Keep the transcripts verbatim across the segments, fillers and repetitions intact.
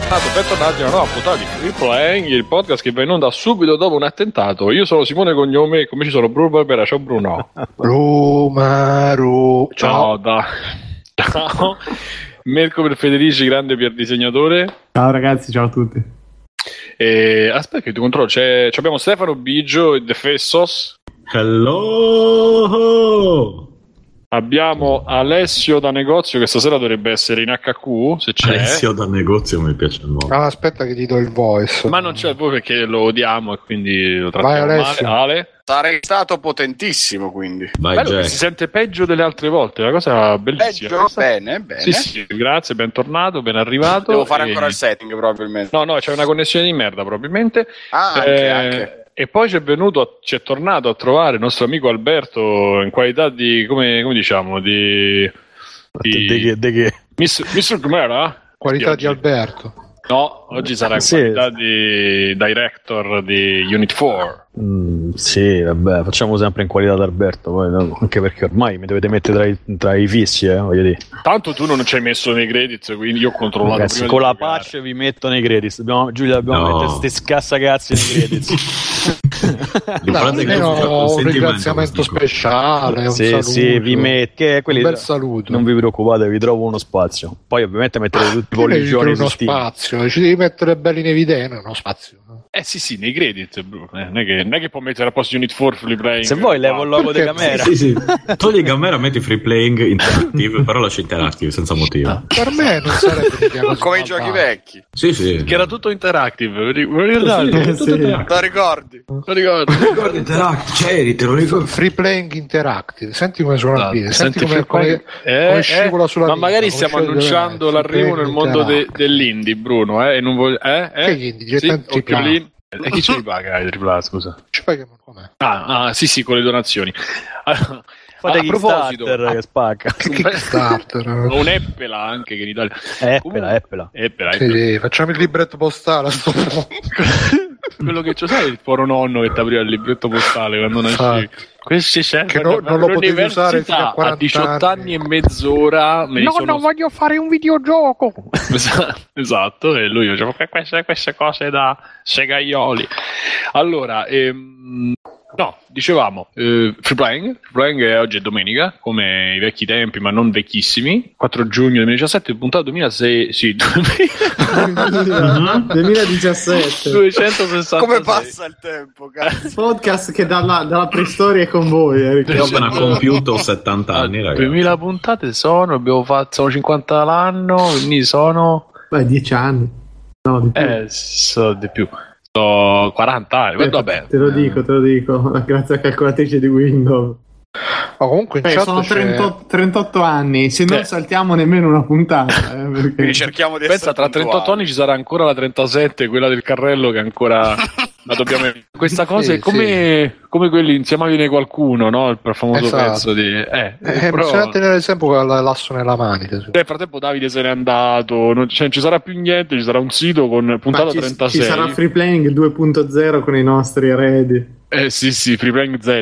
Bentornati a una nuova puntata di Free Playing, il podcast che va in onda subito dopo un attentato. Io sono Simone Cognome e come ci sono Bruno Barbera. Ciao Bruno. Rumaru. Ciao. Ciao, da. Ciao. Mirko per Federici, grande Pier disegnatore. Ciao ragazzi, ciao a tutti. E aspetta che ti controllo, c'è, abbiamo Stefano Biggio e The Fessos. Hello. Abbiamo Alessio da negozio che stasera dovrebbe essere in acca cu, se c'è. Alessio da negozio mi piace molto. Ah, aspetta che ti do il voice. Ma non c'è il voice perché lo odiamo e quindi lo trattiamo Vai, male. Ale? Sarei stato potentissimo, quindi. Vai, bello, si sente peggio delle altre volte, una cosa bellissima. Peggio, bene, bene. Sì, sì, grazie, bentornato, ben arrivato. Devo fare e... ancora il setting probabilmente. No, no, c'è una connessione di merda probabilmente. Ah, anche, eh, anche. E poi ci è venuto, ci è tornato a trovare il nostro amico Alberto in qualità di, come, come diciamo, di... di, di, di, di mister Com'era? Qualità di Alberto. No, oggi sarà in sì. qualità di director di Unit quattro. Mm, sì, vabbè, facciamo sempre in qualità d'Alberto, poi, no? Anche perché ormai mi dovete mettere tra i, tra i fissi, eh, voglio dire. Tanto tu non ci hai messo nei credits, quindi io ho controllato. Ragazzi, prima con la giocare. patch vi metto nei credits. Dobbiamo, Giulia, dobbiamo No. mettere sti scassacazzi nei credits. No, almeno un ringraziamento speciale, un sì, saluto. sì, vi metto. Che quelli, un bel saluto. Non vi preoccupate, vi trovo uno spazio. Poi ovviamente mettere tutti i polligioni uno su Steam. spazio, ci devi mettere belli in evidenza, uno spazio. Eh sì, sì, nei credits, bro. Eh, non, è che, non è che può mettere a posto Unit quattro free playing. Se vuoi levo il logo di Perché? Camera. Sì, sì. Togli Camera, metti free playing interactive, però lascia interactive senza motivo. Per me non sarebbe un'idea così Come i malvada. giochi vecchi. Sì, sì. Che era tutto interactive, ve lo ricordate? Sì, tutto interactive. Lo ricordi? Lo ricordo. Ricordi interactive, c'eri, te lo ricordi. Free playing interactive, senti come suona Esatto, il piede, senti senti come, free playing. come, Eh, come eh, scivola sulla ma lingua, magari come stiamo scende annunciando davanti. l'arrivo Free nel playing mondo de- interactive. dell'indie, Bruno, eh? E non voglio, eh? eh? Che indie? Sì, Direttamente occhio tripla A. lì. E chi ce li paga i tripla A, scusa? Ci paghiamo com'è? Ah, ah, sì, sì, con le donazioni. Allora, Fate a proposito, Kickstarter che spacca. Che Kickstarter. un Eppela anche che in Italia. Eppela, eppela. Eppela, Sì, sì, facciamo il libretto postale a sto punto. Quello che c'è, sai, il poro nonno che ti apriva il libretto postale quando nascevi. Infatti. Questi Che no- non lo potevi usare fino a quaranta a diciotto anni. anni E mezz'ora. Me No, sono... no, voglio fare un videogioco. Esatto, e lui diceva queste, queste cose da segaioli. Allora, ehm, no, dicevamo, eh, free playing, free playing è oggi è domenica, come i vecchi tempi, ma non vecchissimi, quattro giugno duemiladiciassette, puntata duemilasei, sì, duemiladiciassette duecentosessantasei. Come passa il tempo, cazzo? podcast che dalla, dalla preistoria è con voi, eh, Io ho appena compiuto settanta anni, ragazzi. duemila puntate sono, abbiamo fatto, sono cinquanta l'anno, quindi sono... beh, dieci anni, no, di più. Eh, so di più. So quaranta anni, Eh, vabbè. te lo dico, te lo dico, grazie a calcolatrice di Windows. Ma comunque in Beh, chat sono c'è- trentotto, trentotto anni, se non Eh. saltiamo nemmeno una puntata, eh, perché... Quindi cerchiamo di Pensa, essere tra trentotto puntuali. anni ci sarà ancora la trentasette, quella del carrello che ancora... Ma dobbiamo... Questa cosa Sì, è come, come quelli insieme a viene qualcuno, no? Il famoso Esatto. pezzo di... Eh, Eh, però... bisogna tenere sempre con l'asso nella manica. Nel frattempo Davide se n'è andato, non, cioè, non ci sarà più niente, ci sarà un sito con Ma puntata ci, trentasei. ci sarà Free Playing due punto zero con i nostri eredi. Eh sì sì, Freeplaying Z.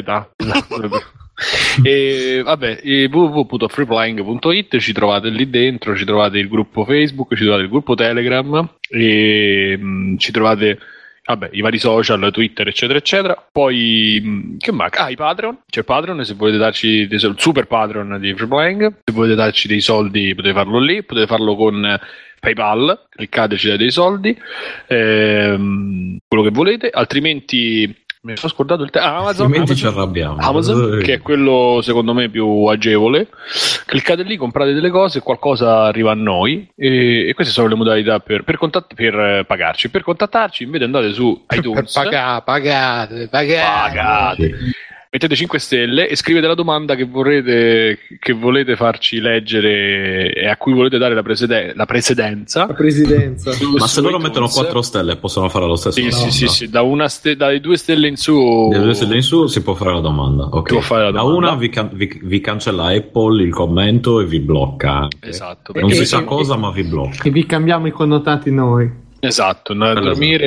E vabbè, w w w punto freeplaying punto i t, ci trovate lì dentro, ci trovate il gruppo Facebook, ci trovate il gruppo Telegram e mh, ci trovate vabbè, i vari social, Twitter, eccetera, eccetera. Poi, mh, che manca? Ah, i Patreon. C'è il Patreon, se volete darci dei soldi, il super Patreon di Freeplaying. Se volete darci dei soldi potete farlo lì, potete farlo con PayPal, cliccateci, date dei soldi, ehm, quello che volete, altrimenti... Mi sono scordato il te- ah, Amazon, Altrimenti ci Amazon, arrabbiamo. Amazon, che è quello secondo me più agevole. Cliccate lì, comprate delle cose, qualcosa arriva a noi e, e queste sono le modalità per, per, contatt- per eh, pagarci. Per contattarci invece andate su Per iTunes, pagare, pagate, pagate. pagate, mettete cinque stelle e scrivete la domanda che vorrete, che volete farci leggere e a cui volete dare la, presede- la precedenza. La presidenza. Su- Ma su se loro iTunes. mettono quattro stelle possono fare lo stesso? Sì, no? sì, No. sì, sì, da una ste- dalle due stelle in su Dalle due stelle in su si può fare la domanda. Ok. Si può fare la Da domanda. una vi, can- vi- vi cancella Apple il commento e vi blocca. anche. Esatto, Non E- si e- sa e- cosa, ma vi blocca. E vi cambiamo i connotati noi. esatto, andare a Allora. dormire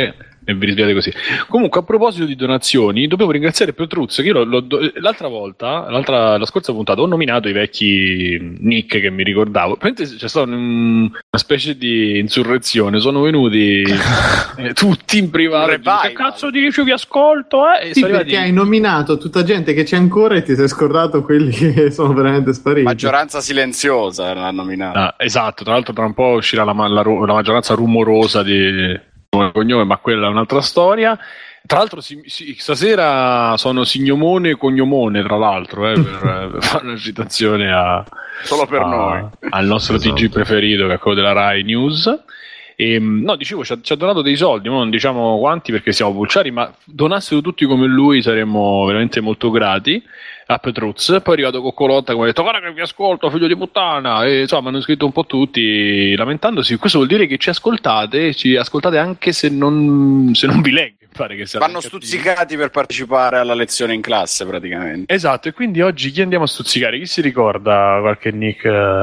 e vi risvegliate così. Comunque, a proposito di donazioni, dobbiamo ringraziare Petruz, che io l'ho, l'ho, l'altra volta, l'altra, la scorsa puntata, ho nominato i vecchi nick che mi ricordavo. Praticamente c'è stata un, una specie di insurrezione, sono venuti eh, tutti in privato. Che cazzo dici, vi ascolto? Eh? E sì, perché hai nominato tutta gente che c'è ancora e ti sei scordato quelli che sono veramente spariti. Maggioranza silenziosa l'ha nominato. Ah, esatto, tra l'altro tra un po' uscirà la, la, la maggioranza rumorosa di cognome, ma quella è un'altra storia. Tra l'altro si, si, stasera sono Signomone e Cognomone, tra l'altro, eh, per, per fare una citazione a, solo per a, noi al nostro esatto. T G preferito, che è quello della Rai News. E, no, dicevo, ci ha, ci ha donato dei soldi, non diciamo quanti perché siamo pulciari, ma donassero tutti come lui saremmo veramente molto grati a Petruz. Poi è arrivato Coccolotta che mi ha detto guarda che vi ascolto, figlio di puttana, e insomma hanno scritto un po' tutti lamentandosi. Questo vuol dire che ci ascoltate, ci ascoltate anche se non, se non vi leggo. Pare che vanno stuzzicati per partecipare alla lezione in classe praticamente. Esatto, e quindi oggi chi andiamo a stuzzicare? Chi si ricorda qualche nick?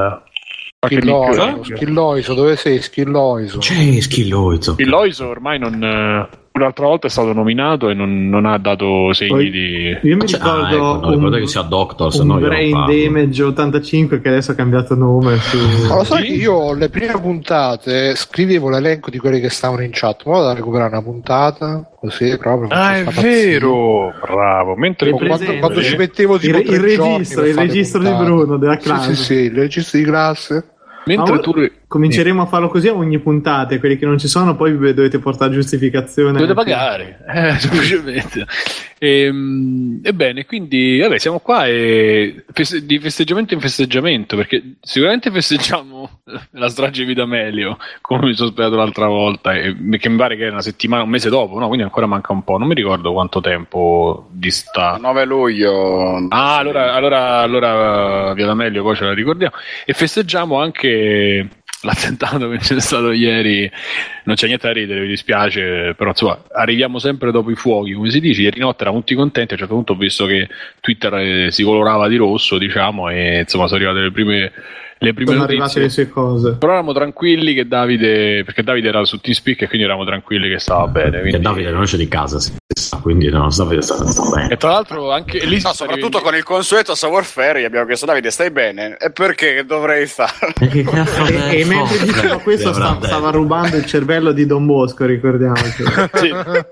Qualche Schilloiso, nick? Schilloiso, dove sei Schilloiso? C'è Schilloiso. Schilloiso ormai non... L'altra volta è stato nominato e non, non ha dato segni Poi, di... Io mi ricordo ah, ecco, no, un, che sia Doctor, se un no Brain Damage ottantacinque che adesso ha cambiato nome su... Ma lo sai che io le prime puntate scrivevo l'elenco di quelli che stavano in chat, ma vado a recuperare una puntata così proprio. Ah, è vero, bravo. Mentre quando, quando ci mettevo tipo il, il registro, il registro di Bruno della classe. Sì, sì, sì, il registro di classe. Mentre tu cominceremo a farlo così a ogni puntata, quelli che non ci sono poi dovete portare giustificazione, dovete pagare eh, semplicemente. E, ebbene, quindi vabbè, siamo qua e feste- di festeggiamento in festeggiamento, perché sicuramente festeggiamo la strage di D'Amelio, come mi sono spiegato l'altra volta, e, che mi pare che era una settimana, un mese dopo, no? Quindi ancora manca un po', non mi ricordo quanto tempo dista. nove luglio. Ah, allora, allora, allora via D'Amelio poi ce la ricordiamo, e festeggiamo anche l'attentato che c'è stato ieri. Non c'è niente da ridere, mi dispiace, però insomma arriviamo sempre dopo i fuochi, come si dice. Ieri notte eravamo tutti contenti, a un certo punto ho visto che Twitter eh, si colorava di rosso, diciamo, e insomma sono arrivate le prime le prime sono notizie. arrivate le sue cose, però eravamo tranquilli che Davide, perché Davide era su TeamSpeak e quindi eravamo tranquilli che stava bene, quindi... e Davide non esce di casa, quindi no, Davide sta, sta bene. E tra l'altro anche lì no, soprattutto con il consueto Savoir Faire gli abbiamo chiesto Davide stai bene? E perché che dovrei fare? E, e, e mentre diceva questo sta, stava rubando il cervello di Don Bosco, ricordiamoci. Sì.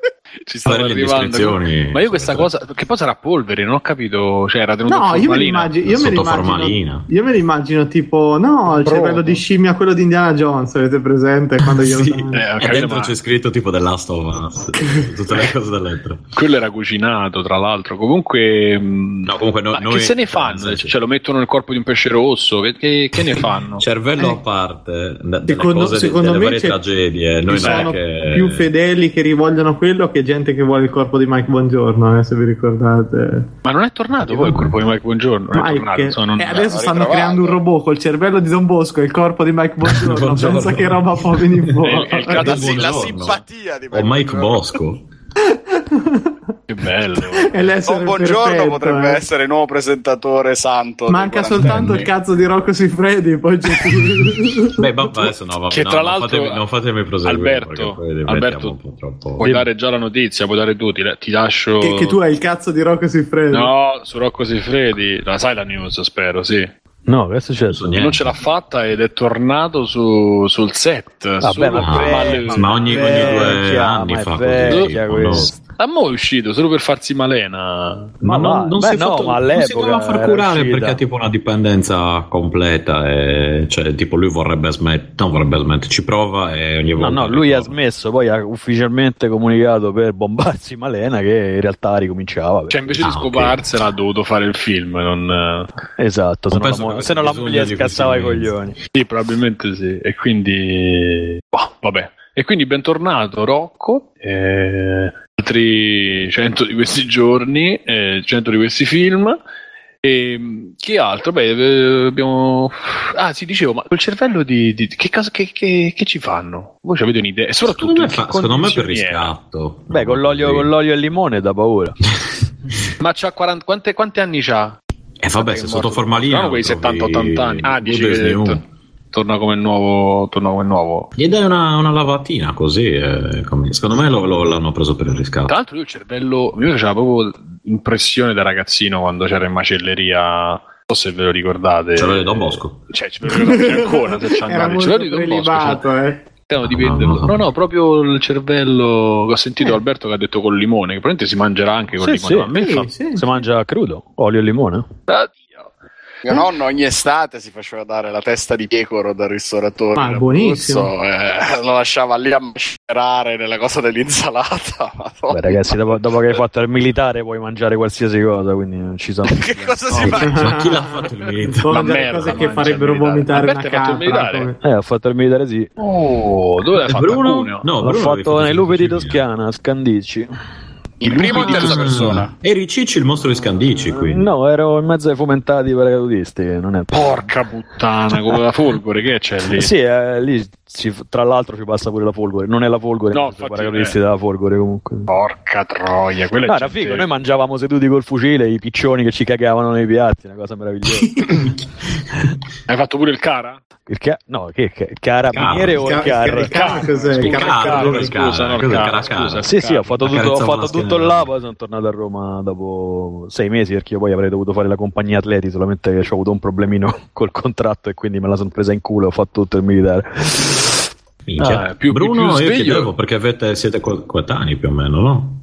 Ci stava arrivando, ma io questa cosa, che poi sarà polvere, non ho capito, cioè era tenuto no, io me l'immagino, io me l'immagino, io me l'immagino tipo no, il cervello di scimmia, quello di Indiana Jones, avete presente quando io sì, lo... eh, e dentro ma... c'è scritto tipo The Last of Us, tutte le cose da dentro. Quello era cucinato, tra l'altro. Comunque, no, comunque no, noi, che se ne fanno? Cioè, lo mettono nel corpo di un pesce rosso? Che, che, che ne fanno? Cervello eh. a parte, delle secondo, cose, secondo delle me varie tragedie. Noi sono che... più fedeli che rivogliono quello che gente che vuole il corpo di Mike Bongiorno, eh, se vi ricordate. Ma non è tornato poi il corpo di Mike Bongiorno? Non Mike, è tornato, sono... eh, adesso stanno creando un robot col cervello di Don Bosco e il corpo di Mike Bongiorno. Buongiorno. Pensa che roba può venire fuori. È, è la, la, la simpatia di Mike, o Mike Bosco. Che bello. E Don Buongiorno perfetto, potrebbe eh. essere nuovo presentatore santo. Manca soltanto il cazzo di Rocco Siffredi, poi c'è Beh, ma adesso no, vabbè, che no, tra non l'altro fatemi, non fatemi proseguire. Alberto, Alberto troppo... puoi dare già la notizia, puoi dare tu, ti, ti lascio che, che tu hai il cazzo di Rocco Siffredi. No, su Rocco Siffredi, la sai la news, spero, sì. No, questo c'è non ce l'ha fatta ed è tornato su, sul set. Vabbè, ma, vecchia, ma ogni, ogni due anni fa vecchia così. Ma mo' è uscito solo per farsi malena. Ma, ma non, non, beh, si no, fatto, ma non si doveva far curare uscita. perché ha tipo una dipendenza completa. E, cioè, tipo, lui vorrebbe smettere, non vorrebbe smettere, ci prova e ogni volta. No, no, lui ha smesso, poi ha ufficialmente comunicato per bombarsi Malena che in realtà ricominciava. Cioè, invece ah, di scoparsela okay. ha dovuto fare il film. Non... Esatto, se non, la, mo- se non la moglie scassava i coglioni. Sì, probabilmente sì. E quindi, boh, vabbè. E quindi bentornato Rocco. Eh... altri cento di questi giorni, eh, cento di questi film. E che altro? Beh, abbiamo. Ah, sì, dicevo, ma quel cervello di. di che, cosa, che, che, che ci fanno? Voi avete un'idea? E soprattutto, secondo me, fa, secondo me per riscatto. Beh, con l'olio, con l'olio e il limone da paura. Ma c'ha quaranta, quante, quanti anni c'ha? E eh, vabbè, se sotto formalina. Sono quei settanta ottanta anni. Ah, dici che detto. torna come nuovo, torna come nuovo. Gli dai una, una lavatina così, eh, come, secondo me lo, lo, l'hanno preso per il riscatto. Tra l'altro io il cervello, mi faceva proprio impressione da ragazzino quando c'era in macelleria, non so se ve lo ricordate. Ce l'avete Don Bosco? Cioè, ce lo ricordate ancora, se c'è Era molto prelibato, cioè. eh. Dipende. No, no, no, proprio il cervello. Ho sentito eh. Alberto che ha detto col limone, che probabilmente si mangerà anche col sì, limone. Sì, Ma a me sì, fa... sì. Si mangia crudo, olio e limone. Addio. Mio nonno ogni estate si faceva dare la testa di pecoro dal ristoratore. Ma buonissimo. Eh, lo lasciava lì a macerare nella cosa dell'insalata. Beh, ragazzi, dopo, dopo che hai fatto il militare puoi mangiare qualsiasi cosa, quindi non ci sono. Che cosa si no, mangia? Chi l'ha fatto il militare? La merda, cose che farebbero vomitare una capra. Come... Eh, ho fatto il militare, sì. Oh, dove l'hai fatto? Bruno? No, l'ho Bruno fatto nei lupi di Toscana, a Scandicci. Il primo o terza persona? Eri Cicci il mostro di Scandicci, quindi. No, ero in mezzo ai fomentati paracadutisti. Non è... Porca puttana, come la Folgore, che c'è lì? Sì, eh, lì ci, tra l'altro ci passa pure la Folgore. Non è la Folgore, no, i paracadutisti eh. della Folgore comunque. Porca troia, quella no, è era figo, noi mangiavamo seduti col fucile, i piccioni che ci cagavano nei piatti, una cosa meravigliosa. Hai fatto pure il cara? Il ca- no, che, che carabiniere o il car? Il car cos'è? Il car, scusa, no, il car, scusa. Sì, sì, ho fatto tutto, ho fatto tutto là, poi sono tornato a Roma dopo sei mesi perché io poi avrei dovuto fare la compagnia atleti, solamente che ho avuto un problemino col contratto e quindi me la sono presa in culo e ho fatto tutto il militare. Ah, più, Bruno, più io chiedevo perché avete, siete coetanei più o meno, no?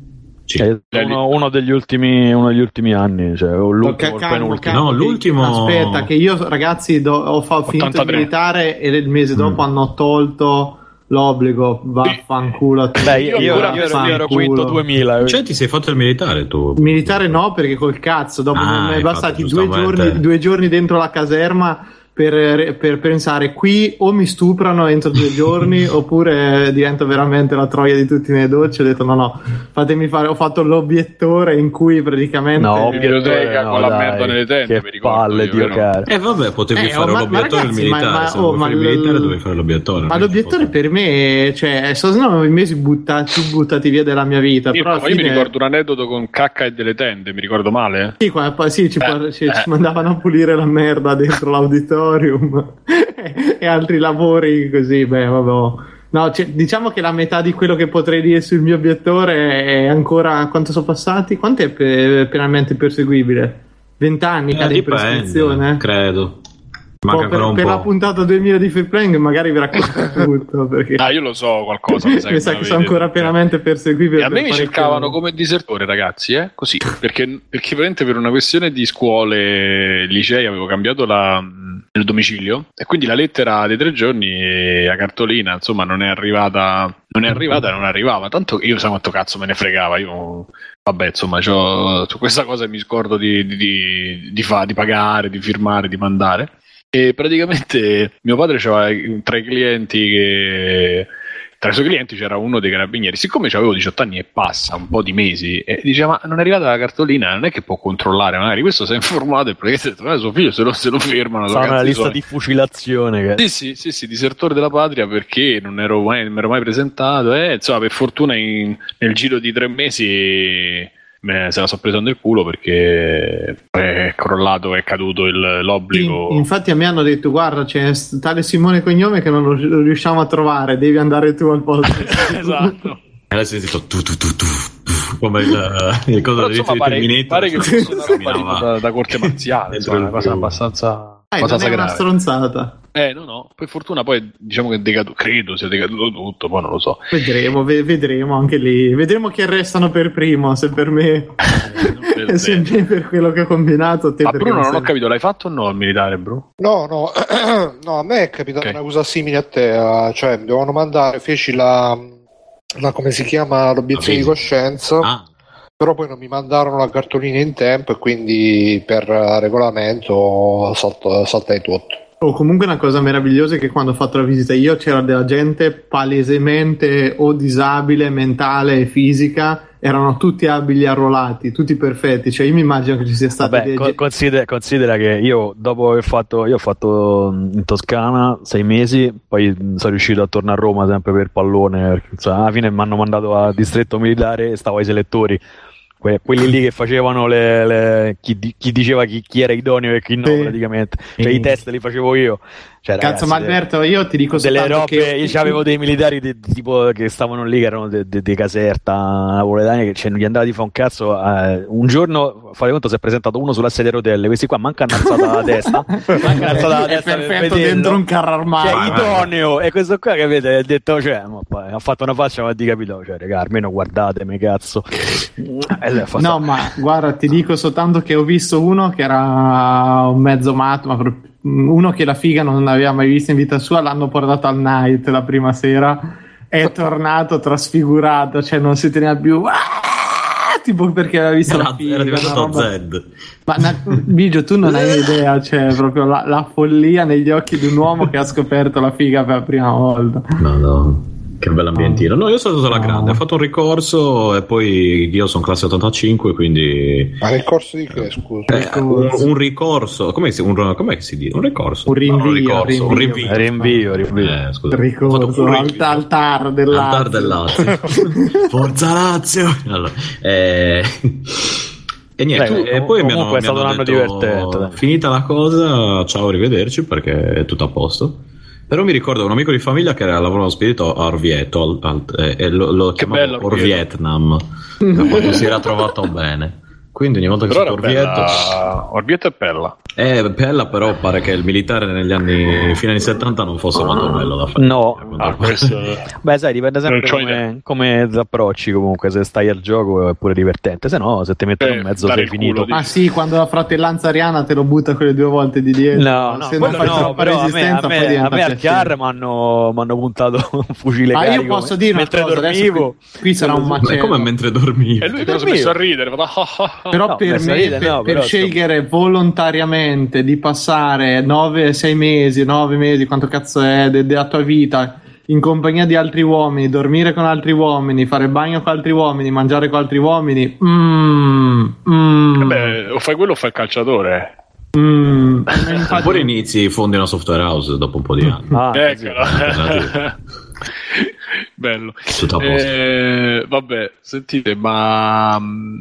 Uno, uno degli ultimi uno degli ultimi anni, cioè l'ultimo, calmo, il penultimo. No, l'ultimo. Aspetta, che io ragazzi do, ho fa, finito il militare e il mese dopo mm. hanno tolto l'obbligo. Vaffanculo a te. Beh, io, io, io, ero, io ero quinto duemila. Cioè, ti sei fatto il militare tu? Militare no, perché col cazzo, dopo ah, non è bastati due giorni, due giorni dentro la caserma. Per, per pensare qui o mi stuprano entro due giorni oppure divento veramente la troia di tutti i miei dolci. Ho detto no no, fatemi fare, ho fatto l'obiettore in cui praticamente no, biblioteca no, con dai, la merda nelle tende, che palle di giocare. E eh, vabbè, potevi eh, fare oh, l'obiettore il militare, ma, ma, se oh, ma il militare dovevi fare l'obiettore. Ma l'obiettore per me, cioè, sono nove mesi buttati, buttati via della mia vita. Io, però io fine... mi ricordo un aneddoto con cacca e delle tende, mi ricordo male? Sì, qua, sì ci, eh, ci, eh. ci mandavano a pulire la merda dentro l'auditorium. E altri lavori così, beh, vabbè. No, cioè, diciamo che la metà di quello che potrei dire sul mio obiettore è ancora. Quanto sono passati? Quanto è pe- penalmente perseguibile? vent'anni eh, di prescrizione? Credo. Manca per, un per po'. La puntata duemila di Free Playing magari vi racconto tutto perché... ah, io lo so qualcosa, mi sa che, che sono ancora pienamente perseguibile. E a me mi cercavano come disertore, ragazzi, eh? Così, perché, perché veramente per una questione di scuole, licei, avevo cambiato la, il domicilio e quindi la lettera dei tre giorni, la cartolina, insomma, non è arrivata, non è arrivata e non arrivava, tanto che io so quanto cazzo me ne fregava, io... Vabbè, insomma, c'ho, su questa cosa mi scordo di, di, di, di, fa, di pagare, di firmare, di mandare. E praticamente mio padre aveva tra i clienti che tra i suoi clienti c'era uno dei carabinieri. Siccome avevo diciotto anni e passa un po' di mesi e dice ma non è arrivata la cartolina, non è che può controllare, magari questo si è informato e praticamente ha detto suo figlio se lo, se lo fermano fa una lista di fucilazione che... sì sì sì sì disertore della patria perché non ero mai, non mi ero mai presentato e insomma per fortuna in, nel giro di tre mesi Beh, se la sto presa nel culo perché è crollato, è caduto il, l'obbligo. In, infatti a me hanno detto guarda c'è tale Simone Cognome che non lo, lo riusciamo a trovare, devi andare tu al posto. Esatto. E adesso si detto tu tu tu tu come il, il cosa di Terminator, pare che fosse una da, da corte marziale, insomma, una cosa abbastanza eh, non è una stronzata. Eh no no, per fortuna poi diciamo che è decaduto, credo sia decaduto tutto, poi non lo so. Vedremo, ve- vedremo anche lì, vedremo chi arrestano per primo, se per me eh, se me per quello che ho combinato. Te ma Bruno non sei... ho capito, l'hai fatto o no il militare, Bru? No no, no, a me è capitata okay. Una cosa simile a te, cioè mi dovevano mandare, feci la, la come si chiama, l'obiezione di coscienza. Ah. Però poi non mi mandarono la cartolina in tempo e quindi per regolamento salt- saltai tutto. Oh, comunque una cosa meravigliosa è che quando ho fatto la visita io c'era della gente palesemente o disabile, mentale e fisica, erano tutti abili arruolati, tutti perfetti, cioè io mi immagino che ci sia stato Vabbè, dei... considera, considera che io dopo aver fatto io ho fatto in Toscana sei mesi, poi sono riuscito a tornare a Roma sempre per pallone, perché, insomma, alla fine mi hanno mandato a distretto militare e stavo ai selettori. Que- quelli lì che facevano le, le chi, di- chi diceva chi, chi era idoneo e chi no, sì. praticamente, cioè sì. i test li facevo io. Cioè, Cazzo, ragazzi, ma Alberto, io ti dico delle robe, che... io avevo dei militari di, di tipo che stavano lì, che erano di de, de Caserta napoletani, che cioè, non gli andava di fa un cazzo. Eh, un giorno, fate conto, si è presentato uno sulla sedia a rotelle, questi qua manca hanno alzato la testa, manca hanno alzato la testa, è perfetto dentro un carro armato, cioè, idoneo, e questo qua che avete ha detto, cioè, ma poi, ha fatto una faccia, ma di capito, cioè, raga, almeno guardatemi, cazzo. No, ma guarda, ti dico soltanto che ho visto uno che era un mezzo matto, ma proprio uno che la figa non aveva mai visto in vita sua, l'hanno portato al night la prima sera, è tornato trasfigurato, cioè non si teneva più, ah, tipo perché aveva visto era, la figa, era diventato roba... Zed. Ma na... Bigio, tu non hai idea, cioè proprio la, la follia negli occhi di un uomo che ha scoperto la figa per la prima volta. No, no. Che bell'ambientino. No, io sono stato alla grande, ho fatto un ricorso e poi io sono classe ottantacinque, quindi... Ma ricorso di che, scusa? Eh, un, un ricorso, come si, un, com'è che si dice? Un ricorso? Un rinvio, no, un ricorso, rinvio. un rinvio. Rinvio, rinvio. Eh, scusa. Ricorso, Un al, al TAR del Lazio. Al TAR del Lazio. Forza Lazio! Allora, eh... E niente, Dai, e poi mi hanno, comunque è mi stato hanno un anno detto, divertente, dai. finita la cosa, ciao, arrivederci, perché è tutto a posto. Però mi ricordo un amico di famiglia che lavorava spedito a Orvieto al, al, eh, e lo, lo chiamavo Orvietnam, quando si era trovato bene. Quindi ogni volta che però sono Orvieto... bella... Orvieto è bella. Eh, bella, però pare che il militare negli anni fine anni settanta non fosse molto bello da fare. No, Ah, questo... beh, sai, dipende sempre Non c'ho come, come ti approcci. Comunque, se stai al gioco è pure divertente, se no, se ti mettono Eh, in mezzo dare sei il culo, finito. dici. Ah sì, quando la fratellanza ariana te lo butta quelle due volte di dietro. No, no, se non quello fai no, troppa però a me, a resistenza poi me, a diventa me al piacere. Chiar mi hanno puntato un fucile Ah, io carico posso dire una mentre cosa, adesso dormivo. qui, qui sarà un Ma macello. come mentre dormivi? E lui però si è messo a ridere. fa, ah, ah, ah. Però No, per messo a me, ridere, per, no, per però, scegliere volontariamente di passare nove sei mesi, nove mesi, quanto cazzo è, de- della tua vita in compagnia di altri uomini, dormire con altri uomini, fare bagno con altri uomini, mangiare con altri uomini, mm, mm, Beh, o fai quello o fai il calciatore. mm. Infatti- Oppure inizi, fondi una software house dopo un po' di anni. Ah, Eccolo. Bello. Tutto a posto. Eh, vabbè, sentite, ma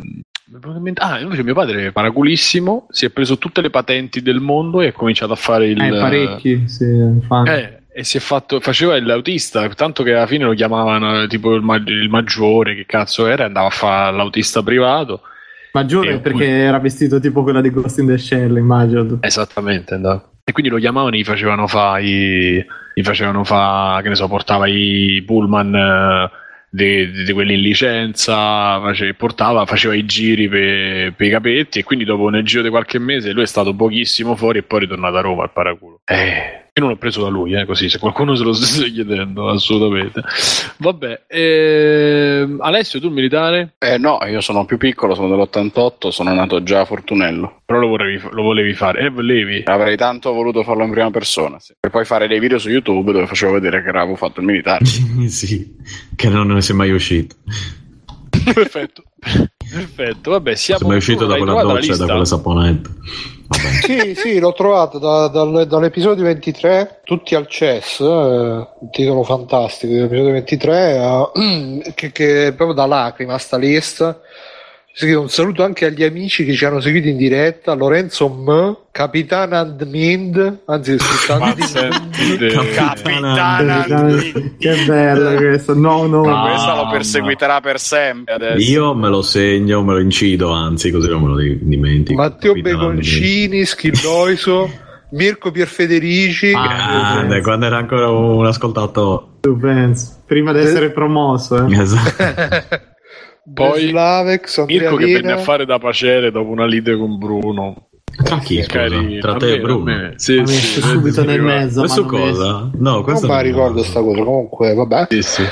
ah, invece mio padre è paraculissimo, si è preso tutte le patenti del mondo e ha cominciato a fare il eh, parecchi, sì, infatti. eh, e si è fatto, faceva l'autista, tanto che alla fine lo chiamavano tipo il, mag- il maggiore, che cazzo era, andava a fare l'autista privato. Maggiore e- perché era vestito tipo quella di Ghost in the Shell, immagino. Esattamente, andava. E quindi lo chiamavano e gli facevano fa i, gli facevano fa, che ne so, portava i pullman eh, di, di- di quelli in licenza, face- portava, faceva i giri per i capetti, e quindi dopo nel giro di qualche mese lui è stato pochissimo fuori e poi è ritornato a Roma al paraculo. Eh, io non l'ho preso da lui, eh, così, se qualcuno se lo stesse chiedendo, assolutamente. Vabbè, ehm, Alessio, tu militare? Eh no, io sono più piccolo, sono dell'ottantotto, sono nato già a Fortunello. Però lo volevi, lo volevi fare, eh, volevi? Avrei tanto voluto farlo in prima persona, sì. Per poi fare dei video su YouTube dove facevo vedere che avevo fatto il militare. Sì, che non ne sei mai uscito. Perfetto, perfetto, vabbè, siamo... Sei mai uscito da hai quella trovato la doccia e da lista? quella saponetta. Vabbè. Sì, sì, l'ho trovato da- dal- dall'episodio ventitré, tutti al C E S, eh, un titolo fantastico dell'episodio ventitré, eh, che, che è proprio da lacrima sta lista. Un saluto anche agli amici che ci hanno seguito in diretta, Lorenzo M, Capitan Andmind, anzi Ma scusate, sentite- Capitana! Che bello questo, no, no. Ma Ah, questa lo ma- perseguiterà per sempre adesso. Io me lo segno, me lo incido, anzi, così non me lo di- dimentico. Matteo Capitano Begoncini, Schilloiso, Mirko Pierfederici, Grande, quando era ancora un ascoltatore. Tu pensi, prima di essere promosso, eh. Esatto. Poi Slavex, Andrea Mirko che venne a Vena. fare da pacere dopo una lite con Bruno. Tra chi, scusa? Carino. Tra A te me- e Bruno? a me- Sì, Ha sì, messo sì, subito sì, nel sì, mezzo. Questo m'hanno messo. cosa? No, questo Non mi non ricordo sta cosa, comunque vabbè. Sì, sì.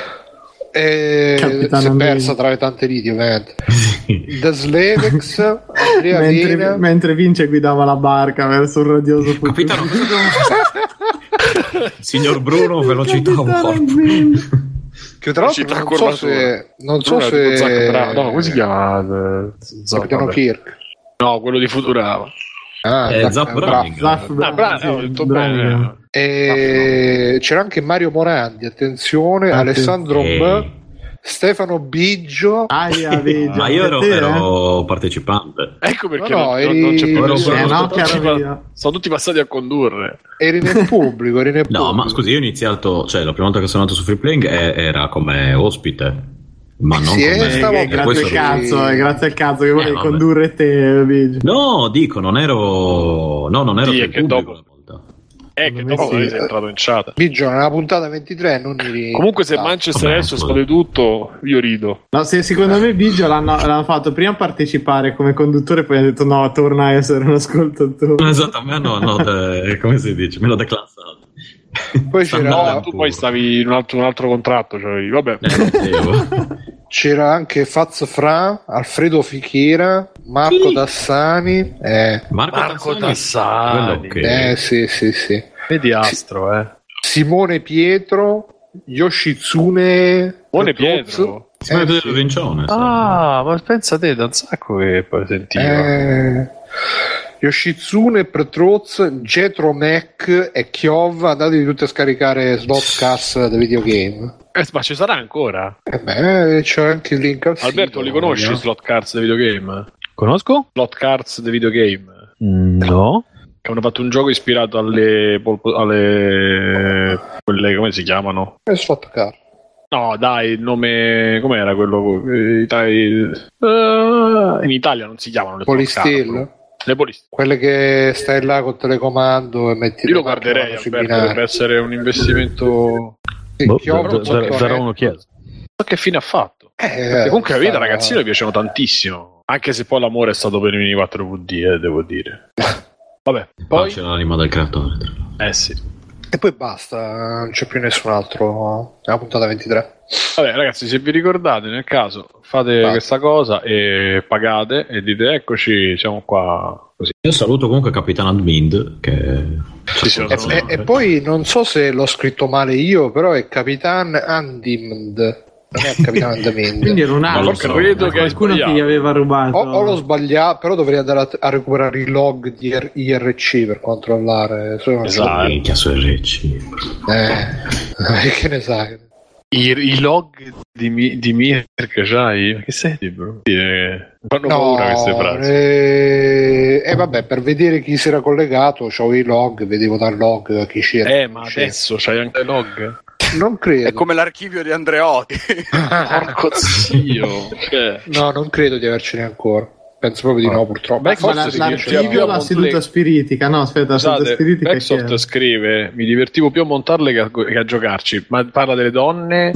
E Capitano si è persa Andrea. tra le tante liti ovviamente. Sì. The Slavex, Andrea Mentre, Vena. mentre Vince guidava la barca verso un radioso futuro. Capitano, cosa dobbiamo fare? Signor Bruno, velocità un Capitano corpo. Andrea. Che tra l'altro Velocità non so curvatura. se non so Bruno era tipo Zac se Brown. No, come si chiama? Eh, Zac- Capitano vabbè. Kirk. No, quello di Futurama. Ah, Eh, Zac- Zap Braff. Browning. Zaff- Ah, bravo, sì, ho detto Brannigan. bene. E c'era anche Mario Morandi, attenzione, Ah, sì. Alessandro Eh. M, Stefano Biggio. Aia, Biggio. Ma io ero, ero partecipante. Ecco perché no, no, non, eri... non c'è più nessuno. Eh, no, sono, tutti, pa- sono tutti passati a condurre. Eri nel pubblico, eri nel No, pubblico. ma scusi, io ho iniziato, cioè la prima volta che sono andato su Free Playing era come ospite. Ma non sì, come... stavo... eh, grazie al cazzo, eh, grazie al cazzo che volevi eh, condurre te, Biggio. No, dico, non ero... No, non ero Sì, nel che pubblico dopo... la volta. Eh, che dopo sì. sei entrato in chat. Biggio, nella puntata ventitré non eri... Comunque se ah, Manchester vabbè, adesso esplode tutto, io rido. No, se, secondo me Biggio l'hanno, l'hanno fatto prima partecipare come conduttore, poi ha detto no, torna a essere un ascoltatore. Esatto, a me no, no, de... come si dice? Me l'ho declassato. Poi c'era... No, tu poi stavi in un altro, un altro contratto, cioè, vabbè. Eh, C'era anche Faz Fra, Alfredo Fichiera, Marco Sì. Tassani. Eh, Marco, Marco Tassani. Tassani. Quello che- eh sì, sì, sì. Vedi Astro, eh. Simone Pietro, Yoshitsune. Buone Petruzzo. Pietro. Si vede Eh, il sì. Vincione. sì. Ah, ma pensa te, da un sacco che poi sentiva. Eh, Yoshitsune, Petroz, Jetro Mac e Chiov. Andatevi tutti a scaricare Slotcast The Videogame. Eh, ma ci sarà ancora? E beh, c'è anche il link al Alberto, sito, li conosci no? Slot Cards The Videogame? Conosco? Slot Cards The Videogame. Mm, no. Che hanno fatto un gioco ispirato alle... alle... quelle... come si chiamano? È Slotcast. No, dai, il nome... com'era quello? Eh, Ita- eh, in Italia non si chiamano le Polistill? Slot Card, le Polistill. Quelle che stai là col telecomando e metti Io lo le macchine guarderei, sui Alberto, binari. dovrebbe essere un investimento... Sì, Boh, Chiov, z- z- Slotcast. Sarà uno chiesto. So che fine ha fatto. Eh, Perché comunque la vita stava- ragazzino mi piacevano tantissimo. Anche se poi l'amore è stato per i mini quattro V D, eh, devo dire. Vabbè, Poi poi... c'è l'anima del creatore. tra l'altro. Eh sì. E poi basta, non c'è più nessun altro nella puntata ventitré. Vabbè ragazzi, se vi ricordate, nel caso, fate Vai. questa cosa e pagate e dite eccoci, siamo qua così. Io saluto comunque Capitan Admind che Sì, sì, lo E, sono e- sempre. e poi non so se l'ho scritto male io, però è Capitan Andimd, non è Capitan Andimd. Quindi era un Non lo altro. so, credo ma che hai Qualcuno che sbagliato. gli aveva rubato. O, o l'ho sbagliato, però dovrei andare a, a recuperare i log di R- I R C per controllare. Se non Esatto. minchia su R C. Eh, che ne sai? I, i log di, Mi- di Mirk c'hai? Ma che sei, bro? Sì, eh, fanno paura queste frasi. E eh, vabbè, per vedere chi si era collegato, c'avevo i log, vedevo dal log chi c'era. Eh, ma chi c'era. adesso c'hai anche i log? Non credo. È come l'archivio di Andreotti. Porco zio. Cioè, No, non credo di avercene ancora. Penso proprio di no, purtroppo. Beh, Ma la- forse si l'archivio dice- o la seduta spiritica? No, aspetta, la seduta Scusate, spiritica Backsoft chi è? scrive: mi divertivo più a montarle che a, che a giocarci. Ma parla delle donne?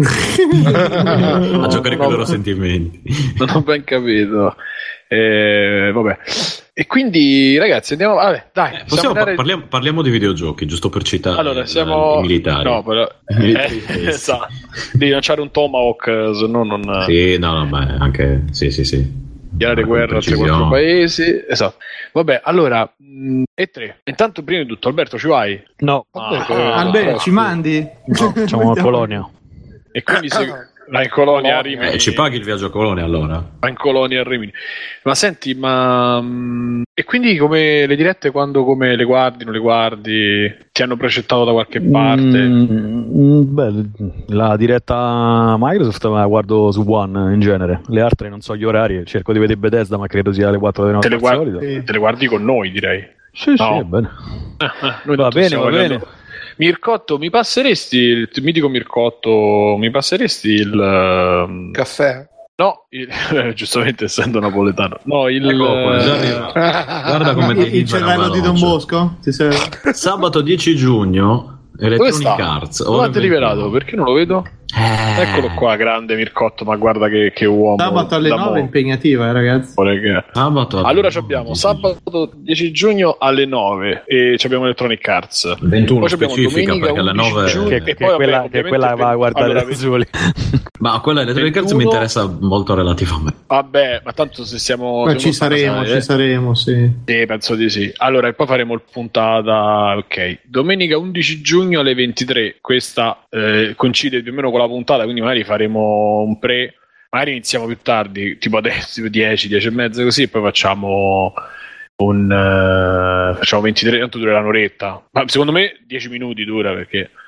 A giocare con i loro sentimenti. Non ho ben capito. Eh, vabbè. E quindi, ragazzi, andiamo. Vabbè, dai, Eh, possiamo, andare- parliamo, parliamo di videogiochi, giusto per citare Allora, il- siamo. i militari. No, però. I militari Eh, stessi. esatto. Devi lanciare un Tomahawk, se no non. Sì, no, vabbè, anche sì, sì, sì. Dichiarare Con guerra a tre precisione. quattro paesi. Esatto. Vabbè, allora. mh, E tre. Intanto, prima di tutto, Alberto, ci vai? No, Vabbè, che- Ah, Alberto, ci mandi? no, facciamo una colonia. E quindi se. Vai in colonia a Rimini. Eh, ci paghi il viaggio a Colonia allora? Va in colonia a Rimini. Ma senti, ma mh, e quindi come le dirette quando come le guardi, non le guardi? Ti hanno precettato da qualche parte? Mm, beh, la diretta Microsoft la guardo su One in genere. Le altre non so gli orari, cerco di vedere Bethesda, ma credo sia alle quattro di Te notte le, al guardi, solito. Sì. te le guardi con noi, direi. Sì, sì, No. è bene. Eh, eh, noi Va tanto bene, stiamo va guardando- bene. Mircotto, mi passeresti il mi dico Mircotto, mi passeresti il ehm, Caffè? no, il- giustamente essendo napoletano. No, il Ecco, già eh, arriva. Guarda come ti Il, il cervello di Don Bosco? Ti serve? Sabato dieci giugno dove Electronic sta? Arts. Dove ore avete rivelato? ventuno. Perché non lo vedo? Eh. Eccolo qua, grande Mircotto, ma guarda che, che uomo. Sabato alle d'amore, nove è impegnativa, eh, ragazzi. che è. Sabato alle Allora nove, abbiamo dieci. sabato dieci giugno alle nove e ci abbiamo Electronic Arts. ventuno Poi ci abbiamo specifica domenica perché alle undici nove giugno, Che, e che poi, quella, vabbè, che quella ovviamente, va a guardare allora, Azzurri. ma quella Electronic Arts mi ventuno interessa molto relativamente. Vabbè, ma tanto se siamo Ma se ci uno sta a saremo, casa, ci eh. saremo, sì. Sì, penso di sì. Allora, e poi faremo il puntata. Ok, domenica undici giugno alle ventitré. Questa eh, coincide più o meno con la puntata, quindi magari faremo un pre. Magari iniziamo più tardi, tipo adesso dieci, dieci e mezza così, e poi facciamo un uh, facciamo ventitré, tanto durerà un'oretta. Ma secondo me dieci minuti dura perché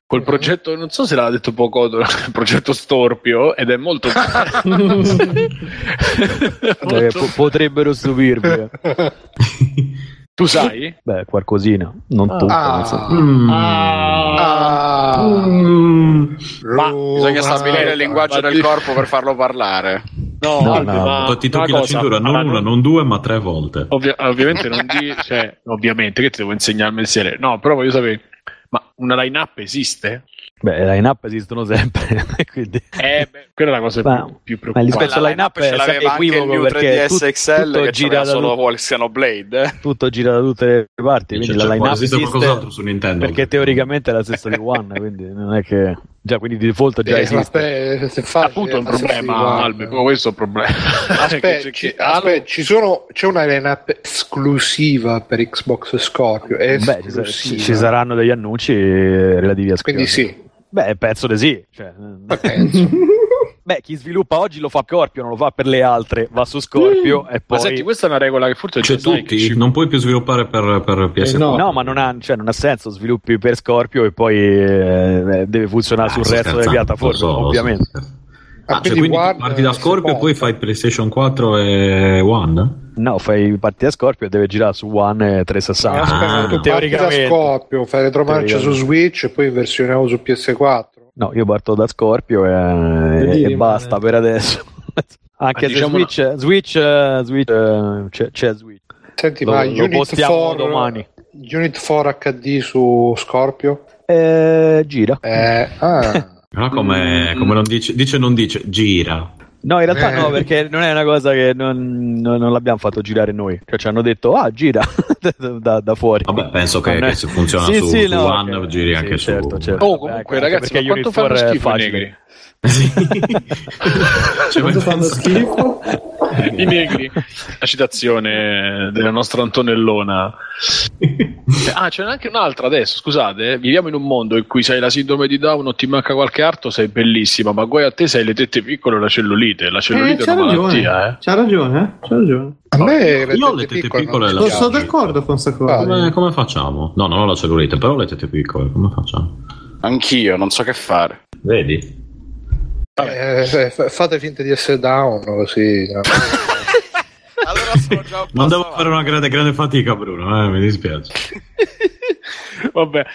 col progetto, non so se l'ha detto poco, il progetto Storpio, ed è molto, eh, po- potrebbero stupirvi. Tu sai? Beh, qualcosina, non tutto. Ah, non ah, ah, mm. Ma bisogna stabilire il linguaggio del corpo per farlo parlare. No, no, Albi, no, ma ti tocchi la cosa, cintura non allora, una, non due, ma tre volte. Ovvia- ovviamente non di, cioè, ovviamente che ti devo insegnare il mestiere. No, però voglio sapere, ma una line-up esiste? Beh, le line-up esistono sempre, quindi... Eh, beh, quella è la cosa ma, più, più ma il preoccupante. discorso line-up è sempre equivoco perché tut- X L tutto che gira da solo tut- Volxiano Blade, eh? tutto gira da tutte le parti, quindi Cioè, la line-up esiste esiste qualcos'altro su Nintendo perché teoricamente è la stessa di One, quindi non è che già, quindi di default già eh, esiste. vabbè, se fa, Appunto è un problema, Albi, questo è un problema. Aspetta, ci, aspetta, ci sono, c'è una line-up esclusiva per Xbox Scorpio. Beh, ci, sa- ci saranno degli annunci relativi a Scorpio. Quindi sì. Beh, penso di sì. Cioè, penso. Beh, chi sviluppa oggi lo fa Scorpio, non lo fa per le altre, va su Scorpio mm. e poi... Ma senti, questa è una regola che forse c'è tutti, ci... non puoi più sviluppare per, per P S quattro. Eh no. no, ma non ha, cioè, non ha senso, sviluppi per Scorpio e poi eh, deve funzionare ah, sul resto delle piattaforme, so, ovviamente. So, so. Ah, ah, quindi, cioè, quindi parti da Scorpio e poi fai PlayStation quattro e One? No, fai parti da Scorpio e deve girare su One e trecentosessanta. Ah, ah, tu teoricamente da Scorpio, fai retromarcia su Switch e poi in versione audio su P S quattro. No, io parto da Scorpio e, e, e basta per adesso. Anche ma se diciamo Switch, no. Switch, Switch uh, c'è, c'è Switch. Senti, lo, ma lo Unit quattro domani. Unit quattro acca di su Scorpio? Eh, gira. Eh, ah. No, come, come non dice, dice non dice, gira. No, in realtà eh. no, perché non è una cosa che non, non, non l'abbiamo fatto girare noi. Cioè ci hanno detto, ah, gira da, da fuori. Vabbè, penso che, che se funziona sì, su, sì, su no, One okay. giri anche sì, certo, su... certo. Oh, comunque, Vabbè, ragazzi, ma quanto fanno schifo i negri? Cioè, quanto fanno schifo? I negri, la citazione della nostra Antonellona. Ah, c'è anche un'altra adesso, scusate, eh. Viviamo in un mondo in cui sei la sindrome di Down o ti manca qualche arto, sei bellissima, ma guai a te sei le tette piccole o la cellulite. La cellulite eh, è una ragione, malattia, eh. C'ha ragione, eh? C'ha ragione. A me io ho le tette piccole, piccole non sono d'accordo con questa cosa. Come, come facciamo? No, non ho la cellulite, però ho le tette piccole, come facciamo? Anch'io, non so che fare. Vedi? Eh, fate finta di essere down così. No? Allora non devo fare una grande, grande fatica, Bruno, eh, mi dispiace. Vabbè.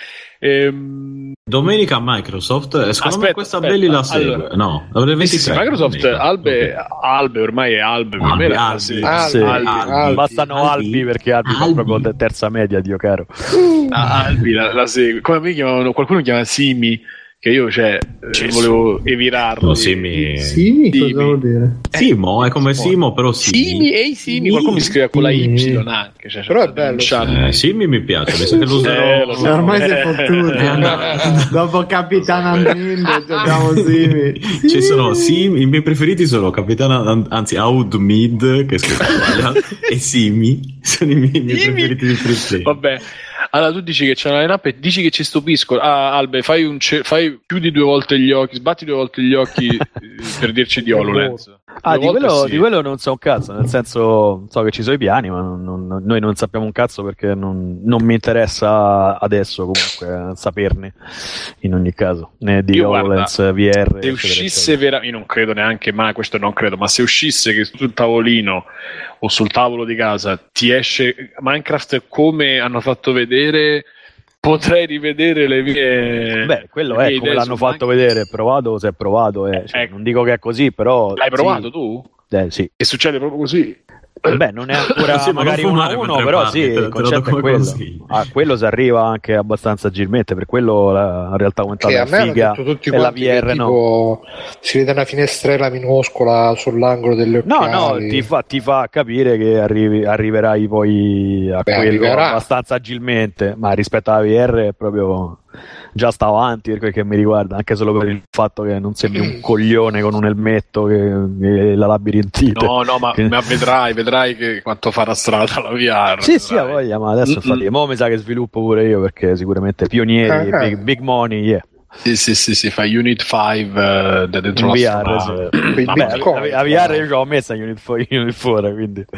Ehm... Domenica Microsoft, secondo aspetta, me questa aspetta, Belli la segue. Allora, no, ventitré, sì, sì, Microsoft Albe, Albe ormai è Albe, Albi, Albi, Albi, sì. Albi, Albi, Albi, Albi. Bastano Albi, Albi perché Albi, Albi. Fa proprio terza media, Dio caro. Ah, Albi la, la segue. Come mi chiamano? Qualcuno chiama Simi. Che io, cioè, eh, volevo evirarlo. No, Simi. Simi? Cosa vuol dire? Simo, è come Simo, però Simi. Simi e Simi. Qualcuno mi scrive con la Y anche. Cioè, però è bello. Eh, Simi mi piace, mi sa che lo userò. Eh, lo so. Ormai sei fottuto. Eh, dopo Capitano Andrindo giochiamo Simi. Ci sono Simi, i miei preferiti sono Capitano, anzi Aud Mid, che scrive e Simi. Sono i miei, i miei preferiti di free play. Vabbè. Allora tu dici che c'è una line-up e dici che ci stupisco. Ah, Albe, fai, un ce- fai chiudi due volte gli occhi, sbatti due volte gli occhi per dirci di HoloLens. Ah, di quello, sì. Di quello non so un cazzo, nel senso so che ci sono i piani, ma non, non, noi non sappiamo un cazzo perché non, non mi interessa adesso comunque saperne in ogni caso, né di io HoloLens, guarda, V R. Se uscisse vera- io non credo neanche mai, questo non credo, ma se uscisse che sul tavolino o sul tavolo di casa ti esce Minecraft come hanno fatto vedere, potrei rivedere le mie. Beh, quello è come l'hanno fatto Minecraft. Vedere, provato se è provato, eh. Cioè, ecco. Non dico che è così, però l'hai provato sì. Tu? Eh, sì. E succede proprio così? Beh, non è ancora sì, magari uno a uno, però parti, sì, il concetto è quello. A quello si arriva anche abbastanza agilmente, per quello la realtà aumentata è figa e la V R no. Si vede una finestrella minuscola sull'angolo delle occhiali. No, no, ti fa, ti fa capire che arrivi, arriverai poi a Beh, quello arriverà. Abbastanza agilmente, ma rispetto alla V R è proprio già sta avanti per quel che mi riguarda, anche solo per il fatto che non sembri un coglione con un elmetto che, che la labirintite. No, no, ma, ma vedrai, vedrai che quanto farà strada la V R. Sì, vedrai. Sì, ha voglia, ma adesso infatti, mo mi sa che sviluppo pure io perché sicuramente pionieri, big, big money, yeah. Sì, sì, sì, sì, fa Unit cinque uh, dentro in la V R, sì. Vabbè, la, la V R io ce l'ho messa in Unit quattro, quindi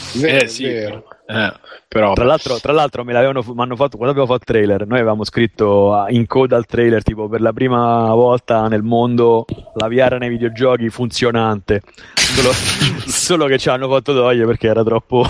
Vero, eh sì, eh, però tra l'altro, tra l'altro me l'avevano mi hanno fatto quando abbiamo fatto il trailer, noi avevamo scritto in coda al trailer tipo per la prima volta nel mondo la V R nei videogiochi funzionante, solo, solo che ci hanno fatto togliere perché era troppo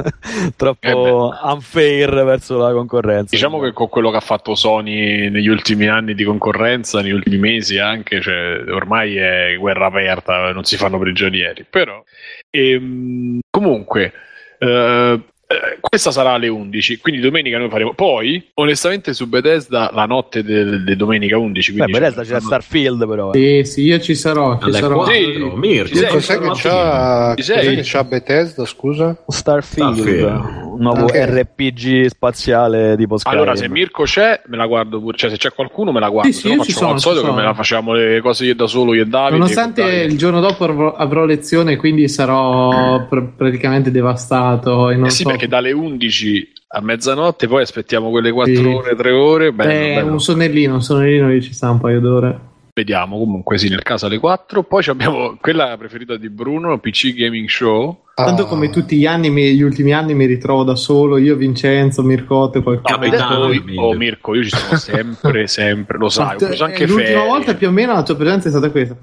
troppo eh unfair verso la concorrenza. Diciamo che con quello che ha fatto Sony negli ultimi anni di concorrenza, negli ultimi mesi anche, cioè, ormai è guerra aperta, non si fanno prigionieri, però ehm, comunque Uh, questa sarà alle undici, quindi domenica noi faremo. Poi, onestamente, su Bethesda la notte di domenica undici. Beh, Bethesda c'è Starfield, però. Sì, sì, io ci sarò. Ci sarò. Sì, Mirko, cos'è che c'ha, cos'è che c'ha Bethesda? Scusa, Starfield, Starfield. un nuovo okay. R P G spaziale tipo Skyrim. Allora, se Mirko c'è, me la guardo pure. Cioè, se c'è qualcuno, me la guardo. Sì, se sì, no, facciamo al solito che me la facciamo le cose io da solo, io e Davide. Nonostante il giorno dopo avrò, avrò lezione, quindi sarò pr- praticamente devastato. E non eh sì, so. Perché dalle undici a mezzanotte, poi aspettiamo quelle quattro sì. ore, tre ore. Bello, eh, bello. Un sonnellino, un sonnellino lì ci sta un paio d'ore. Vediamo, comunque sì, nel caso alle quattro. Poi abbiamo quella preferita di Bruno, P C Gaming Show. Tanto come tutti gli anni, gli ultimi anni mi ritrovo da solo, io, Vincenzo, Mirko e qualcuno. No, oh Mirko, io ci sono sempre, sempre, lo sai. Ho preso anche l'ultima ferie. volta più o meno la tua presenza è stata questa.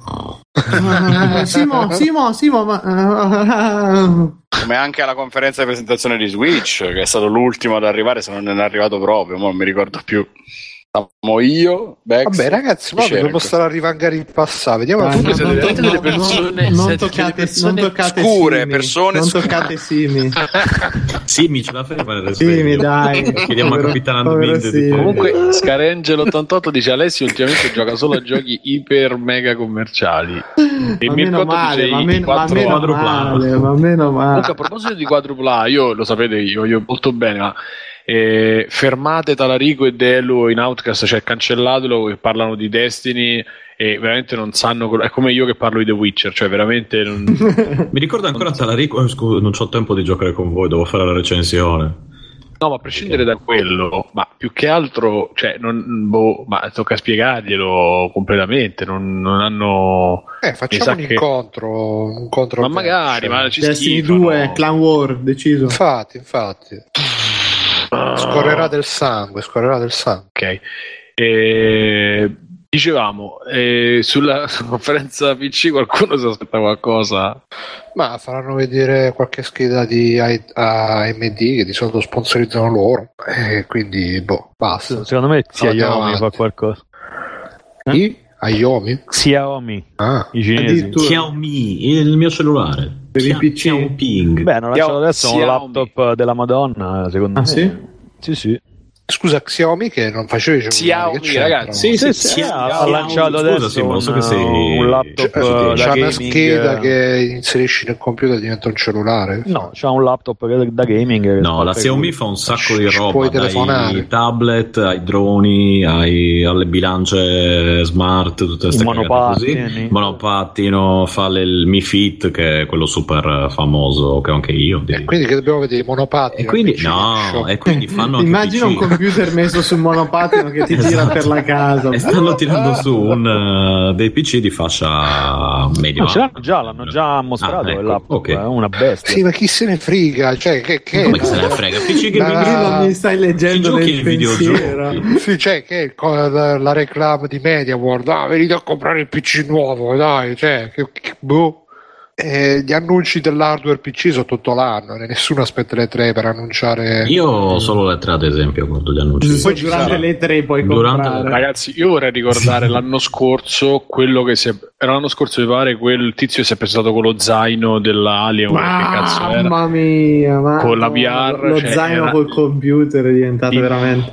Simo, Simo, Simo, ma... Come anche alla conferenza di presentazione di Switch, che è stato l'ultimo ad arrivare, se non ne è arrivato proprio, ma non mi ricordo più. Siamo io, Bex, vabbè ragazzi, ma dobbiamo stare a rivangare il passato. Vediamo ah, tutte no, delle no, persone, non, non toccate, persone non toccate scure, Simi, persone non toccate Simi. Simi, ce la fai fare Simi, dai. Chiediamo a Capitano Mint. Comunque Scarangelo ottantotto dice Alessio ultimamente gioca solo a giochi iper mega commerciali. E ma Mirko male, dice ma, i men- ma meno male, ma meno male. Comunque a proposito di quadrupla, io lo sapete, io voglio molto bene, ma Eh, fermate Talarico e Delo in Outcast, cioè cancellatelo, che parlano di Destiny e veramente non sanno, è come io che parlo di The Witcher, cioè veramente non... mi ricordo ancora Talarico, eh, scusa, non c'ho tempo di giocare con voi, devo fare la recensione. No, ma a prescindere da quello, ma più che altro, cioè, non, boh, ma tocca spiegarglielo completamente, non, non hanno... Eh, facciamo un che... incontro, un incontro. Ma magari, ma ci Destiny due, Clan War, deciso. Infatti, infatti. Scorrerà del sangue, scorrerà del sangue. Ok. E... Dicevamo, eh, sulla conferenza P C qualcuno si aspetta qualcosa? Ma faranno vedere qualche scheda di A M D che di solito sponsorizzano loro, e quindi boh, basta. Secondo me Xiaomi fa qualcosa. Chi? Xiaomi? Xiaomi. Ah, i cinesi. Xiaomi, il mio cellulare. Per i P C. Xiaoping. Beh, hanno lanciato adesso un laptop della Madonna, secondo ah, me. Sì? Sì, sì. Scusa, Xiaomi che non facevi Xiaomi, che ragazzi. Sì, sì, sì, sì, ha lanciato Scusa, adesso sì, un, so che sei... un laptop c'è, da c'è gaming. Una scheda che inserisci nel computer e diventa un cellulare. No, c'ha un laptop da gaming. No, la Xiaomi fa un sacco di roba, puoi telefonare, dai tablet, ai droni, ai, alle bilance smart, tutte queste cose così. Monopattino, fa le, il Mi Fit, che è quello super famoso che ho anche io. E quindi che dobbiamo vedere i monopattini? E quindi no, e quindi fanno immagina un computer messo su un monopattino che ti esatto. gira per la casa e stanno tirando su un, uh, dei P C di fascia medio. No, ce l'hanno già, l'hanno già mostrato. Ah, ecco, laptop, okay. È una bestia. Sì, ma chi se ne frega? Cioè, che, che come se ne frega? P C che ma... mi stai leggendo nel pensiero. Sì, cioè, che la, la reclama di MediaWorld, ah, venite a comprare il P C nuovo, dai, cioè, che, che, boh. Eh, gli annunci dell'hardware P C sono tutto l'anno, nessuno aspetta le tre per annunciare. Io solo le tre ad esempio guardo gli annunci. Poi durante le tre puoi comprare. Le... Ragazzi, io vorrei ricordare l'anno scorso quello che si è... era l'anno scorso mi pare quel tizio si è presentato con lo zaino della Alien, che cazzo era? Mamma mia, ma con la V R, lo cioè, zaino era... col computer è diventato di... veramente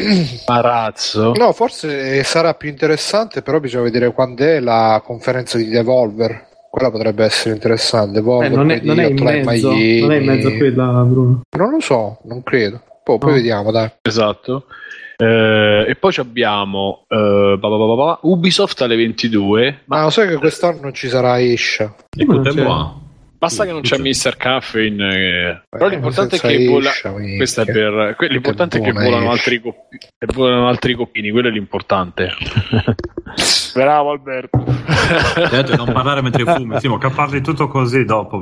parazzo. No, forse sarà più interessante, però bisogna vedere quando è la conferenza di Devolver. Quella potrebbe essere interessante. Eh, non, è, non, è in mezzo, non è in mezzo a quella, Bruno. Non lo so, non credo. Poi, poi no. vediamo, dai. Esatto. Eh, e poi abbiamo eh, Ubisoft alle ventidue. Ma lo sai che quest'anno non ci sarà Isha? E quel tempo ha? Basta sì, che non c'è mister Caffeine, eh. però l'importante è che vola... Questo è per... l'importante è che volano altri, coppi... che volano altri coppini, quello è l'importante. Bravo Alberto. Detto, non parlare mentre fumi, sì, ma che parli tutto così dopo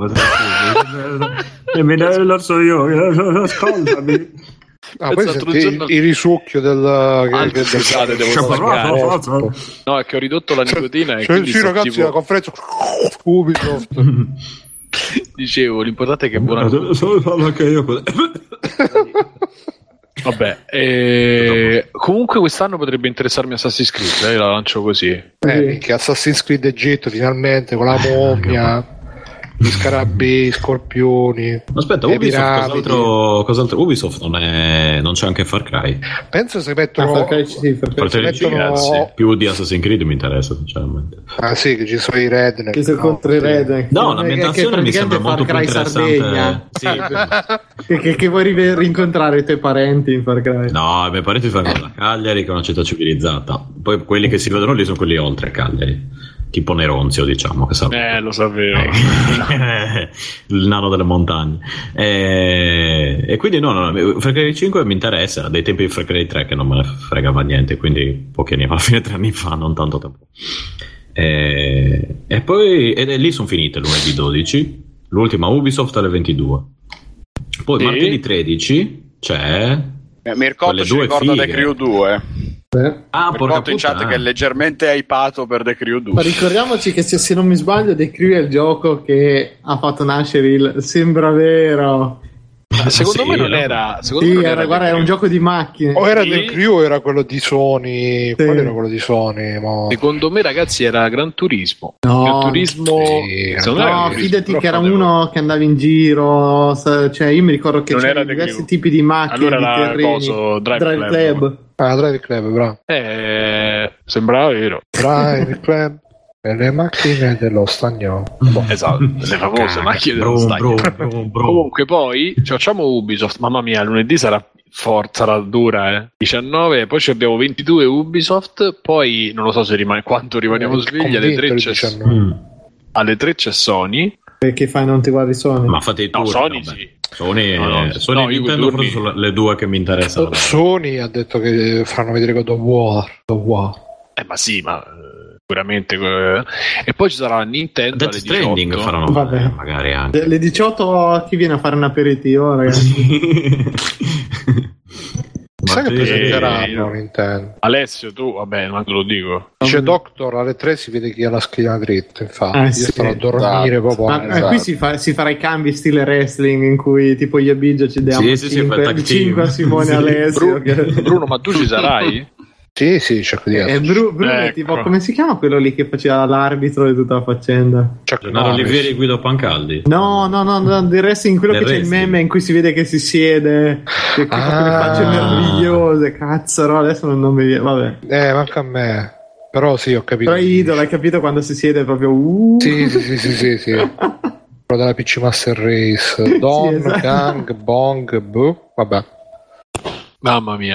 e mi lo so io, ascoltami. Ah, poi senti giorno... il risucchio del, ah, che, che scusate, devo no, è che ho ridotto la nicotina e sì, sì ragazzi tipo... la conferenza Ubisoft. Dicevo, l'importante è che è buona. Anche io. Vabbè, eh, comunque quest'anno potrebbe interessarmi Assassin's Creed, eh, la lancio così. Eh, che Assassin's Creed Egitto finalmente con la mommia, gli scarabei, scorpioni. Aspetta, Ubisoft cos'altro, cos'altro? Ubisoft non, è, non c'è anche Far Cry. Penso se mettono, ah, Far Cry, sì, Far Cry. Far Cry mettono... ragazzi, più di Assassin's Creed mi interessa sinceramente. Ah sì, che ci sono i redneck. Che sono no, contro i redneck. No, l'ambientazione mi sembra molto più interessante. Sì, che, che, che vuoi rive- rincontrare i tuoi parenti in Far Cry? No, i miei parenti fanno a Cagliari, che è una città civilizzata. Poi quelli che si vedono lì sono quelli oltre Cagliari. Tipo Neronzio, diciamo, che eh, lo sapevo. Il nano delle montagne. E, e quindi no, no, Far Cry cinque mi interessa, dai tempi di Far Cry tre che non me ne fregava niente, quindi pochi anni fa, alla fine tre anni fa, non tanto tempo. E, e poi ed è lì sono finite lunedì dodici, l'ultima Ubisoft alle ventidue. Poi sì. Martedì tredici c'è eh, Mircotto ci ricorda The Crew due. Eh? Ah, porca in chat che è leggermente hypato per The Crew due. Ma ricordiamoci che se, se non mi sbaglio The Crew è il gioco che ha fatto nascere il sembra vero. Secondo sì, me non era, secondo sì, me era, era, guarda, era un gioco di macchine. O era sì. del Crew o era quello di Sony? Sì. Qual era quello di Sony? Ma... Secondo me, ragazzi, era Gran Turismo. No, Gran Turismo. Sì. No, Gran Turismo, fidati che era uno che andava in giro. Cioè, io mi ricordo che non c'erano diversi Crew. Tipi di macchine. Allora di era terreni. Coso, Drive, Drive Club. Club. Ah, Drive Club, bravo. Eh, sembrava vero. Drive Club. E le macchine dello Stagnolo. Esatto, le famose Caga, macchine dello Stagnolo. Comunque poi facciamo Ubisoft, mamma mia, lunedì sarà forza, sarà dura, eh. diciannove, poi ci abbiamo ventidue Ubisoft, poi non lo so se rimane quanto rimaniamo eh, svegli, alle tre c'è mm. alle tre c'è Sony. Perché fai non ti guardi Sony? Ma fate i no, turni, Sony vabbè. Sì. Sony, no, no, Sony no, e Nintendo forse sono le due che mi interessano. Sony ha detto che faranno vedere God of War. God of War. Eh ma sì, ma sicuramente eh. E poi ci sarà Nintendo Death Stranding faranno Vabbè. magari anche le diciotto chi viene a fare un aperitivo, ragazzi? Sai che presenteranno Nintendo? Alessio, tu, vabbè, ma te lo dico. Dice Doctor, alle tre si vede chi ha la schiena dritta, infatti. Ah, io sì. sto a dormire esatto. proprio. Ma, esatto. Qui si, fa, si farà i cambi stile wrestling in cui tipo gli Abigio ci diamo sì, sì, cinque, cinque a Simone sì. Alessio. Bruno, che... Bruno, ma tu ci sarai? Sì, sì, cerco di essere. Bru- Bruno ecco. Tipo, come si chiama quello lì che faceva l'arbitro di tutta la faccenda? Gennaro Olivieri, Guido Pancaldi. No, no, no, no del wrestling, quello del che wrestling. C'è il meme in cui si vede che si siede, che, che ah. fa quelle facce meravigliose, cazzo, no, adesso non, non mi viene, vabbè. Eh, manca a me. Però sì, ho capito. Però idolo, hai capito quando si siede proprio uh. Sì, sì, sì, sì, sì, sì. Quello della P C Master Race. Don, sì, esatto. Gang, Bong, boh, vabbè. Mamma mia.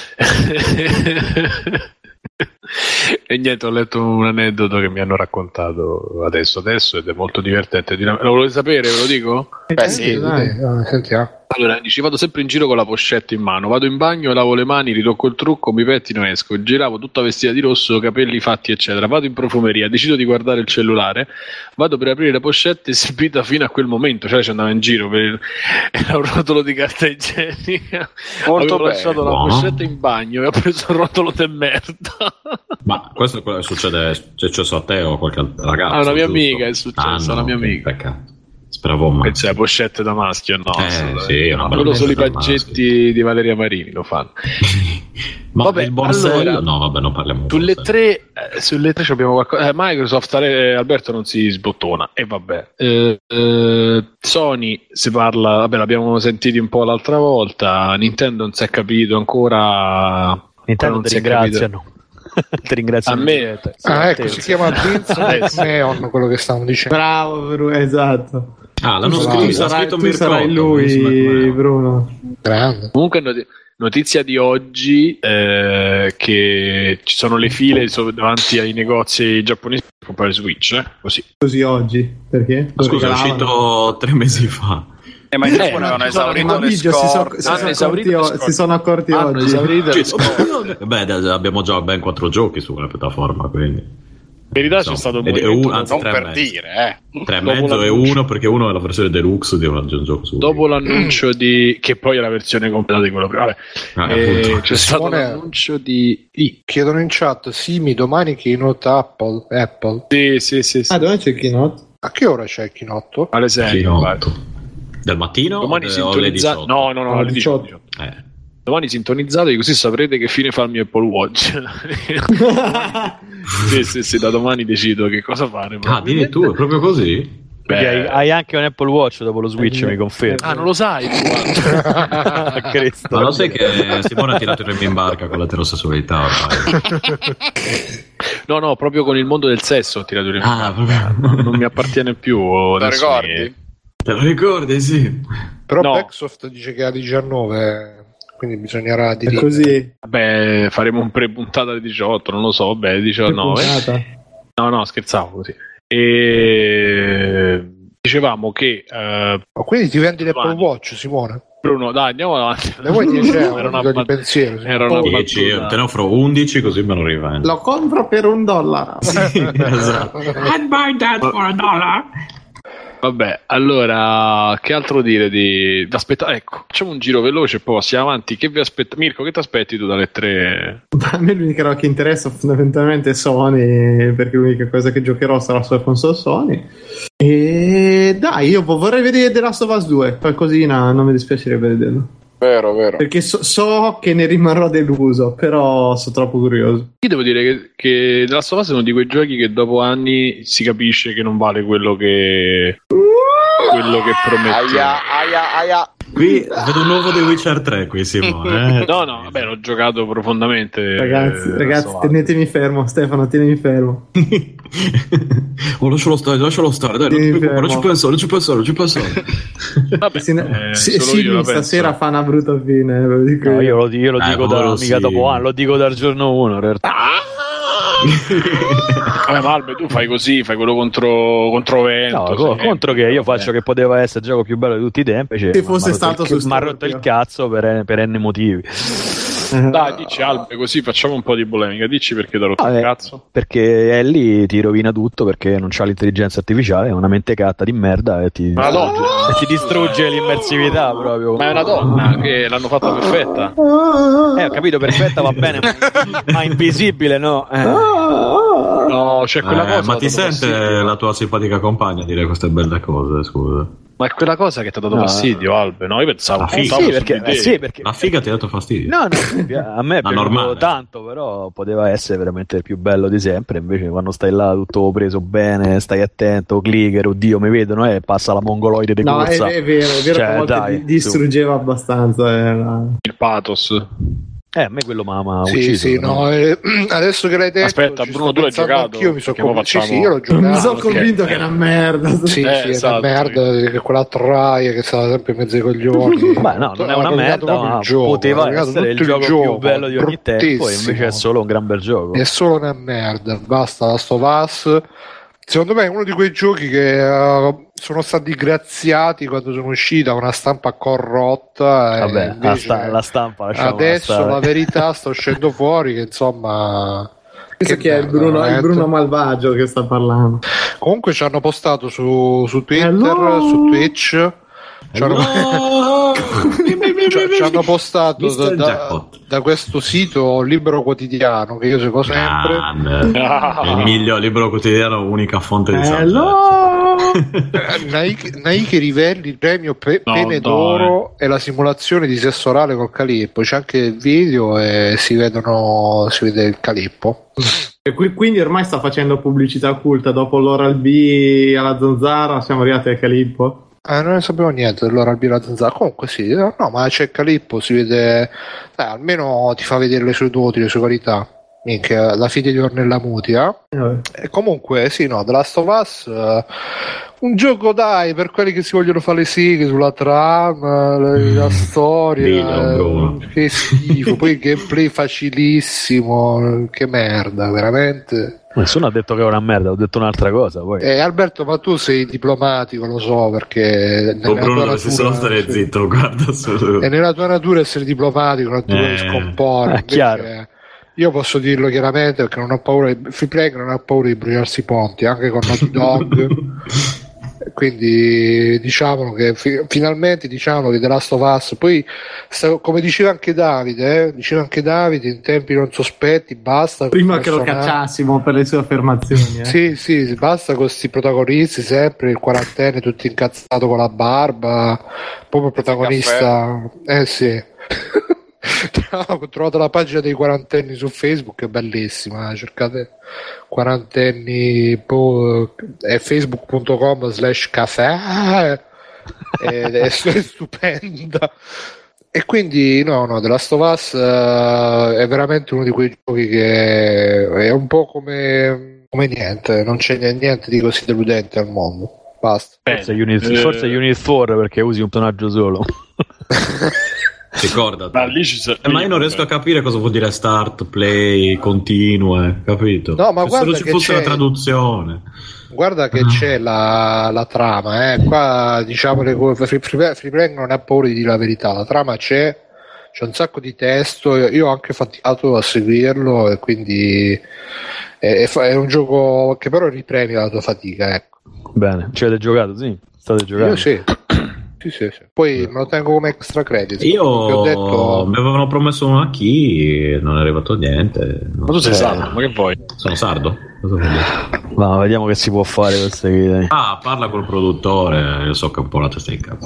E niente, ho letto un aneddoto che mi hanno raccontato adesso adesso ed è molto divertente. Lo volete sapere, ve lo dico? Beh sì, dai, dai, sentiamo. Allora, dici, vado sempre in giro con la pochette in mano, vado in bagno, lavo le mani, ritocco il trucco, mi pettino e esco, giravo tutta vestita di rosso, capelli fatti eccetera, vado in profumeria, decido di guardare il cellulare, vado per aprire la pochette esibita fino a quel momento, cioè ci andavo in giro per il... era un rotolo di carta igienica, molto avevo lasciato la pochette in bagno e ho preso un rotolo di merda. Ma questo succede, è successo a te o a qualche ragazzo? A una mia giusto? amica è successo, ah, no, una mia amica. Peccato. Speravo mai. Pensi a pochette da maschio? No, eh, sì, no, quello solo i paggetti di Valeria Marini lo fanno. Ma vabbè, il borsello? Allora, no, vabbè, non parliamo. Sulle tre, eh, sulle tre abbiamo qualcosa. Eh, Microsoft, eh, Alberto non si sbottona. E eh, vabbè. Eh, eh, Sony si parla, vabbè, l'abbiamo sentito un po' l'altra volta. Nintendo non si è capito ancora. Nintendo non ti ringraziano. Ti ringrazio a me. Ah, ecco, si chiama Vince Neon, quello che stavamo dicendo. Bravo, Ah, l'hanno scritto, tu sarai, tu sarai lui, Bruno. Grande. Comunque hanno, notizia di oggi eh, che ci sono le file davanti ai negozi giapponesi per comprare Switch, eh? così. Così oggi, perché? Ma scusa, è uscito tre mesi fa. Eh, ma in Giappone avevano esaurito le si, so, si, sono accorti, o, si sono accorti oggi. Esaurito Beh, abbiamo già ben quattro giochi su quella piattaforma, quindi. In verità c'è stato un un, anzi, non per mezzo. dire, eh. tre e mezzo e uno perché uno è la versione deluxe di un gioco su. Dopo l'annuncio di che poi è la versione completa di quello prima. Vabbè. Ah, eh, c'è stato Simone, l'annuncio di I. Chiedono in chat, Simi, domani keynote Apple. Apple. Sì, sì, sì, sì. Ah, dove c'è il keynote? A che ora c'è il keynote? Alle sei. Del mattino? Domani sintonizzato. No, no, no, alle diciotto. Eh. Domani sintonizzatevi così saprete che fine fa il mio Apple Watch. sì, sì, sì, da domani decido che cosa fare. Ah, dimmi tu, è proprio così? Beh, hai, hai anche un Apple Watch dopo lo Switch, eh, mi confermi. Ah, non lo sai? Cristo. Ma lo sai che Simone ha tirato il in barca con la eterosessualità ormai? No, no, proprio con il mondo del sesso ho tirato il in ah, barca. Non, non mi appartiene più. Te lo ricordi? Mi... Te lo ricordi, sì. Però no. Microsoft dice che ha diciannove... Quindi bisognerà dire così. Vabbè, faremo un pre-puntata di diciotto, non lo so, beh, diciannove. No, no, scherzavo così. E dicevamo che uh, oh, quindi ti vendi l'Apple Watch, Simone? Bruno, dai, andiamo avanti. Le vuoi dieci euro? Era una bat- pensiero, era una dieci, te ne offro undici così me lo rivendo. Lo compro per un dollaro. Sì, esatto. I'd buy that for a dollar. Vabbè, allora, che altro dire di... Aspetta, ecco, facciamo un giro veloce e poi passiamo avanti. Che vi aspetta? Mirko, che ti aspetti tu dalle tre? A me l'unica roba che interessa fondamentalmente è Sony, perché l'unica cosa che giocherò sarà sulla console Sony. E dai, io vorrei vedere The Last of Us due, qualcosina, non mi dispiacerebbe vederlo. Vero, vero. Perché so, so che ne rimarrò deluso, però sono troppo curioso. Io devo dire che, che The Last of Us è uno di quei giochi che dopo anni si capisce che non vale quello che quello che promette. Aia, aia, aia. Qui vedo un nuovo The Witcher tre qui, Simone. Eh? No, no, vabbè, l'ho giocato profondamente. Ragazzi, eh, ragazzi, tenetemi fermo, Stefano, tienimi fermo. Oh, lascialo stare, lascialo stare, dai, non, ti non ci penso, non ci penso, non ci penso. Vabbè, sì, eh, sì, sì stasera fa una brutta fine. Lo dico no, io lo, io lo eh, dico da, sì. mica dopo anno, lo dico dal giorno uno, in realtà. Vabbè, Malbe, tu fai così, fai quello contro, contro vento. No, co- contro che io faccio che poteva essere il gioco più bello di tutti i tempi. Cioè, se fosse stato il, mi ha rotto il cazzo per, per n motivi. Dai, dici Albe, così facciamo un po' di polemica. Dici perché ti ha rotto ah, il cazzo? Perché Ellie ti rovina tutto perché non c'ha l'intelligenza artificiale, è una mentecatta di merda e ti, e ti distrugge l'immersività proprio. Ma è una donna che l'hanno fatta perfetta. Eh, ho capito, perfetta va bene, ma invisibile no. Eh. No, c'è quella eh, cosa. Ma ti sente fastidio. La tua simpatica compagna dire queste belle cose, scusa? Ma è quella cosa che ti ha dato no. fastidio, Albe? No, io pensavo. La figa, sì, perché, eh, sì, perché... La figa ti ha dato fastidio? No, no, a me è piaciuto tanto, però poteva essere veramente il più bello di sempre. Invece, quando stai là tutto preso bene, stai attento, clicker, oddio, mi vedono e eh, passa la mongoloide di no, corsa. No, è, è vero, è vero, cioè, che a volte dai, distruggeva su. abbastanza. Era... Il pathos. Eh, a me quello m'ha sì, ucciso. Sì, no, no eh, adesso che l'hai detto. Aspetta, Bruno, tu l'hai giocato. Io mi sono convinto. Facciamo... Sì, sì, io l'ho giocato. Mi sono convinto che è una merda. Sì, eh, sì, esatto, è una merda. Che quella traia che stava sempre in mezzo ai coglioni. Beh, no, non è una merda, ma gioco, poteva essere il gioco, il gioco più bello di ogni tempo. E invece è solo un gran bel gioco. È solo una merda. Basta, Last of Us. Secondo me è uno di quei giochi che uh, sono stati graziati quando sono usciti da una stampa corrotta. Vabbè, la, sta- la stampa adesso la verità sta uscendo fuori che insomma che, che è il Bruno, il Bruno Malvagio che sta parlando. Comunque ci hanno postato su, su Twitter, Hello. su Twitch ci hanno, ci hanno postato da, da, da questo sito Libero Quotidiano che io seguo sempre. Ah, il miglior Libero Quotidiano, unica fonte di Naike, Naike Rivelli, il premio Pe- no, Pene d'Oro e la simulazione di sesso orale col calippo. C'è anche il video e si vedono si vede il calippo. E qui, quindi ormai sta facendo pubblicità occulta dopo l'Oral B alla Zanzara siamo arrivati al calippo. Eh, non ne sapevo niente dell'ora albina zanzara. Comunque sì, no, ma c'è Calippo, si vede, dai, almeno ti fa vedere le sue doti, le sue qualità. minchia, la figlia di Ornella Mutia. Eh. E comunque, sì, no, The Last of Us, uh, un gioco, dai, per quelli che si vogliono fare le sighe sulla trama, la, la storia, eh, che schifo. Poi il gameplay facilissimo, che merda, veramente. Nessuno ha detto che è una merda, ho detto un'altra cosa. Poi. Eh, Alberto, ma tu sei diplomatico, lo so, perché oh, Bruno dovresti solo stare sì. zitto, guarda solo. E nella tua natura essere diplomatico, non ti vuoi eh. scomporre. È chiaro. Io posso dirlo chiaramente perché non ho paura di, Free Play non ha paura di bruciarsi i ponti, anche con Naughty Dog. Quindi diciamo che fi- finalmente diciamo che The Last of Us, poi sta, come diceva anche Davide, eh, diceva anche Davide in tempi non sospetti, basta prima che lo cacciassimo per le sue affermazioni. Eh. Sì, sì, basta con questi protagonisti sempre, il quarantenne tutto incazzato con la barba, proprio il protagonista, eh sì. Ho trovato la pagina dei quarantenni su Facebook, è bellissima, cercate quarantenni po- è facebook punto com slash caffè ed è, è stupenda. E quindi no, no, The Last of Us uh, è veramente uno di quei giochi che è un po' come, come niente, non c'è niente di così deludente al mondo. Basta. Forse Unit, eh... forse Unit quattro perché usi un personaggio solo. Ricordati. Ma, lì ci eh, ma io non riesco a capire cosa vuol dire start, play, continue, capito? No, ma guarda, se non ci fosse c'è... la traduzione. Guarda che ah. c'è la, la trama, eh. Qua diciamo le Free, free, free Play non ha paura di dire la verità, la trama c'è, c'è un sacco di testo, io ho anche faticato a seguirlo e quindi è, è un gioco che però ripremi la tua fatica, ecco. Bene, ci avete giocato, sì? State giocando? Io sì. Sì, sì, sì. Poi me lo tengo come extra credit. Io ho detto... mi avevano promesso una key, non è arrivato niente. Ma tu sei eh... sardo, ma che vuoi? Sono sardo. Ma vediamo che si può fare queste idee. Ah, parla col produttore, io so che è un po' la testa in capo.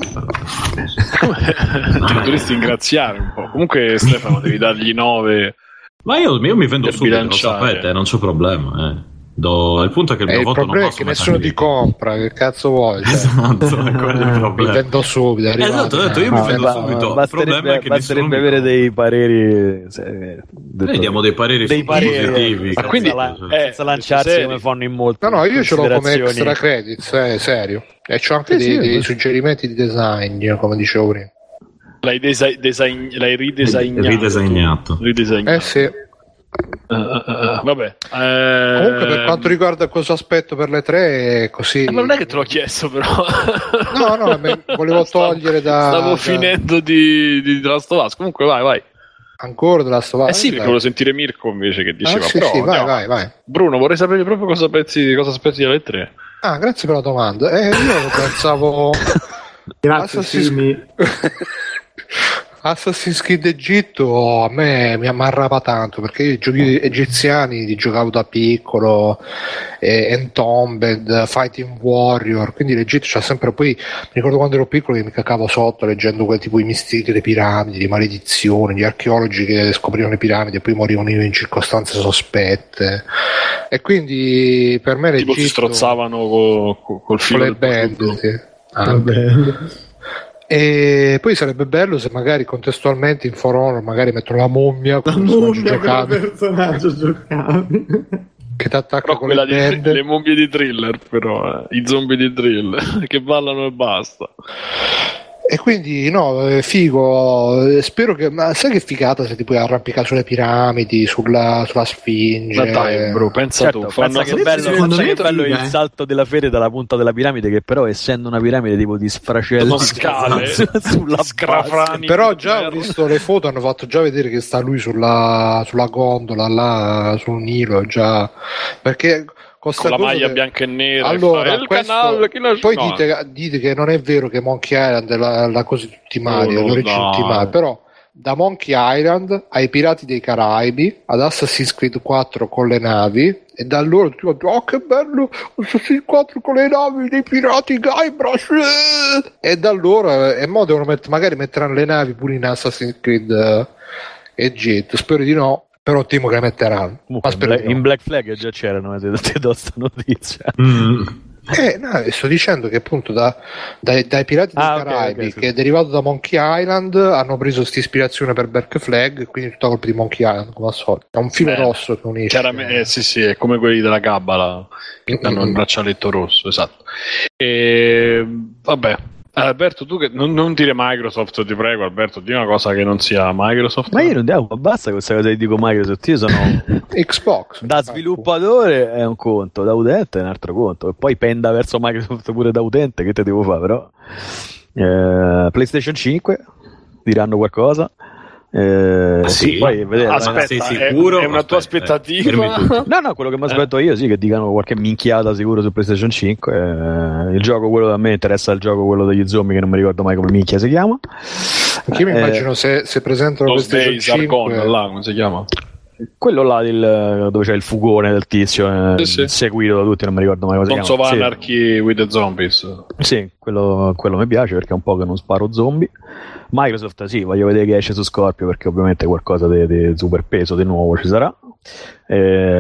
Ti dovresti ringraziare un po'. Comunque Stefano devi dargli nove. Ma io, io mi vendo subito, lo sapete, non c'è problema, eh. Do... il punto è che il mio eh, voto il problema non è che nessuno ti compra, che cazzo vuoi? Cioè. Esatto, è quello il problema. Mi vendo subito, è esatto, ho detto, io no, mi vendo subito. Il problema è che basterebbe avere dei pareri. Se, Noi diamo dei pareri dei pareri positivi. Ma quindi la, eh, senza lanciarsi serio. Come fanno in molti. No, no, io ce l'ho come extra credits, eh, serio. E c'ho anche sì, dei, sì, dei suggerimenti di design, come dicevo prima. L'hai, desi- design- l'hai ridesegnato. Ridesegnato. Ridesegnato. Eh sì. Uh, uh, uh, vabbè, eh... comunque per quanto riguarda cosa aspetto per le tre è così. Eh, ma non è che te l'ho chiesto, però. No, no, me, volevo togliere da. Stavo da... finendo di, di The Last of Us. Comunque, vai, vai. Ancora The Last of Us? Eh sì, perché volevo sentire Mirko invece che diceva. Ah, sì, però, sì, vai, no. vai, vai. Bruno, vorrei sapere proprio cosa pensi, cosa aspetti dalle tre. Ah, grazie per la domanda. Eh, io pensavo. Grazie, Assassin's... Assassin's Creed Egitto a me mi ammarrava tanto perché io i giochi egiziani li giocavo da piccolo, eh, Entombed, Fighting Warrior, quindi l'Egitto c'ha sempre. Poi mi ricordo quando ero piccolo che mi cacavo sotto leggendo quel tipo di mistiche, le piramidi, di maledizioni, gli archeologi che scoprivano le piramidi e poi morivano in circostanze sospette, e quindi per me l'Egitto tipo si strozzavano col, col, col filo con le band, sì. Ah, e poi sarebbe bello se magari contestualmente in For Honor magari mettono la mummia come personaggio giocabile che ti attacca con le band. Le mummie di Thriller, però eh. i zombie di Thriller che ballano e basta. E quindi no, è figo, spero che, ma sai che figata se ti puoi arrampicare sulle piramidi, sulla, sulla Sfinge. Ma dai, bro, pensa certo, tu, fanno pensa che bello, pensa che bello figa, il eh? salto della fede dalla punta della piramide, che però essendo una piramide tipo di sfracello scale sulla scrafrani. Però già ho visto le foto, hanno fatto già vedere che sta lui sulla, sulla gondola là sul Nilo, già perché con la maglia che... bianca e nera. Allora, il questo... canale, chi la... poi no. dite, dite che non è vero che Monkey Island è la, la cosa di tutti i mali, oh, no, tutti i mali, però da Monkey Island ai Pirati dei Caraibi ad Assassin's Creed quattro con le navi, e da allora tutti dicono oh che bello Assassin's Creed quattro con le navi dei pirati Guybrush, e da allora e mo devono mettere, magari metteranno le navi pure in Assassin's Creed uh, Egitto, spero di no. Però temo che la metteranno. Comunque, in, Black, in Black Flag già c'erano, ti do sta notizia. Mm. Eh, no, sto dicendo che appunto da, dai, dai Pirati dei ah, Caraibi, okay, okay, sì. che è derivato da Monkey Island, hanno preso questa ispirazione per Black Flag, quindi tutta colpa di Monkey Island, come al solito. È un filo eh, rosso che unisce. Chiaramente, eh, sì, sì, è come quelli della Cabala che mm-hmm. hanno il braccialetto rosso, esatto. E vabbè. Alberto, tu che non, non dire Microsoft, ti prego, Alberto, di una cosa che non sia Microsoft. Ma io non devo, basta questa cosa che dico Microsoft, io sono Xbox. Da sviluppatore è un conto, da utente è un altro conto, e poi penda verso Microsoft pure da utente, che te devo fare però? Eh, PlayStation cinque, diranno qualcosa. Eh, ah, sì, poi vedere, aspetta, sei sicuro? È, è una tua aspetta, aspettativa? No, no, quello che mi aspetto io sì, che dicano qualche minchiata sicuro su PlayStation cinque. Eh, il gioco, quello da me interessa il gioco, quello degli zombie, che non mi ricordo mai come minchia si chiama. Anche io mi eh, immagino se, se presentano PlayStation cinque Argon, là, come si chiama? Quello là del, dove c'è il fugone del tizio, eh, sì, sì. seguito da tutti, non mi ricordo mai cosa si chiama. Sons of Anarchy with the Zombies. Sì, quello, quello mi piace perché è un po' che non sparo zombie. Microsoft sì, voglio vedere che esce su Scorpio, perché ovviamente qualcosa di super peso di nuovo ci sarà. E,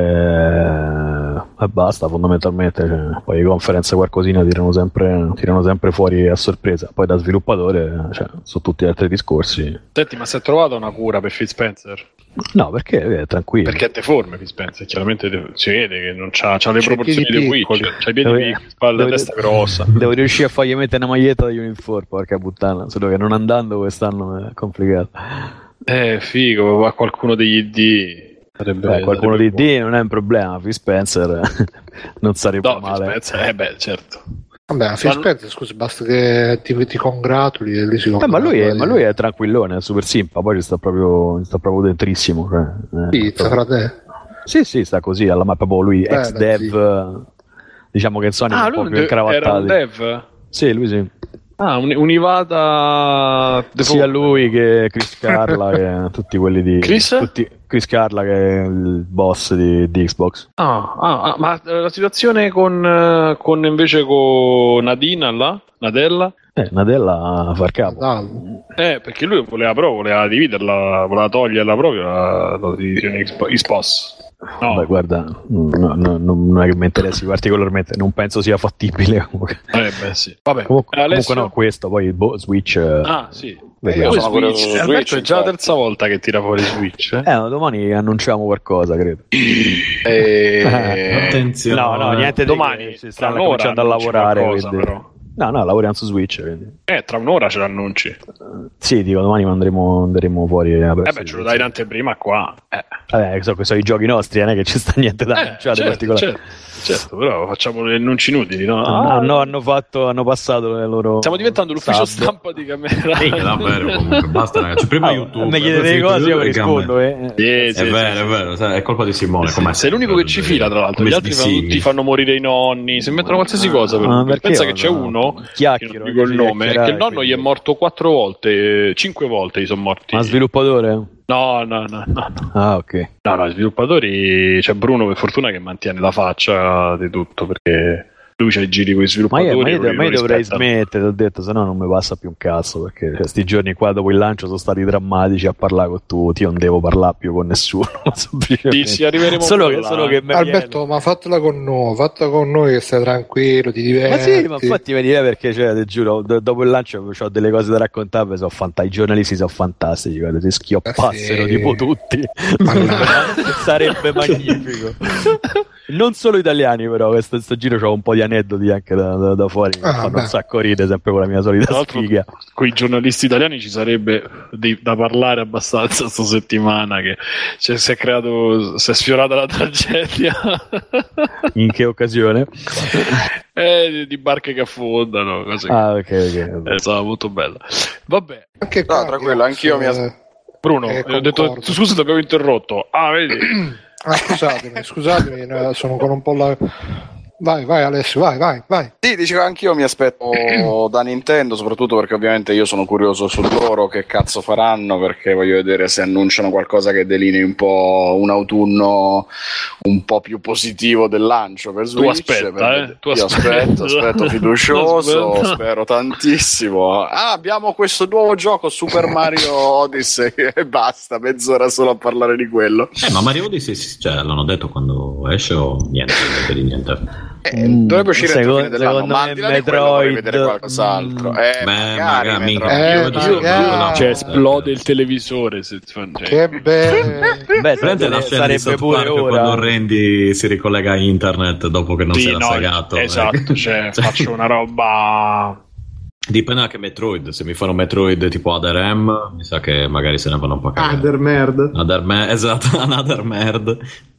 e basta fondamentalmente, cioè, poi le conferenze qualcosina tirano sempre, tirano sempre fuori a sorpresa, poi da sviluppatore cioè, su tutti gli altri discorsi. Senti, ma si è trovata una cura per Phil Spencer? No, perché è tranquillo. Perché è deforme Phil Spencer, chiaramente si vede che non c'ha, c'ha le c'è proporzioni di Witch, c'ha i piedi piccoli, spalle, testa grossa. Devo riuscire a fargli mettere una maglietta di Unit quattro, porca puttana, solo che non andando quest'anno è complicato. Eh, figo, va qualcuno degli D. Sarebbe, beh, qualcuno di D non è un problema, Phil Spencer non sarebbe no, male. Phil Spencer, eh beh, certo. Vabbè, Phil Spencer, scusi, basta che ti, ti congratuli e lui si eh, ma, lui è, ma lui è tranquillone, è super simpa, poi ci sta proprio, ci sta proprio dentrissimo. Cioè, eh, Pizza fra te? Sì, sì, sta così, alla mappa proprio lui, ex dev, sì. Diciamo che Sony ah, è un po' più incravattati. Era un dev? Sì, lui sì. Ah, un, un'Ivada sia lui che Chris Carla che tutti quelli di Chris? Tutti, Chris Carla che è il boss di, di Xbox. Ah, ah, ah, ma la situazione con, con invece con Nadina là? Nadella? Eh, Nadella a far capo. Eh, perché lui voleva però voleva dividerla, voleva toglierla proprio la, la divisione Xbox. No. Beh, guarda, no, no, non è che mi interessi particolarmente, non penso sia fattibile. Eh, beh, sì. Vabbè, comunque, comunque no, questo poi boh, Switch. Ah, sì. Io sono Switch. Su Switch è già la terza volta che tira fuori Switch. Eh, eh domani annunciamo qualcosa, credo. E... Attenzione. No, no, niente domani. Si stanno cominciando a lavorare. Qualcosa, però. No, no, lavoriamo su Switch. Quindi. Eh, tra un'ora ce l'annunci. Uh, sì, dico, domani andremo, andremo fuori. Eh beh, ce lo dai in anteprima qua. Eh. Vabbè, so, questi sono i giochi nostri, non è che ci sta niente da annunciare eh, certo, particolare. Certo, certo, però facciamo le annunci inutili, no? Ah, no, hanno fatto, hanno passato le loro... Stiamo diventando l'ufficio stampa di Camera. Sì, davvero, comunque, basta ragazzi. Prima ah, YouTube. Mi chiedete delle cose, io rispondo, eh. Sì, sì, è vero, è vero, è colpa di Simone. Sì, sei l'unico che ci fila, tra l'altro. Gli altri fanno, tutti fanno morire i nonni, si mettono qualsiasi cosa. Per ah, pensa che c'è uno... Chiacchiero. Dico il nome, che il nonno gli è morto quattro volte, cinque volte gli sono morti. Ma sviluppatore? No, no, no, no. Ah, ok. No, no, i sviluppatori, c'è Bruno per fortuna che mantiene la faccia di tutto, perché lui c'ha i giri con i sviluppatori. Ma io, ma io, ma io dovrei smettere, ho detto, se no non mi passa più un cazzo, perché questi cioè, giorni qua dopo il lancio sono stati drammatici a parlare con tutti, io non devo parlare più con nessuno. Sì, sì, arriveremo solo che, solo che Alberto, viene. Ma fatela con noi, fatta con noi che stai tranquillo, ti diverti. Ma sì, ma infatti venire perché, cioè, ti giuro, d- dopo il lancio ho delle cose da raccontarvi, sono fanta- i giornalisti sono fantastici, guarda, si schioppassero sì. Tipo tutti. Sarebbe magnifico. Non solo italiani, però, questo, questo giro c'ho un po' di aneddoti anche da, da, da fuori. Ah, fanno beh. un sacco ridere, sempre con la mia solita sfiga. Con i giornalisti italiani ci sarebbe di, da parlare abbastanza sta settimana. Che cioè, si è creato, si è sfiorata la tragedia. In che occasione? Eh, di barche che affondano. Cose ah, che... ok, ok. È stata molto bella. Vabbè, anche qua, no, tranquillo, anch'io mi as- Bruno, eh, ho detto scusa, ti abbiamo interrotto. Ah, vedi. Ah, scusatemi, scusatemi, sono con un po' la... Vai, vai Alessio, vai, vai, vai. Sì, dicevo anch'io mi aspetto da Nintendo, soprattutto perché ovviamente io sono curioso su loro che cazzo faranno, perché voglio vedere se annunciano qualcosa che delinei un po' un autunno un po' più positivo del lancio per Switch. Tu aspetta, per... eh? Tu io aspetta. aspetto, aspetto fiducioso, aspetta. Spero tantissimo. Ah, abbiamo questo nuovo gioco Super Mario Odyssey e basta, mezz'ora solo a parlare di quello. Eh, ma Mario Odyssey, cioè, l'hanno detto quando esce o niente, niente di niente? Eh, dovrebbe uscire secondo, entro fine dell'anno, ma Metroid, vedere qualcos'altro. Mm. Eh, Beh, magari, magari, Metroid. eh, Io magari. vedo- Cioè, esplode il televisore. Se, cioè. Che bello. Beh, Prende la scena di sarebbe South pure Park ora. quando Randy si ricollega a internet dopo che non Sì, si era no, segato. esatto, eh. cioè, faccio una roba. Dipende anche Metroid. Se mi fanno Metroid tipo Other M, mi sa che magari se ne vanno un po' a cagare. Other Merd. Other Me- esatto, Another Merd.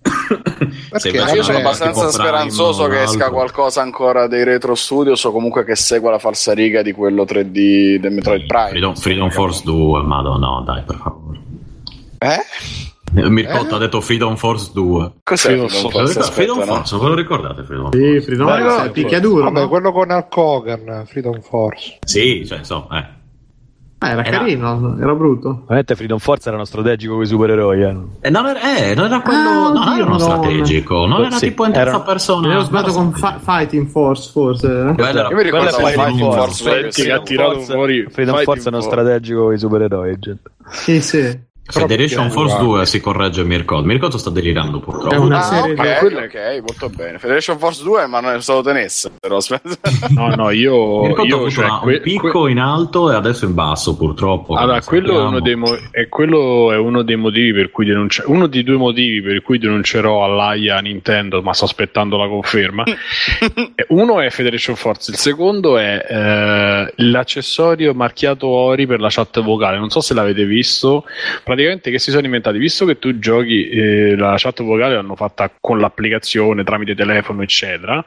Se Ma invece io sono tipo abbastanza Prime speranzoso o che esca altro. qualcosa ancora dei Retro Studios o comunque che segua la falsariga di quello tre D del Metroid Prime. Freedom, Freedom Force due, ma no, no, dai, per favore. Eh? Mirko ha detto Freedom Force due. Cos'è Freedom Freedom Force? Force? Freedom Aspetta, no? Force, ve lo ricordate Freedom Sì, Force? Freedom Beh, Force, no, picchiaduro, Vabbè, no? quello con Hulk Hogan, Freedom Force. Sì, cioè, so, eh. Ah, era Era- carino, era brutto. Veramente Freedom Force era uno strategico con i supereroi. Eh. Eh, non era, eh, non era quello, Ah, non oddio, era uno Madonna. strategico, non era Sì, tipo in terza era- persona. Mi ero non sbagliato era con strategico. Fi- Fighting Force, forse. Quello era- Io mi ricordo Quello è Fighting Fighting Force, Force. perché Senti che ha tirato Force- fuori Freedom Fighting Force è uno Force. strategico con i supereroi, gente. Sì, sì. Federation Però Force perché- due si corregge Mirko. Mirko sto delirando È purtroppo. una Ah, serie ok, di... quello- ok, molto bene. Federation Force due, ma non solo tenesse. Però aspetta. No, no, io, Mirko ha io avuto cioè, una- que- un picco in alto e adesso in basso purtroppo. Allora, come quello è sappiamo. uno, dei mo- è quello è uno dei motivi per cui denunci- uno dei due motivi per cui denuncerò all'A I A Nintendo, ma sto aspettando la conferma. Eh, uno è Federation Force, il secondo è eh, l'accessorio marchiato Ori per la chat vocale. Non so se l'avete visto. Praticamente che si sono inventati, visto che tu giochi eh, la chat vocale l'hanno fatta con l'applicazione tramite telefono, eccetera.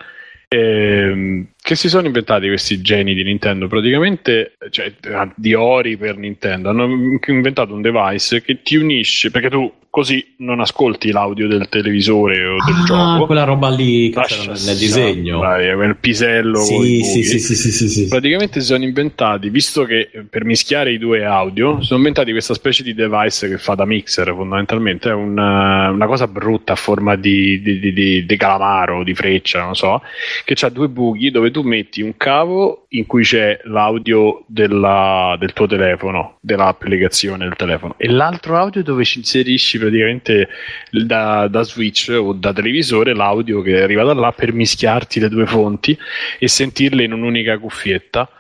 Ehm, che si sono inventati questi geni di Nintendo praticamente, cioè di Ori per Nintendo, hanno inventato un device che ti unisce, perché tu così non ascolti l'audio del televisore o del Ah, gioco, quella roba lì che lascia c'era nel, nel stare, disegno. vai, quel pisello con i Sì, sì, buchi. sì, sì, sì, sì, sì. Praticamente si sono inventati, visto che eh, per mischiare i due audio, si sono inventati questa specie di device che fa da mixer fondamentalmente, è una, una cosa brutta a forma di, di, di, di, di calamaro, di freccia, non so, che ha due buchi dove tu metti un cavo in cui c'è l'audio della, del tuo telefono, dell'applicazione del telefono, e l'altro audio dove ci inserisci praticamente da, da switch o da televisore l'audio che arriva da là per mischiarti le due fonti e sentirle in un'unica cuffietta.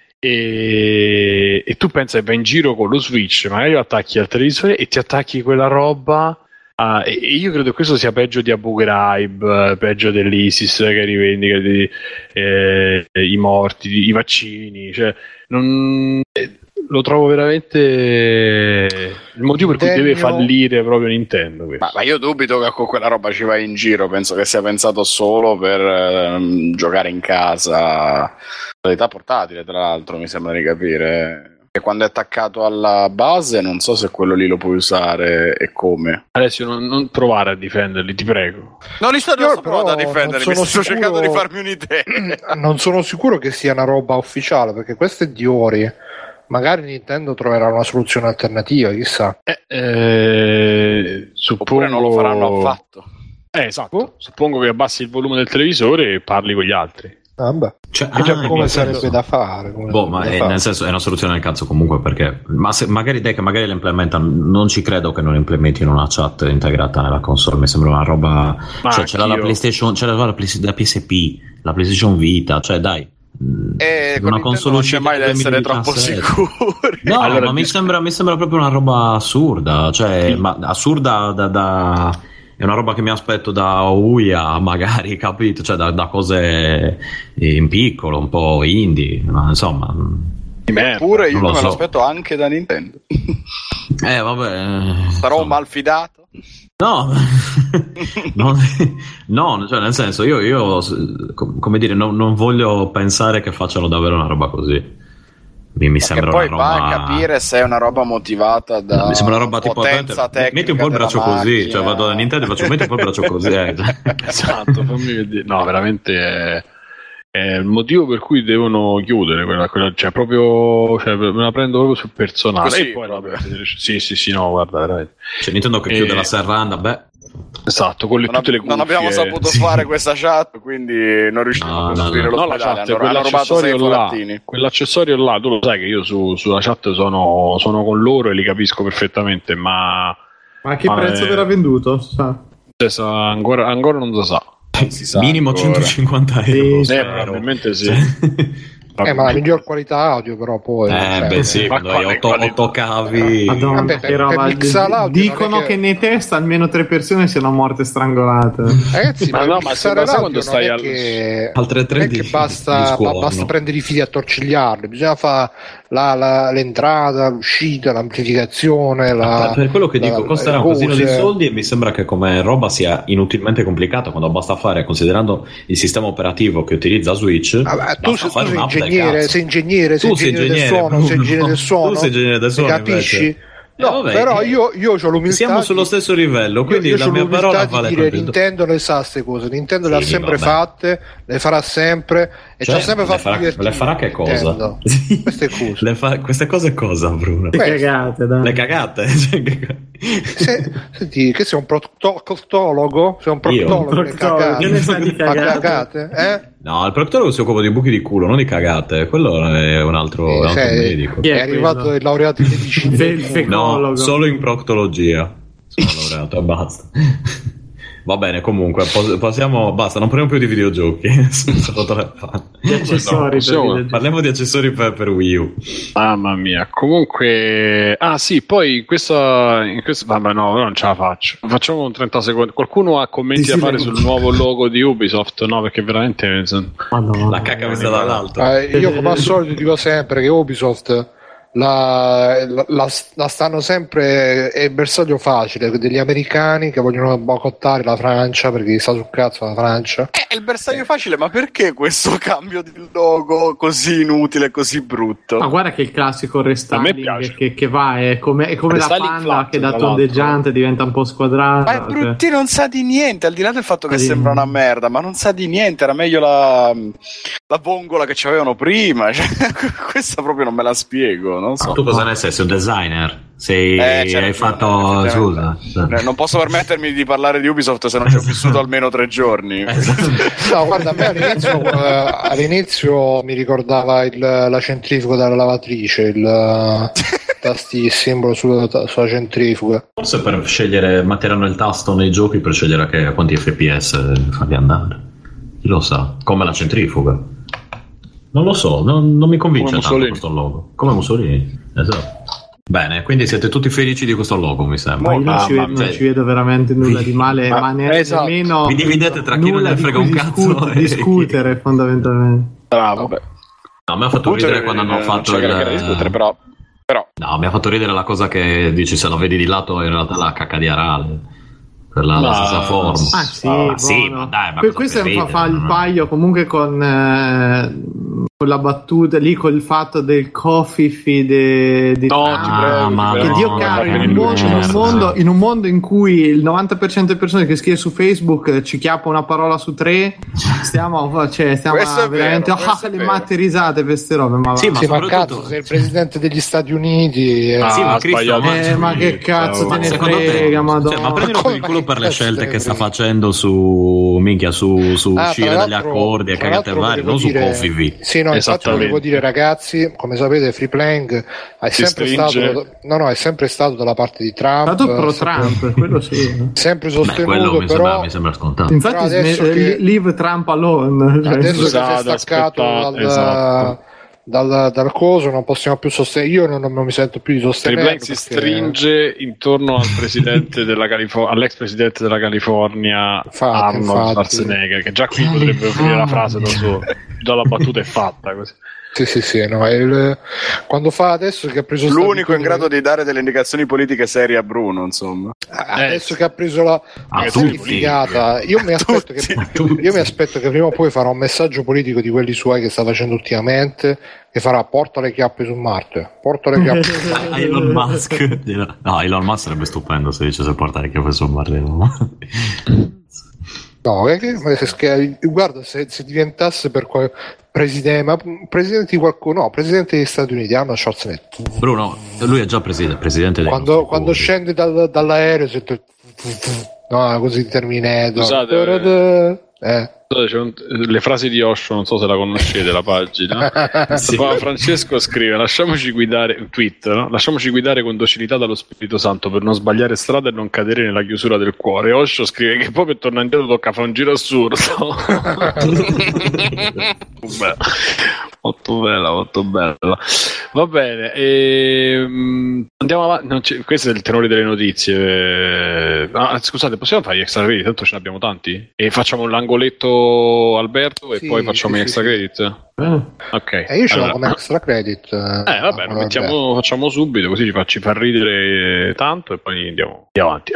E, e tu pensa che vai in giro con lo switch, magari lo attacchi al televisore e ti attacchi quella roba. Ah, e e io credo che questo sia peggio di Abu Ghraib, eh, peggio dell'ISIS che rivendica di, eh, i morti, i vaccini, cioè non, eh, lo trovo veramente il motivo per cui Degno- deve fallire proprio Nintendo questo. Ma, ma io dubito che con quella roba ci vai in giro, penso che sia pensato solo per ehm, giocare in casa, modalità portatile tra l'altro, mi sembra di capire. E quando è attaccato alla base non so se quello lì lo puoi usare e come. Alessio, non, non provare a difenderli, ti prego. Non li sto, Io non sto però provando a difenderli, non mi sono sto sicuro- cercando di farmi un'idea. Non sono sicuro che sia una roba ufficiale, perché questo è di Ori. Magari Nintendo troverà una soluzione alternativa, chissà. Eh, eh, suppongo... Oppure non lo faranno affatto. Eh, esatto. Suppongo che abbassi il volume del televisore e parli con gli altri. Vabbè. Cioè, Che già ah, come nel sarebbe senso- da fare. come Boh, sarebbe ma da è, fare. nel senso è una soluzione del cazzo comunque, perché ma se, magari dai che magari la implementano, non ci credo che non implementino una chat integrata nella console, mi sembra una roba, Ma cioè c'era la anch'io. PlayStation, c'era la, Play- la P S P, la PlayStation Vita, cioè dai. mh, E con una Nintendo console non c'è uscita mai da nel essere troppo duemiladiciassette. sicuri. No, Allora, ma mi dis- sembra, mi sembra proprio una roba assurda, cioè ma assurda da, da- è una roba che mi aspetto da Ouya magari, capito? Cioè da, da cose in piccolo, un po' indie, ma insomma. Di merda. Eppure io non lo me so. lo aspetto anche da Nintendo. Eh vabbè. Sarò insomma. mal fidato? No, non- no, cioè nel senso io, io com- come dire, non, non voglio pensare che facciano davvero una roba così. Mi, mi Che sembra poi una va roba... a capire se è una roba motivata da mi sembra una roba tipo potenza veramente- metti un po' il tecnica braccio della così, macchina. cioè vado da Nintendo e faccio metti un po' il braccio così, eh. Esatto, fammi vedere. No, veramente è, è il motivo per cui devono chiudere quella, quella cioè proprio, cioè, me la prendo proprio sul personale. Così, e poi proprio. vabbè, sì, sì, sì, no, guarda, veramente. Cioè Nintendo che E- chiude la serranda, beh. Esatto, con le, Non, tutte le ab- cuffie. non abbiamo saputo Sì. fare questa chat, quindi non riusciamo No, a no, costruire no. No, la l'ospedale. chat, Hanno, hanno rubato sei quell'accessorio là, forattini. quell'accessorio là, tu lo sai che io su, sulla chat sono, sono con loro e li capisco perfettamente, ma Ma a che Ma prezzo è- verrà venduto? Sa? cioè, sa- ancora, ancora non si sa. minimo ancora. centocinquanta euro. Sì, eh, probabilmente sì. Eh, ma la miglior qualità audio, però poi. Eh, cioè, beh, sì, quando hai otto cavi. Madonna, Vabbè, che roba. l'audio Dicono che... che nei test almeno tre persone siano morte strangolate. Ragazzi, ma, ma no, ma se l'audio quando stai al che... altre tre non è che basta, ba- basta prendere i fili a torcigliarli, bisogna fare la, la, l'entrata, l'uscita, l'amplificazione. La, per quello che la, dico, costerà un casino di soldi e mi sembra che come roba sia inutilmente complicata quando basta fare, considerando il sistema operativo che utilizza Switch. Ah, tu, tu sei ingegnere, sei ingegnere, sei tu ingegnere, sei del suono, sei ingegnere del suono, tu sei ingegnere del suono, capisci? Invece. No, eh, vabbè, però eh, io, io ho l'umiltà. Siamo sullo di, stesso livello, quindi io, io la mia parola di vale dire per Nintendo le sa queste cose. Nintendo sì, le ha sempre vabbè. fatte, le farà sempre e cioè, ci ha sempre le fatto farà, divertire. le farà che cosa? Queste cose. Le fa, queste cose cosa, Bruno? Le cagate, dai. Le cagate? Se, senti, che sei un proctologo? Sei un proctologo? Le cagate? Che ne sai di cagate? cagate? Eh? No, il proctologo si occupa di buchi di culo, non di cagate. Quello è un altro, Eh, un altro sei, medico. È, è arrivato il laureato in medicina. Il fecologo. No, solo in proctologia. Sono laureato e basta. Va bene, comunque, passiamo. Basta, non parliamo più di videogiochi. Di accessori. No, per parliamo di accessori per, per Wii U. Mamma mia. Comunque, ah sì, poi in questa, in questa. Vabbè, no, non ce la faccio. Facciamo un trenta secondi. Qualcuno ha commenti da fare sul nuovo logo di Ubisoft? No, perché veramente. Madonna, la cacca vista dall'alto. Eh, io, come al solito, dico sempre che Ubisoft. La, la, la, la stanno sempre, è il bersaglio facile degli americani che vogliono boicottare la Francia perché gli sta sul cazzo la Francia. È il bersaglio facile, ma perché questo cambio di logo così inutile, così brutto? Ma guarda che il classico restyling che, che va è come, è come la panda flat, che da tondeggiante diventa un po' squadrata. Ma è bruttino, non sa di niente, al di là del fatto che sembra una merda, ma non sa di niente, era meglio la, la vongola che c'avevano prima, cioè, questa proprio non me la spiego. Non so. Tu cosa ne sei? Sei un designer? Sei, eh, certo, hai fatto. Scusa, non posso permettermi di parlare di Ubisoft se non ci ho vissuto almeno tre giorni. No, guarda, a me all'inizio, uh, all'inizio mi ricordava il, la centrifuga della lavatrice, il tasti, il simbolo sulla, sulla centrifuga. Forse per scegliere, metteranno il tasto nei giochi per scegliere a, che, a quanti F P S farli andare. Chi lo sa? Come la centrifuga. Non lo so, non, non mi convince tanto questo logo. Come Mussolini, esatto. Bene, quindi siete tutti felici di questo logo, mi sembra. Ma io non, ah, ci, vedo, non ci vedo veramente nulla di male, ma, ma ne, esatto. nemmeno. Vi dividete tra chi non ne frega un cazzo discut- e discutere fondamentalmente. Bravo. Vabbè. No, mi ha fatto ridere quando hanno fatto il. Discutere, però, però. No, mi ha fatto ridere la cosa che dici se lo vedi di lato in realtà la cacca di Arale. Per la, la stessa forma. Ah sì, ah, sì ma dai, ma questo fa, fa il paio comunque con, eh, con la battuta lì, col fatto del coffee de, di no, ah, ti prego, ma ti che prego, Dio no, caro, in, in, un mondo, in, un mondo, sì. in un mondo in cui il novanta per cento delle persone che scrive su Facebook ci chiappa una parola su tre, stiamo, cioè, stiamo veramente vero, oh, le matte risate per queste robe. Ma sì, va. ma, sì, ma cazzo, sei il presidente degli Stati Uniti. Ah, sì, ma, Cristo, eh, ma che cazzo te ne frega, madonna. Cioè, ma prendilo per il culo per le scelte che sta facendo su minchia su, su ah, uscire dagli accordi e cagate varie, non dire, su Coffee V. Sì, no, infatti volevo dire, ragazzi, come sapete, Free Playing è sempre stato no, no, è sempre stato dalla parte di Trump. È stato pro Trump, quello sì. Sempre sostenuto. Beh, quello mi, però, sembra, mi sembra scontato. Infatti, sm- che, leave Trump alone. Cioè, adesso che si è staccato dal, esatto. Dal, dal coso non possiamo più sostenere, io non, non mi sento più di sostenere perché... si stringe intorno al presidente della California, all'ex presidente della California, infatti, Arnold Schwarzenegger, che già qui potrebbe finire la frase da solo, già la battuta è fatta così. Sì, sì, sì, no, il, quando fa adesso che ha preso l'unico in grado di dare delle indicazioni politiche serie a Bruno, insomma. Adesso eh, che ha preso la certificata, io mi aspetto che io mi aspetto che prima o poi farà un messaggio politico di quelli suoi che sta facendo ultimamente, che farà porta le chiappe su Marte, porta le chiappe su Marte. Elon Musk. No, Elon Musk sarebbe stupendo se dicesse porta le chiappe su Marte. No, è che, se, guarda, se, se diventasse per qual, presidente, ma presidente di qualcuno, no, presidente degli Stati Uniti, Arnold Schwarzenegger. Bruno, lui è già presidente, presidente dei quando, quando scende dal, dall'aereo, sento no, così Terminator. Scusate, eh. Le frasi di Osho, non so se la conoscete la pagina. Sì. Francesco scrive: lasciamoci guidare, tweet, no? Lasciamoci guidare con docilità dallo Spirito Santo per non sbagliare strada e non cadere nella chiusura del cuore. Osho scrive che poi per tornare indietro tocca fare un giro assurdo. Molto bella, molto bella. Va bene, ehm, andiamo avanti. Non questo è il tenore delle notizie. Ah, scusate, possiamo fare gli extra credit? Tanto ce ne abbiamo tanti. E facciamo l'angoletto Alberto e sì, poi facciamo sì, gli extra sì, credit. Eh. Ok. E io ce l'ho come extra credit. Eh, vabbè, lo mettiamo, facciamo subito, così ci fa, ci fa ridere tanto e poi andiamo, andiamo avanti.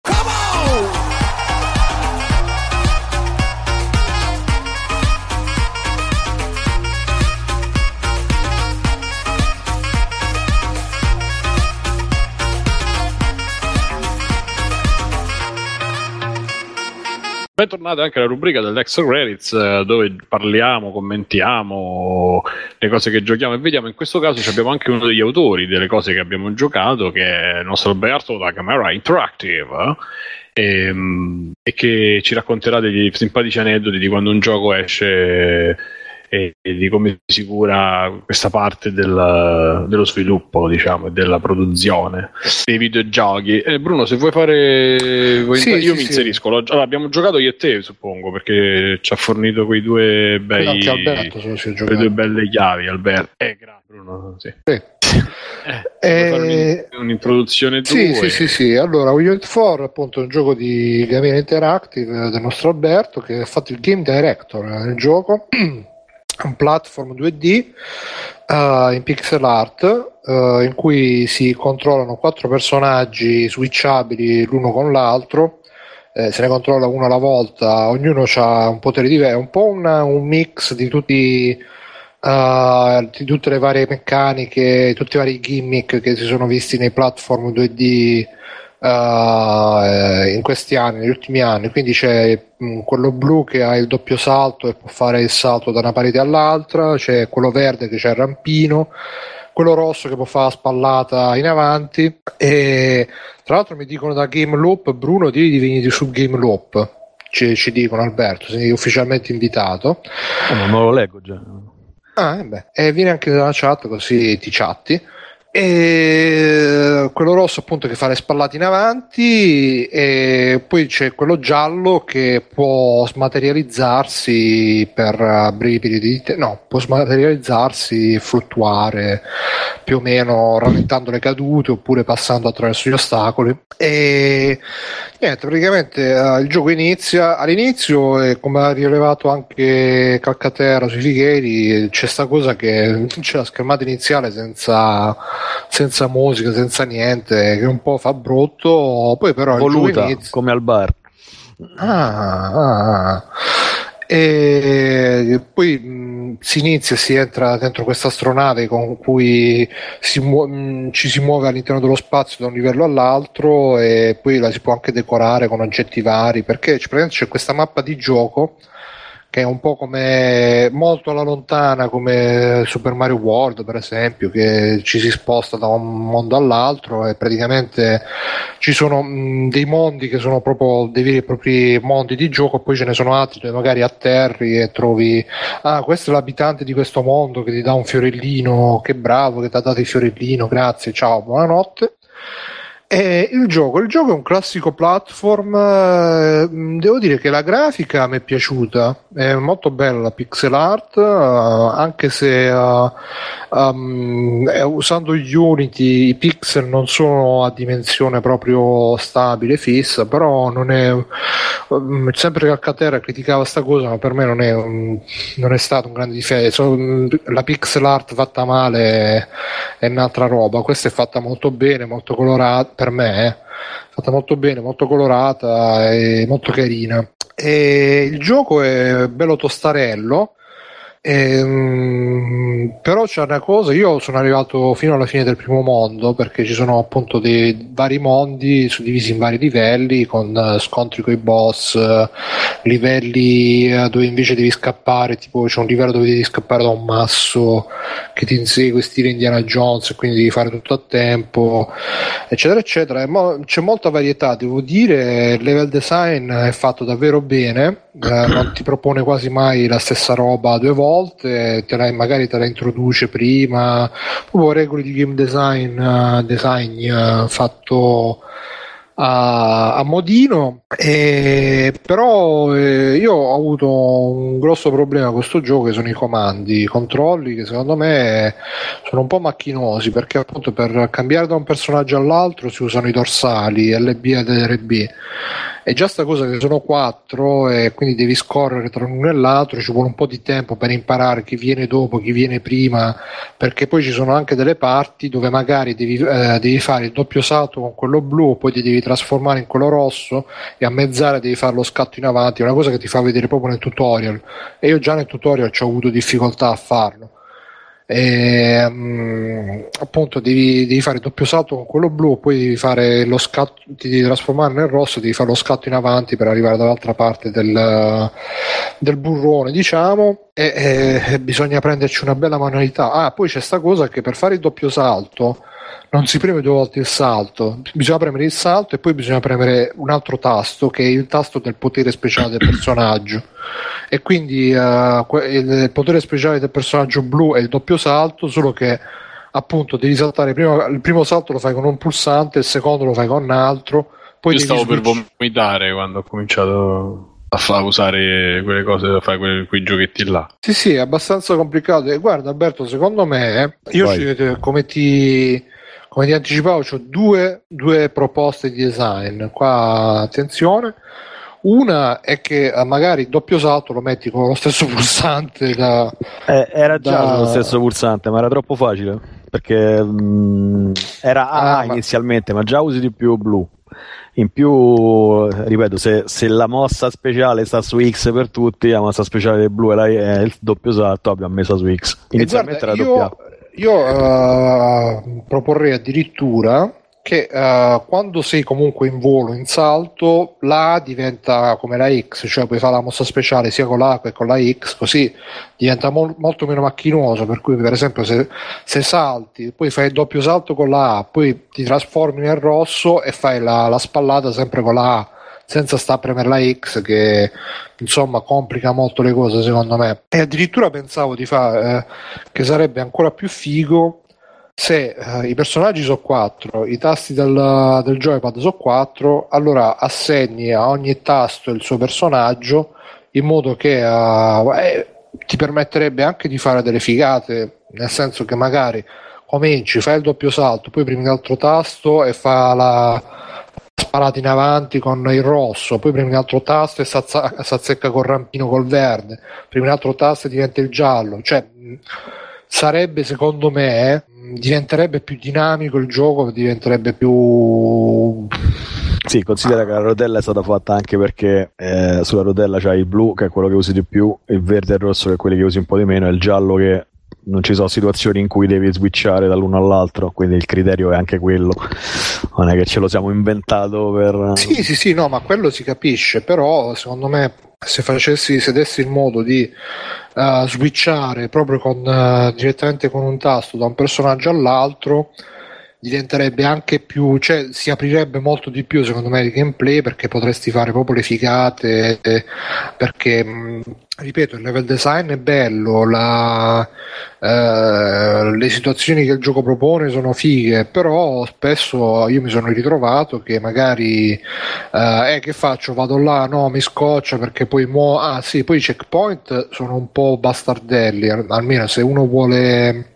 Bentornati anche alla rubrica dell'Extra Credits, dove parliamo, commentiamo le cose che giochiamo e vediamo. In questo caso abbiamo anche uno degli autori delle cose che abbiamo giocato, che è il nostro Alberto da Camera Interactive, e, e che ci racconterà degli simpatici aneddoti di quando un gioco esce e, e di come si cura questa parte del, dello sviluppo, diciamo, e della produzione dei videogiochi. Eh, Bruno, se vuoi fare vuoi sì, io sì, mi sì. inserisco. Allora, abbiamo giocato io e te, suppongo, perché ci ha fornito quei due bei anche Alberto, quelle due belle chiavi, Alberto. Eh, grazie Bruno, sì. sì. Eh, eh, un'introduzione tua? Sì, sì, sì, sì. Allora, We Went For, appunto, è un gioco di Gaming Interactive del nostro Alberto, che ha fatto il game director nel gioco. Un platform due D uh, in pixel art uh, in cui si controllano quattro personaggi switchabili l'uno con l'altro, eh, se ne controlla uno alla volta, ognuno ha un potere diverso, un po' una, un mix di tutti uh, di tutte le varie meccaniche, tutti i vari gimmick che si sono visti nei platform due D Uh, in questi anni, negli ultimi anni. Quindi c'è mh, quello blu che ha il doppio salto e può fare il salto da una parete all'altra, c'è quello verde che c'è il rampino, quello rosso che può fare la spallata in avanti. E tra l'altro mi dicono da Game Loop: Bruno, devi divenire su Game Loop, ci, ci dicono Alberto, sei ufficialmente invitato. Eh, non me lo leggo già. Ah, eh beh. E vieni anche nella chat così ti chatti. E quello rosso appunto che fa le spallate in avanti, e poi c'è quello giallo che può smaterializzarsi per brevi periodi di tempo, no, può smaterializzarsi e fluttuare più o meno rallentando le cadute oppure passando attraverso gli ostacoli. E niente, praticamente uh, il gioco inizia all'inizio e, come ha rilevato anche Calcaterra sui Fighieri, c'è sta cosa che c'è la schermata iniziale senza senza musica, senza niente, che un po' fa brutto. Poi però voluta, il gioco inizia come al bar. ah, ah. E poi mh, si inizia, si entra dentro questa astronave con cui si mu- mh, ci si muove all'interno dello spazio da un livello all'altro, e poi la si può anche decorare con oggetti vari, perché c'è questa mappa di gioco che è un po' come, molto alla lontana, come Super Mario World per esempio, che ci si sposta da un mondo all'altro e praticamente ci sono mh, dei mondi che sono proprio dei veri e propri mondi di gioco, poi ce ne sono altri dove magari atterri e trovi, ah, questo è l'abitante di questo mondo che ti dà un fiorellino, che bravo che ti ha dato il fiorellino, grazie, ciao, buonanotte. E il gioco, il gioco è un classico platform, eh, devo dire che la grafica mi è piaciuta, è molto bella la pixel art, uh, anche se uh, um, usando Unity i pixel non sono a dimensione proprio stabile, fissa, però non è um, sempre Calcaterra criticava sta cosa, ma per me non è, un, non è stato un grande difetto. La pixel art fatta male è un'altra roba, questa è fatta molto bene, molto colorata, per me eh. fatta molto bene, molto colorata e molto carina. E il gioco è bello tostarello, ehm, però c'è una cosa, io sono arrivato fino alla fine del primo mondo, perché ci sono appunto dei vari mondi suddivisi in vari livelli con uh, scontri con i boss, uh, livelli uh, dove invece devi scappare, tipo c'è un livello dove devi scappare da un masso che ti insegue stile Indiana Jones e quindi devi fare tutto a tempo, eccetera eccetera. E mo- c'è molta varietà, devo dire, il level design è fatto davvero bene. eh, non ti propone quasi mai la stessa roba due volte, te la, magari te la introduce prima, proprio regole di game design, uh, design uh, fatto a, a modino, e, però eh, io ho avuto un grosso problema con questo gioco, che sono i comandi, i controlli, che secondo me sono un po' macchinosi, perché appunto per cambiare da un personaggio all'altro si usano i dorsali L B ed R B, e già sta cosa che sono quattro e quindi devi scorrere tra l'uno e l'altro, ci vuole un po' di tempo per imparare chi viene dopo, chi viene prima, perché poi ci sono anche delle parti dove magari devi, eh, devi fare il doppio salto con quello blu, poi ti devi trasformare in quello rosso e a mezz'area devi fare lo scatto in avanti, è una cosa che ti fa vedere proprio nel tutorial, e io già nel tutorial ci ho avuto difficoltà a farlo. E, um, appunto devi, devi fare il doppio salto con quello blu, poi devi fare lo scatto, ti devi trasformare nel rosso, devi fare lo scatto in avanti per arrivare dall'altra parte del, del burrone, diciamo, e, e bisogna prenderci una bella manualità. Ah, poi c'è sta cosa che per fare il doppio salto non si preme due volte il salto, bisogna premere il salto e poi bisogna premere un altro tasto, che è il tasto del potere speciale del personaggio, e quindi uh, il potere speciale del personaggio blu è il doppio salto, solo che appunto devi saltare prima, il primo salto lo fai con un pulsante, il secondo lo fai con un altro, poi io stavo switch. per vomitare quando ho cominciato a far usare quelle cose, a fare quei, quei giochetti là. Sì, sì, è abbastanza complicato. E guarda Alberto, secondo me io ci, come ti come ti anticipavo, ho due, due proposte di design qua, attenzione. Una è che magari il doppio salto lo metti con lo stesso pulsante da, eh, era già da... lo stesso pulsante, ma era troppo facile, perché mh, era A ah, inizialmente, ma... ma già usi di più blu. In più, ripeto, se, se la mossa speciale sta su X per tutti, la mossa speciale del blu è, la, è il doppio salto, abbiamo messo su X. Inizialmente guarda, era doppia. Io, io uh, proporrei addirittura che uh, quando sei comunque in volo, in salto, la A diventa come la X, cioè puoi fare la mossa speciale sia con la A che con la X, così diventa mo- molto meno macchinoso, per cui per esempio se, se salti, poi fai il doppio salto con la A, poi ti trasformi nel rosso e fai la, la spallata sempre con la A, senza sta a premere la X, che insomma complica molto le cose secondo me. E addirittura pensavo di fare eh, che sarebbe ancora più figo se uh, i personaggi sono quattro, i tasti del, del joypad sono quattro, allora assegni a ogni tasto il suo personaggio, in modo che uh, eh, ti permetterebbe anche di fare delle figate, nel senso che magari cominci, fai il doppio salto, poi premi l'altro tasto e fa la sparata in avanti con il rosso, poi premi l'altro tasto e si azzecca col rampino col verde, premi l'altro tasto e diventa il giallo, cioè sarebbe, secondo me, diventerebbe più dinamico il gioco, diventerebbe più... Sì, considera che la rotella è stata fatta anche perché eh, sulla rotella c'hai il blu, che è quello che usi di più, il verde e il rosso, che è quelli che usi un po' di meno, e il giallo, che non ci sono situazioni in cui devi switchare dall'uno all'altro, quindi il criterio è anche quello, non è che ce lo siamo inventato per... Sì, sì, sì, no, ma quello si capisce, però secondo me se facessi, se dessi il modo di uh, switchare proprio con, uh, direttamente con un tasto da un personaggio all'altro, diventerebbe anche più, cioè si aprirebbe molto di più secondo me il gameplay, perché potresti fare proprio le figate, eh, perché mh, ripeto, il level design è bello, la, eh, le situazioni che il gioco propone sono fighe, però spesso io mi sono ritrovato che magari eh, eh che faccio, vado là, no, mi scoccia perché poi muo- ah sì, poi i checkpoint sono un po' bastardelli, almeno se uno vuole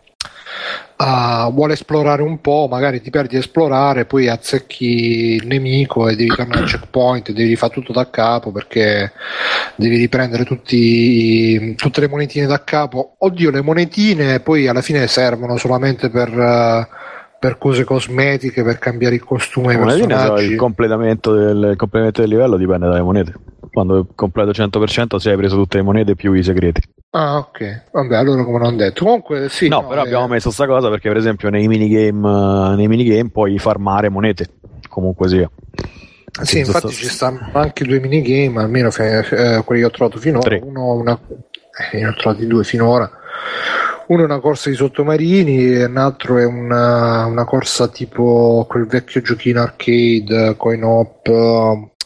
Uh, vuole esplorare un po', magari ti perdi a esplorare, poi azzecchi il nemico e devi tornare al checkpoint, devi fare tutto da capo, perché devi riprendere tutti, tutte le monetine da capo. Oddio, le monetine poi alla fine servono solamente per, uh, per cose cosmetiche, per cambiare il costume ai personaggi. So, il completamento del, il completamento del livello dipende dalle monete. Quando completo cento per cento se hai preso tutte le monete più i segreti. Ah, ok, vabbè, allora come non detto. Comunque sì. No, no però è... abbiamo messo sta cosa perché per esempio nei minigame, nei minigame puoi farmare monete, comunque sia. Sì, infatti sta... ci stanno anche due minigame, almeno eh, quelli che ho trovato finora. Tre. Uno, una... eh, ne ho trovati due finora. Uno è una corsa di sottomarini e un altro è una, una corsa tipo quel vecchio giochino arcade, coin op,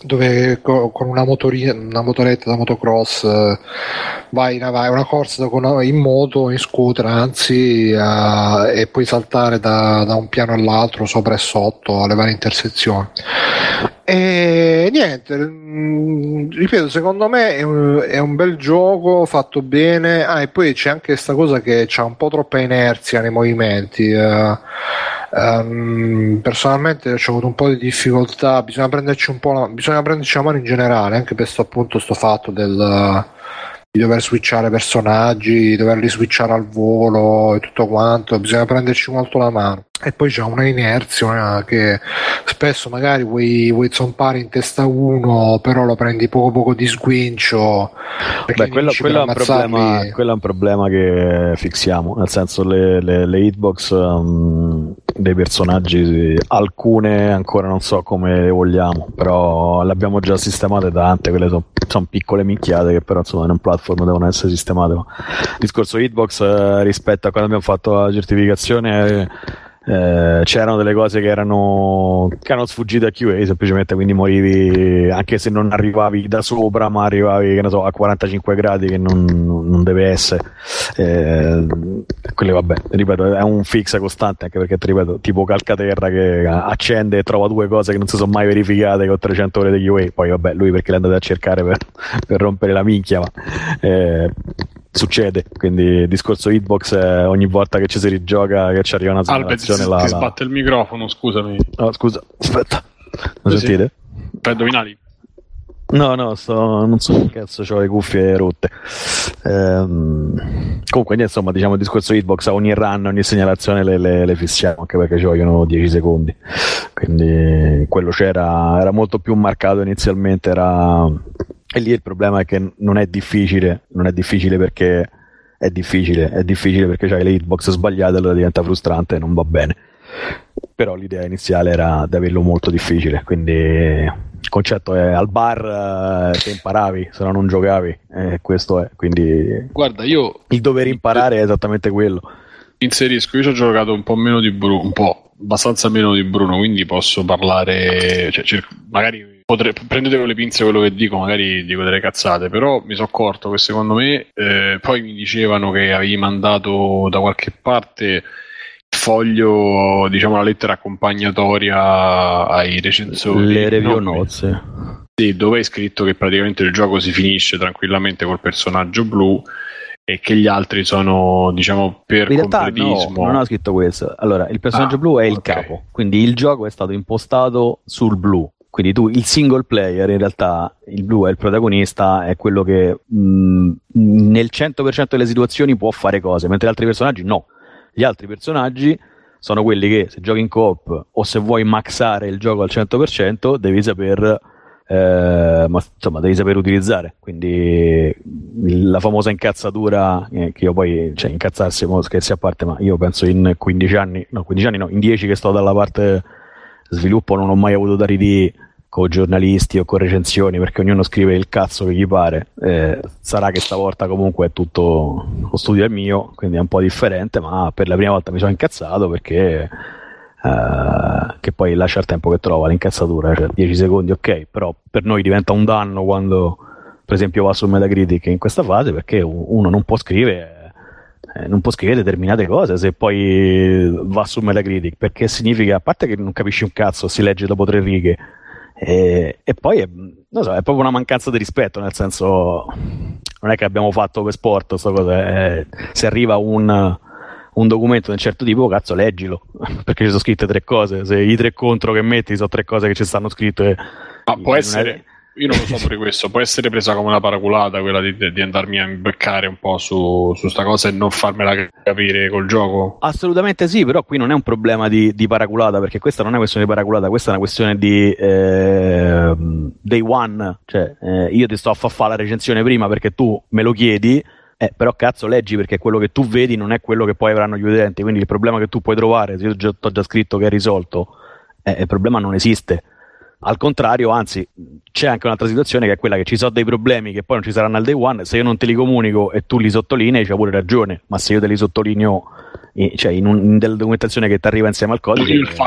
dove co- con una, motori- una motoretta da motocross eh, vai, vai una corsa con, in moto, in scooter anzi, uh, e puoi saltare da, da un piano all'altro, sopra e sotto alle varie intersezioni. E niente, mh, ripeto, secondo me è un, è un bel gioco fatto bene. Ah, e poi c'è anche questa cosa che c'ha un po' troppa inerzia nei movimenti. Uh, um, personalmente ho avuto un po' di difficoltà. Bisogna prenderci un po' la, bisogna prenderci la mano in generale, anche per sto appunto sto fatto del di dover switchare personaggi, di doverli switchare al volo e tutto quanto. Bisogna prenderci molto la mano. E poi c'è una inerzia una, che spesso magari vuoi, vuoi zompare in testa uno, però lo prendi poco poco di sguincio. Beh, quello, quello, è un problema, quello è un problema che fixiamo, nel senso le, le, le hitbox um, dei personaggi, alcune ancora non so come le vogliamo, però le abbiamo già sistemate tante, quelle sono son piccole minchiate che però insomma in un platform devono essere sistemate. Il discorso hitbox eh, rispetto a quando abbiamo fatto la certificazione eh, Eh, c'erano delle cose che erano che erano sfuggite a Q A semplicemente, quindi morivi anche se non arrivavi da sopra, ma arrivavi, che ne so, a quarantacinque gradi, che non, non deve essere eh, quelle, vabbè, ripeto, è un fix costante, anche perché ti ripeto, tipo Calcaterra che accende e trova due cose che non si sono mai verificate con trecento ore di Q A, poi vabbè, lui perché le andate a cercare per, per rompere la minchia, ma eh, succede, quindi discorso hitbox eh, ogni volta che ci si rigioca, che ci arriva una segnalazione, Albert, la, ti la... sbatte il microfono, scusami. Oh, scusa, aspetta, lo sì, sentite? Per indovinali? No, no, sto, non so che cazzo, c'ho le cuffie rotte. Ehm, comunque, insomma, diciamo il discorso hitbox, a ogni run, ogni segnalazione le, le, le fissiamo, anche perché ci vogliono dieci secondi. Quindi quello c'era, era molto più marcato inizialmente, era... E lì il problema è che non è difficile, non è difficile perché è difficile, è difficile perché c'hai le hitbox sbagliate, allora diventa frustrante e non va bene. Però l'idea iniziale era di averlo molto difficile, quindi il concetto è al bar eh, che imparavi, se no non giocavi, eh, questo è, quindi guarda, io il dover imparare è esattamente quello. Inserisco, io ci ho giocato un po' meno di Bruno, un po', abbastanza meno di Bruno, quindi posso parlare, cioè, cerco, magari potrei, prendete con le pinze quello che dico, magari dico delle cazzate, però mi sono accorto che secondo me eh, poi mi dicevano che avevi mandato da qualche parte il foglio, diciamo la lettera accompagnatoria ai recensori, le review no? notes, sì, dove è scritto che praticamente il gioco si finisce tranquillamente col personaggio blu e che gli altri sono, diciamo, per in realtà completismo. No, non ho scritto questo. Allora, il personaggio ah, blu è il okay. capo, quindi il gioco è stato impostato sul blu. Quindi tu, il single player, in realtà il blu è il protagonista, è quello che mh, nel cento per cento delle situazioni può fare cose, mentre gli altri personaggi no. Gli altri personaggi sono quelli che se giochi in coop o se vuoi maxare il gioco al cento per cento devi saper eh, ma insomma devi saper utilizzare, quindi la famosa incazzatura eh, che io poi, cioè incazzarsi, scherzi a parte, ma io penso in quindici anni, no quindici anni no, in dieci che sto dalla parte sviluppo non ho mai avuto da ridire con giornalisti o con recensioni, perché ognuno scrive il cazzo che gli pare. Eh, sarà che stavolta comunque è tutto, lo studio è mio, quindi è un po' differente, ma per la prima volta mi sono incazzato perché eh, che poi lascia il tempo che trova l'incazzatura, cioè dieci secondi ok, però per noi diventa un danno quando per esempio va su Metacritic in questa fase, perché uno non può scrivere Eh, non può scrivere determinate cose se poi va su Metacritic, perché significa, a parte che non capisci un cazzo, si legge dopo tre righe e, e poi è, non so, è proprio una mancanza di rispetto, nel senso non è che abbiamo fatto per sport sta cosa, è, se arriva un, un documento di un certo tipo, cazzo leggilo, perché ci sono scritte tre cose, se i tre contro che metti sono tre cose che ci stanno scritte. Ma può essere è... Io non lo so pure questo, può essere presa come una paraculata quella di, di andarmi a imbeccare un po' su, su sta cosa e non farmela capire col gioco? Assolutamente sì, però qui non è un problema di, di paraculata, perché questa non è una questione di paraculata, questa è una questione di eh, day one, cioè eh, io ti sto a far fare la recensione prima perché tu me lo chiedi, eh, però cazzo leggi, perché quello che tu vedi non è quello che poi avranno gli utenti, quindi il problema che tu puoi trovare, se io ti ho già scritto che è risolto, eh, il problema non esiste. Al contrario, anzi, c'è anche un'altra situazione che è quella che ci sono dei problemi che poi non ci saranno al day one, se io non te li comunico e tu li sottolinei c'hai pure ragione, ma se io te li sottolineo eh, cioè in, un, in della documentazione che ti arriva insieme al codice, il fatto,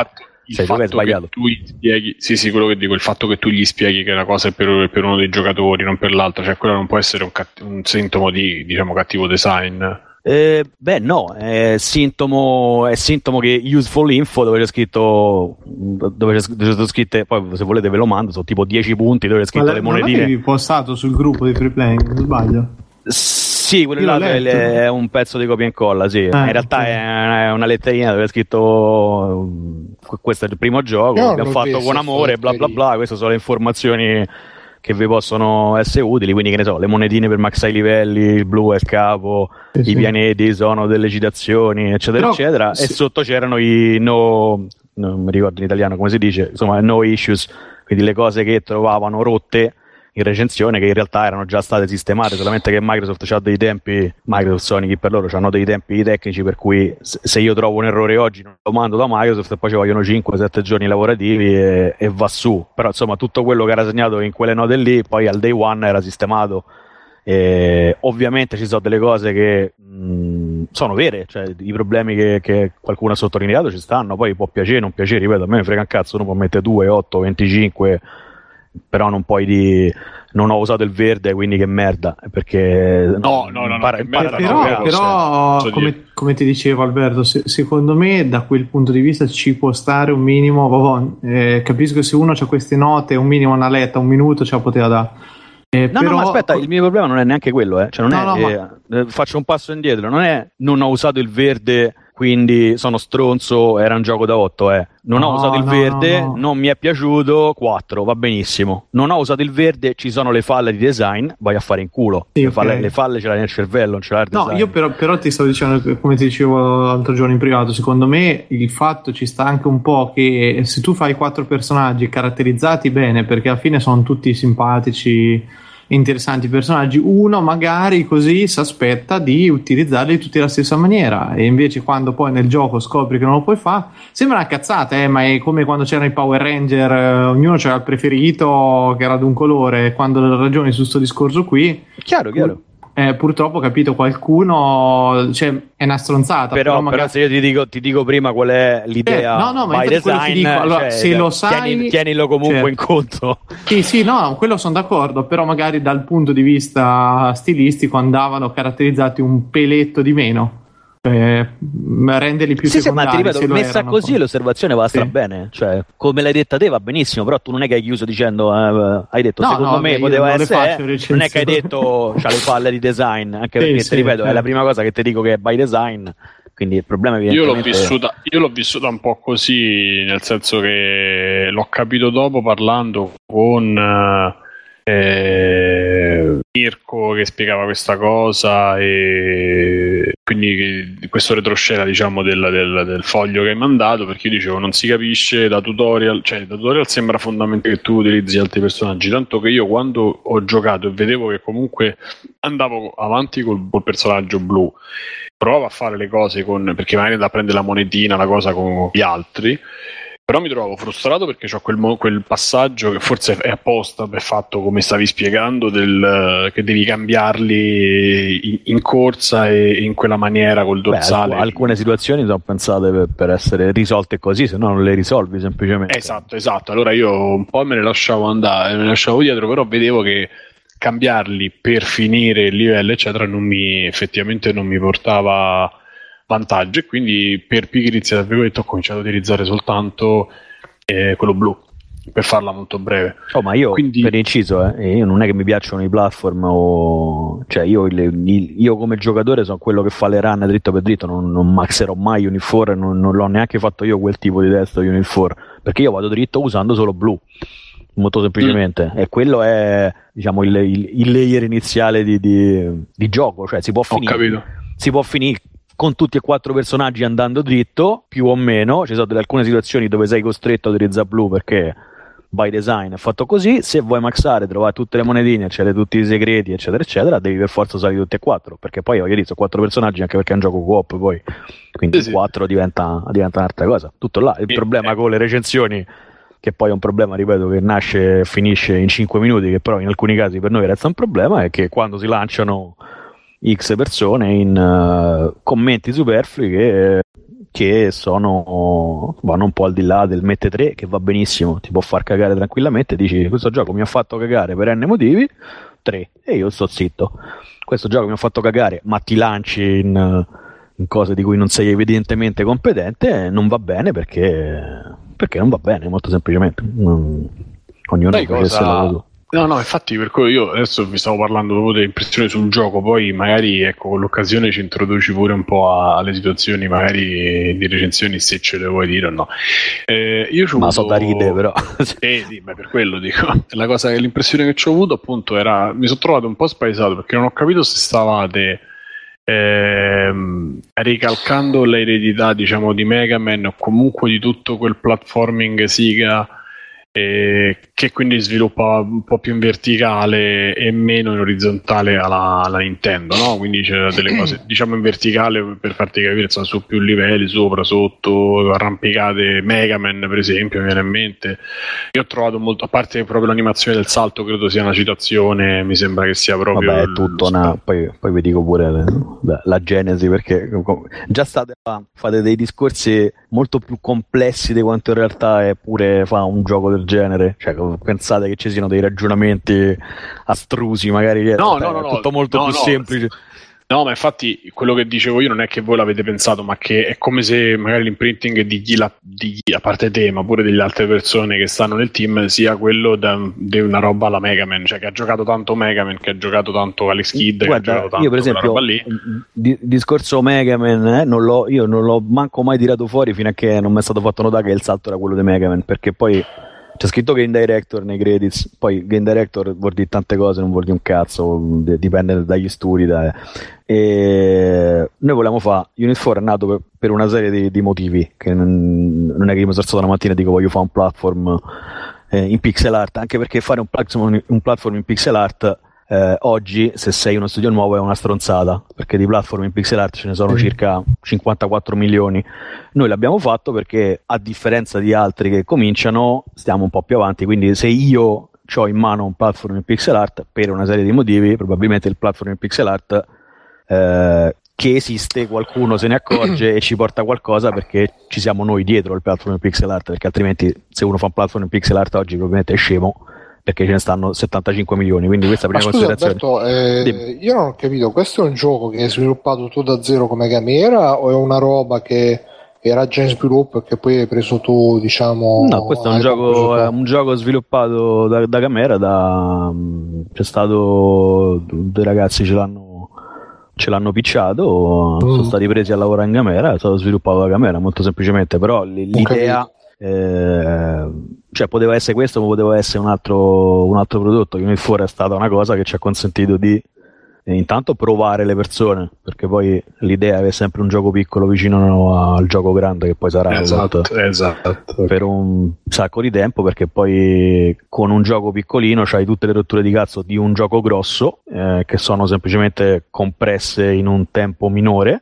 il fatto che tu gli spieghi, sì, sì, quello che dico, il fatto che tu gli spieghi che la cosa è per, per uno dei giocatori, non per l'altro, cioè quello non può essere un, catt- un sintomo di, diciamo, cattivo design. Eh, beh, no, è sintomo, è sintomo che useful info dove c'è scritto, dove c'è, dove c'è scritte, poi se volete ve lo mando, sono tipo dieci punti dove c'è scritto ma le monetine. Ma l'hai postato sul gruppo di Free Playing, non sbaglio? Sì, quello là è un pezzo di copia e incolla, sì. Ah, in realtà sì. È una letterina dove è scritto questo è il primo gioco, no, abbiamo fatto con amore, bla bla bla, queste sono le informazioni che vi possono essere utili, quindi che ne so, le monetine per maxare i livelli, il blu è il capo, sì, i sì. pianeti sono delle citazioni, eccetera, però, eccetera, sì. E sotto c'erano i no, non mi ricordo in italiano come si dice, insomma, no issues, quindi le cose che trovavano rotte in recensione che in realtà erano già state sistemate, solamente che Microsoft ha dei tempi, Microsoft, Sony, chi per loro hanno dei tempi tecnici per cui se io trovo un errore oggi non lo mando da Microsoft e poi ci vogliono cinque sette giorni lavorativi e, e va su, però insomma tutto quello che era segnato in quelle note lì poi al day one era sistemato. E ovviamente ci sono delle cose che mh, sono vere, cioè i problemi che, che qualcuno ha sottolineato ci stanno, poi può piacere, non piacere, ripeto, a me mi frega un cazzo, uno può mettere due, otto, venticinque, però non puoi di non ho usato il verde quindi che merda, perché no no no, impara, no impara però, no, però so come, come ti dicevo Alberto, se, secondo me da quel punto di vista ci può stare un minimo, oh, eh, capisco che se uno ha queste note un minimo una letta un minuto ce la poteva dare. Eh, no, però... no, ma aspetta, il mio problema non è neanche quello, eh. Cioè non no, è, no, eh, ma... faccio un passo indietro, non è non ho usato il verde quindi sono stronzo, era un gioco da otto, eh. Non no, ho usato il no, verde, no, no. Non mi è piaciuto, quattro, va benissimo. Non ho usato il verde, ci sono le falle di design, vai a fare in culo. Sì, le, okay. falle, le falle ce l'hai nel cervello, non ce l'hai nel design. No, io però, però ti stavo dicendo, come ti dicevo l'altro giorno in privato, secondo me il fatto ci sta anche un po' che se tu fai quattro personaggi caratterizzati bene, perché alla fine sono tutti simpatici, interessanti personaggi, uno magari così si aspetta di utilizzarli tutti alla stessa maniera e invece quando poi nel gioco scopri che non lo puoi fare sembra una cazzata, eh, ma è come quando c'erano i Power Ranger, eh, ognuno c'era il preferito che era di un colore, quando ragioni su sto discorso qui chiaro chiaro Eh, purtroppo capito qualcuno, cioè è una stronzata però, però, magari... però se io ti dico, ti dico prima qual è l'idea, eh, no, no, ma by design dico, allora, cioè, se lo sai tieni, tienilo comunque cioè, in conto. Sì sì no, quello sono d'accordo, però magari dal punto di vista stilistico andavano caratterizzati un peletto di meno, eh, renderli più sì, secondari. Sì, ma ti ripeto, messa erano, così poi. L'osservazione va stra sì. bene, cioè come l'hai detta te va benissimo, però tu non è che hai chiuso dicendo eh, hai detto no, secondo no, me poteva essere, eh, non è che hai detto c'ha le falle di design, anche perché sì, ti ripeto sì, è eh. la prima cosa che ti dico che è by design, quindi il problema evidentemente... Io l'ho vissuta, io l'ho vissuta un po' così, nel senso che l'ho capito dopo parlando con eh, Mirko che spiegava questa cosa e quindi questo retroscena diciamo del, del, del foglio che hai mandato, perché io dicevo non si capisce da tutorial, cioè da tutorial sembra fondamentale che tu utilizzi altri personaggi, tanto che io quando ho giocato e vedevo che comunque andavo avanti col, col personaggio blu, provavo a fare le cose con, perché magari da prendere la monetina, la cosa con gli altri, però mi trovavo frustrato perché c'ho quel, mo- quel passaggio che forse è apposta, è fatto come stavi spiegando, del, che devi cambiarli in, in corsa e in quella maniera col dorsale. Beh, alc- alcune situazioni sono pensate per, per essere risolte così, se no non le risolvi semplicemente. Esatto, esatto. Allora io un po' me ne lasciavo andare, me ne lasciavo dietro, però vedevo che cambiarli per finire il livello eccetera non mi effettivamente non mi portava vantaggio, e quindi per pigrizia ho cominciato ad utilizzare soltanto eh, quello blu per farla molto breve. Oh, ma io quindi... per inciso eh, io non è che mi piacciono i platform o... cioè io, le, io come giocatore sono quello che fa le run dritto per dritto, non, non maxerò mai Unit quattro, non, non l'ho neanche fatto io quel tipo di testo Unit quattro, perché io vado dritto usando solo blu molto semplicemente, mm. e quello è diciamo il, il, il layer iniziale di, di, di gioco, cioè si può finire, Ho capito. si può finire con tutti e quattro personaggi andando dritto, più o meno, ci sono delle, alcune situazioni dove sei costretto a utilizzare blu perché by design è fatto così, se vuoi maxare, trovare tutte le monetine, c'è tutti i segreti eccetera eccetera, devi per forza salire tutti e quattro, perché poi voglio dire, sono quattro personaggi anche perché è un gioco co-op poi, quindi sì, quattro sì. diventa, diventa un'altra cosa, tutto là, il sì, problema eh. con le recensioni, che poi è un problema, ripeto, che nasce e finisce in cinque minuti, che però in alcuni casi per noi resta un problema, è che quando si lanciano X persone in uh, commenti superflui che, che sono vanno un po' al di là del mette tre, che va benissimo, ti può far cagare tranquillamente, dici questo gioco mi ha fatto cagare per n motivi, tre, e io sto zitto. Questo gioco mi ha fatto cagare, ma ti lanci in, in cose di cui non sei evidentemente competente, non va bene perché, perché non va bene, molto semplicemente. Non, ognuno facesse la cosa. No, no, infatti per quello io adesso vi stavo parlando proprio delle impressioni sul gioco, poi magari ecco con l'occasione ci introduci pure un po' a, alle situazioni magari di recensioni, se ce le vuoi dire o no. Eh, io Ma avuto... so da ride però. Eh sì, beh, per quello dico. La cosa, l'impressione che ci ho avuto appunto era, mi sono trovato un po' spaesato perché non ho capito se stavate ehm, ricalcando l'eredità diciamo di Mega Man o comunque di tutto quel platforming Sega Eh, che quindi sviluppa un po' più in verticale e meno in orizzontale alla, alla Nintendo, no? Quindi c'era delle cose diciamo in verticale per farti capire, insomma, su più livelli, sopra, sotto, arrampicate. Mega Man per esempio mi viene in mente. Io ho trovato molto, a parte proprio l'animazione del salto, credo sia una citazione, mi sembra che sia proprio vabbè, è tutto una, poi, poi vi dico pure la, la genesi, perché già state fate dei discorsi molto più complessi di quanto in realtà è pure fa un gioco del genere, cioè pensate che ci siano dei ragionamenti astrusi magari, no, no, no, no, è tutto molto no, più no, semplice. No, ma infatti quello che dicevo io non è che voi l'avete pensato, ma che è come se magari l'imprinting di chi, la, di chi a parte te, ma pure delle altre persone che stanno nel team, sia quello da, di una roba alla Mega Man, cioè che ha giocato tanto Mega Man, che ha giocato tanto Alex Kidd. Guarda, che ha giocato tanto io per esempio roba lì. Di, discorso Mega Man eh, non l'ho, io non l'ho manco mai tirato fuori fino a che non mi è stato fatto notare che il salto era quello di Mega Man, perché poi c'è scritto Game Director nei credits, poi Game Director vuol dire tante cose, non vuol dire un cazzo, dipende dagli studi. Dai. E noi volevamo fare Unit quattro, è nato per, per una serie di, di motivi, che non, non è che io mi sono alzato una mattina e dico voglio fare un platform eh, in pixel art, anche perché fare un platform, un platform in pixel art eh, oggi, se sei uno studio nuovo, è una stronzata, perché di platform in pixel art ce ne sono mm. circa cinquantaquattro milioni. Noi l'abbiamo fatto perché, a differenza di altri che cominciano, stiamo un po' più avanti, quindi se io ho in mano un platform in pixel art, per una serie di motivi, probabilmente il platform in pixel art eh, che esiste, qualcuno se ne accorge e ci porta qualcosa, perché ci siamo noi dietro il platform in pixel art, perché altrimenti se uno fa un platform in pixel art oggi probabilmente è scemo, perché ce ne stanno settantacinque milioni, quindi questa è la prima scusa, considerazione. Alberto, eh, io non ho capito, questo è un gioco che hai sviluppato tu da zero come Gamera o è una roba che era già in sviluppo e che poi hai preso tu, diciamo? No, questo è un gioco, è un gioco sviluppato da, da Gamera, da, c'è stato due ragazzi ce l'hanno ce l'hanno picciato, mm. sono stati presi a lavorare in Gamera, è stato sviluppato da Gamera, molto semplicemente, però l'idea Eh, cioè poteva essere questo, ma poteva essere un altro, un altro prodotto. Unit quattro è stata una cosa che ci ha consentito di eh, intanto provare le persone, perché poi l'idea è sempre un gioco piccolo vicino al gioco grande che poi sarà esatto, esatto. per un sacco di tempo, perché poi con un gioco piccolino c'hai tutte le rotture di cazzo di un gioco grosso eh, che sono semplicemente compresse in un tempo minore,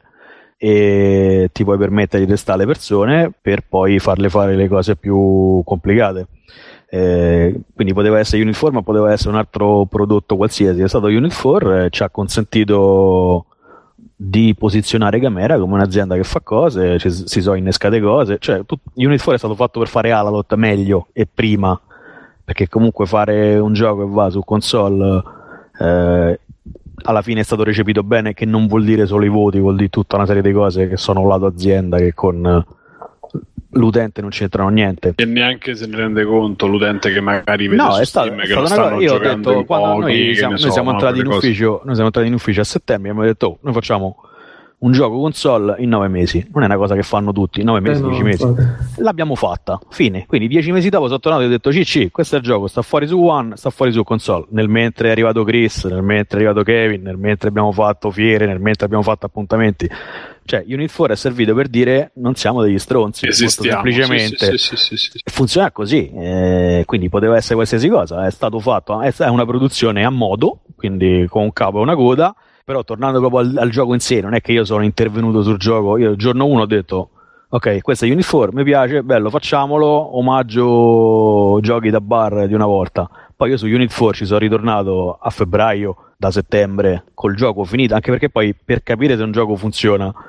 e ti puoi permettere di restare le persone per poi farle fare le cose più complicate. Eh, quindi poteva essere Unit quattro, ma poteva essere un altro prodotto qualsiasi. È stato Unit quattro e ci ha consentito di posizionare Gamera come un'azienda che fa cose, ci, si sono innescate cose, cioè tut, Unit quattro è stato fatto per fare Alalot meglio e prima, perché comunque fare un gioco che va su console eh, alla fine è stato recepito bene, che non vuol dire solo i voti, vuol dire tutta una serie di cose che sono lato azienda, che con l'utente non c'entrano niente. E neanche se ne rende conto l'utente che magari vede no, su è stato, Steam è che lo stanno stanno io giocando ho detto, in quando pochi, noi siamo, noi noi siamo so, entrati in ufficio, noi siamo entrati in ufficio a settembre e abbiamo detto oh, noi facciamo un gioco console in nove mesi, non è una cosa che fanno tutti, nove mesi, eh no, dieci mesi. Infatti. L'abbiamo fatta, fine. Quindi dieci mesi dopo sono tornato e ho detto cc, questo è il gioco, sta fuori su One, sta fuori su console. Nel mentre è arrivato Chris, nel mentre è arrivato Kevin, nel mentre abbiamo fatto fiere, nel mentre abbiamo fatto appuntamenti. Cioè Unit quattro è servito per dire non siamo degli stronzi, esistiamo, molto semplicemente. Sì, sì, sì, sì, sì. Funziona così, eh, quindi poteva essere qualsiasi cosa, è stato fatto, è una produzione a modo, quindi con un capo e una coda. Però tornando proprio al, al gioco in sé, non è che io sono intervenuto sul gioco, io il giorno uno ho detto ok, questo è Unit quattro, mi piace, bello, facciamolo, omaggio giochi da bar di una volta. Poi io su Unit quattro ci sono ritornato a febbraio, da settembre, col gioco finito, anche perché poi per capire se un gioco funziona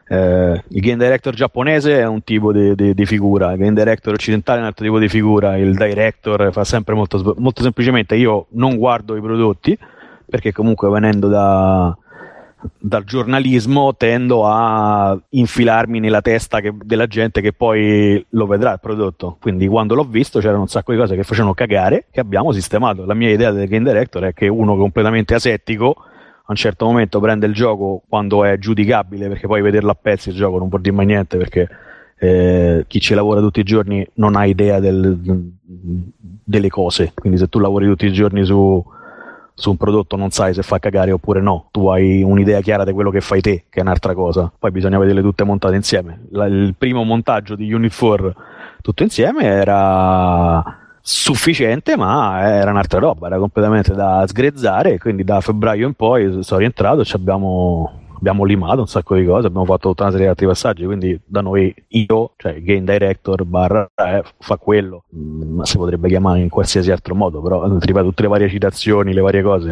Eh, il game director giapponese è un tipo di, di, di figura, il game director occidentale è un altro tipo di figura, il director fa sempre molto, molto semplicemente. Io non guardo i prodotti perché comunque venendo da dal giornalismo tendo a infilarmi nella testa che, della gente che poi lo vedrà il prodotto, quindi quando l'ho visto c'erano un sacco di cose che facevano cagare che abbiamo sistemato. La mia idea del game director è che uno completamente asettico a un certo momento prende il gioco quando è giudicabile, perché poi vederlo a pezzi il gioco non vuol dire mai niente, perché eh, chi ci lavora tutti i giorni non ha idea del, delle cose, quindi se tu lavori tutti i giorni su su un prodotto non sai se fa cagare oppure no, tu hai un'idea chiara di quello che fai te, che è un'altra cosa, poi bisogna vederle tutte montate insieme. La, il primo montaggio di Unit quattro tutto insieme era sufficiente, ma era un'altra roba, era completamente da sgrezzare, quindi da febbraio in poi sono rientrato e ci abbiamo abbiamo limato un sacco di cose, abbiamo fatto tutta una serie di altri passaggi, quindi da noi io, cioè il game director barra eh, fa quello, ma si potrebbe chiamare in qualsiasi altro modo, però ripeto, tutte le varie citazioni, le varie cose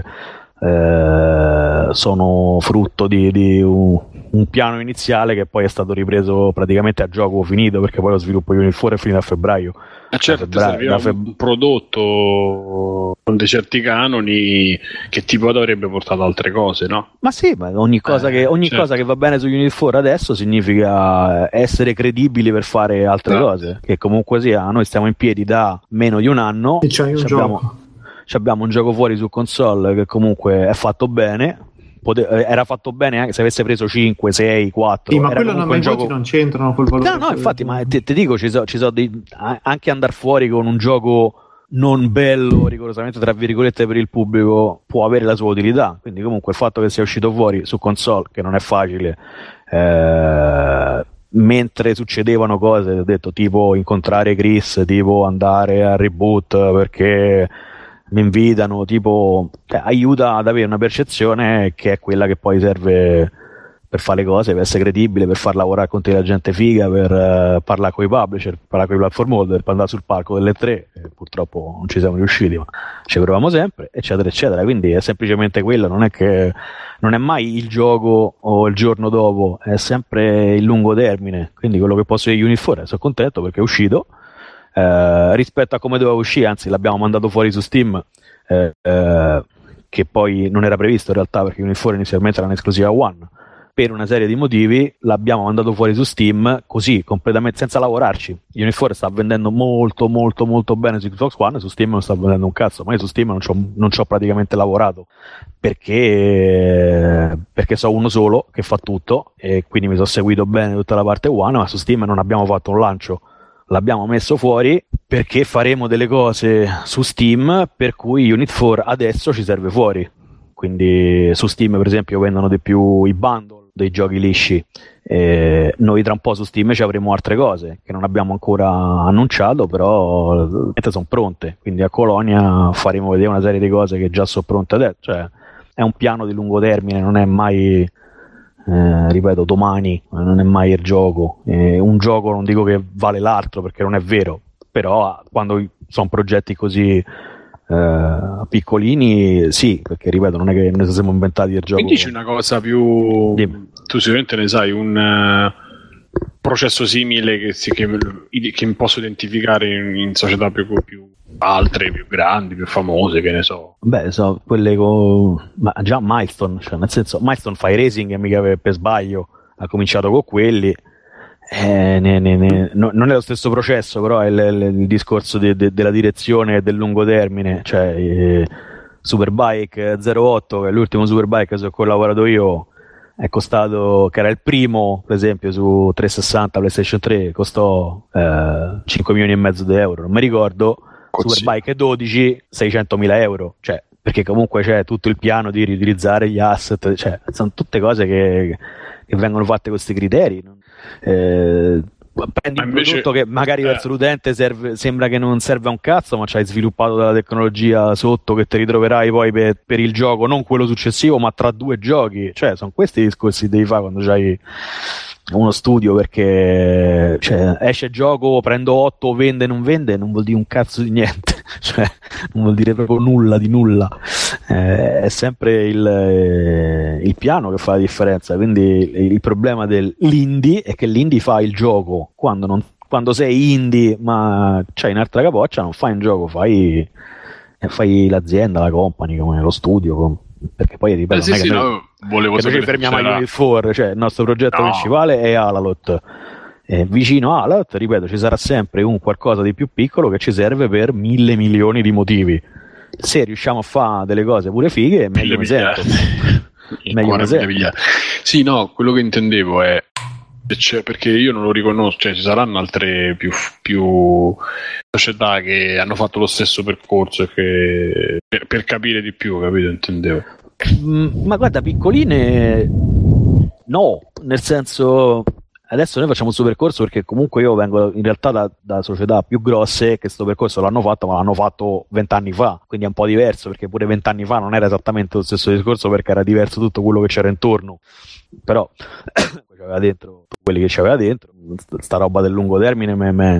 eh, sono frutto di, di un, un piano iniziale che poi è stato ripreso praticamente a gioco finito, perché poi lo sviluppo di Unit quattro è finito a febbraio. Ah, certo, febbraio, serviva feb... un prodotto con dei certi canoni che tipo avrebbe portato altre cose, no? Ma sì, ma ogni cosa, eh, che, ogni certo. cosa che va bene su Unit quattro adesso significa essere credibili per fare altre no. cose, che comunque sia, noi stiamo in piedi da meno di un anno e c'hai un abbiamo, gioco. abbiamo un gioco fuori su console che comunque è fatto bene. Pote- era fatto bene anche se avesse preso cinque, sei, quattro. Sì, ma era quello non, i gioco... voti non c'entrano col valore. No, no, infatti, ma ti, ti dico, ci sono ci so dei... anche andare fuori con un gioco non bello, rigorosamente tra virgolette per il pubblico, può avere la sua utilità. Quindi comunque il fatto che sia uscito fuori su console, che non è facile, eh... mentre succedevano cose, ho detto, tipo incontrare Chris, tipo andare a Reboot perché mi invitano, tipo eh, aiuta ad avere una percezione che è quella che poi serve per fare le cose, per essere credibile, per far lavorare con te la gente figa, per uh, parlare con i publisher, per parlare con i platform holder, per andare sul palco delle tre. E purtroppo non ci siamo riusciti, ma ci proviamo sempre, eccetera eccetera. Quindi è semplicemente quello, non è che non è mai il gioco o il giorno dopo, è sempre il lungo termine. Quindi quello che posso dire Unit quattro, sono contento perché è uscito. Uh, rispetto a come doveva uscire, anzi l'abbiamo mandato fuori su Steam, uh, uh, che poi non era previsto in realtà, perché Unit quattro inizialmente era un'esclusiva One, per una serie di motivi l'abbiamo mandato fuori su Steam così, completamente senza lavorarci. Unit quattro sta vendendo molto molto molto bene su Xbox One, su Steam non sta vendendo un cazzo, ma io su Steam non ci ho, non ci ho praticamente lavorato, perché perché so uno solo che fa tutto e quindi mi sono seguito bene tutta la parte One, ma su Steam non abbiamo fatto un lancio. L'abbiamo messo fuori perché faremo delle cose su Steam per cui Unit quattro adesso ci serve fuori. Quindi su Steam per esempio vendono di più i bundle dei giochi lisci, e noi tra un po' su Steam ci avremo altre cose che non abbiamo ancora annunciato, però sono pronte, quindi a Colonia faremo vedere una serie di cose che già sono pronte adesso, cioè è un piano di lungo termine, non è mai Eh, ripeto, domani non è mai il gioco, eh, un gioco non dico che vale l'altro perché non è vero, però quando sono progetti così eh, piccolini sì, perché ripeto non è che noi siamo inventati il gioco. Mi dici una cosa più Dimmi. Tu sicuramente ne sai un uh, processo simile che, si, che, che posso identificare in, in società più, più altre, più grandi, più famose, che ne so. Beh, so quelle con ma già Milestone, cioè nel senso Milestone fa i racing e mica per, per sbaglio, ha cominciato con quelli, eh, ne, ne, ne, no, non è lo stesso processo, però è il, il, il discorso de, de, della direzione e del lungo termine, cioè eh, Superbike zero otto, che è l'ultimo Superbike su cui ho lavorato io, è costato, che era il primo per esempio su trecentosessanta PlayStation tre, costò eh, cinque milioni e mezzo di euro, non mi ricordo. Superbike dodici, seicentomila euro, cioè, perché comunque c'è tutto il piano di riutilizzare gli asset, cioè, sono tutte cose che, che vengono fatte con questi criteri. Eh, prendi un invece, prodotto che magari eh. verso l'utente serve, sembra che non serve a un cazzo, ma ci hai sviluppato della tecnologia sotto che ti ritroverai poi per, per il gioco, non quello successivo, ma tra due giochi, cioè, sono questi i discorsi che devi fare quando c'hai uno studio, perché cioè, esce gioco, prendo otto, vende, non vende, non vuol dire un cazzo di niente. cioè non vuol dire proprio nulla di nulla, eh, è sempre il, eh, il piano che fa la differenza. Quindi il, il problema dell'indie è che l'indie fa il gioco quando, non, quando sei indie ma c'hai un'altra capoccia, non fai un gioco, fai, fai l'azienda, la company, come lo studio, come, perché poi ripeto, eh sì, non è sì, che noi, no, volevo che noi ci fermiamo a Unit quattro, cioè il nostro progetto no. principale è Alalot. Eh, vicino a Alalot, ripeto, ci sarà sempre un qualcosa di più piccolo che ci serve per mille milioni di motivi. Se riusciamo a fare delle cose pure fighe, meglio mi sento. meglio mi sento. Sì, no, quello che intendevo è cioè, perché io non lo riconosco, cioè ci saranno altre più, più società che hanno fatto lo stesso percorso e che, per, per capire di più, capito? Intendevo. Mm, ma guarda, piccoline no, nel senso, adesso noi facciamo questo percorso perché comunque io vengo in realtà da, da società più grosse che questo percorso l'hanno fatto, ma l'hanno fatto vent'anni fa, quindi è un po' diverso, perché pure vent'anni fa non era esattamente lo stesso discorso, perché era diverso tutto quello che c'era intorno, però c'aveva dentro quelli che c'aveva dentro, sta roba del lungo termine mi è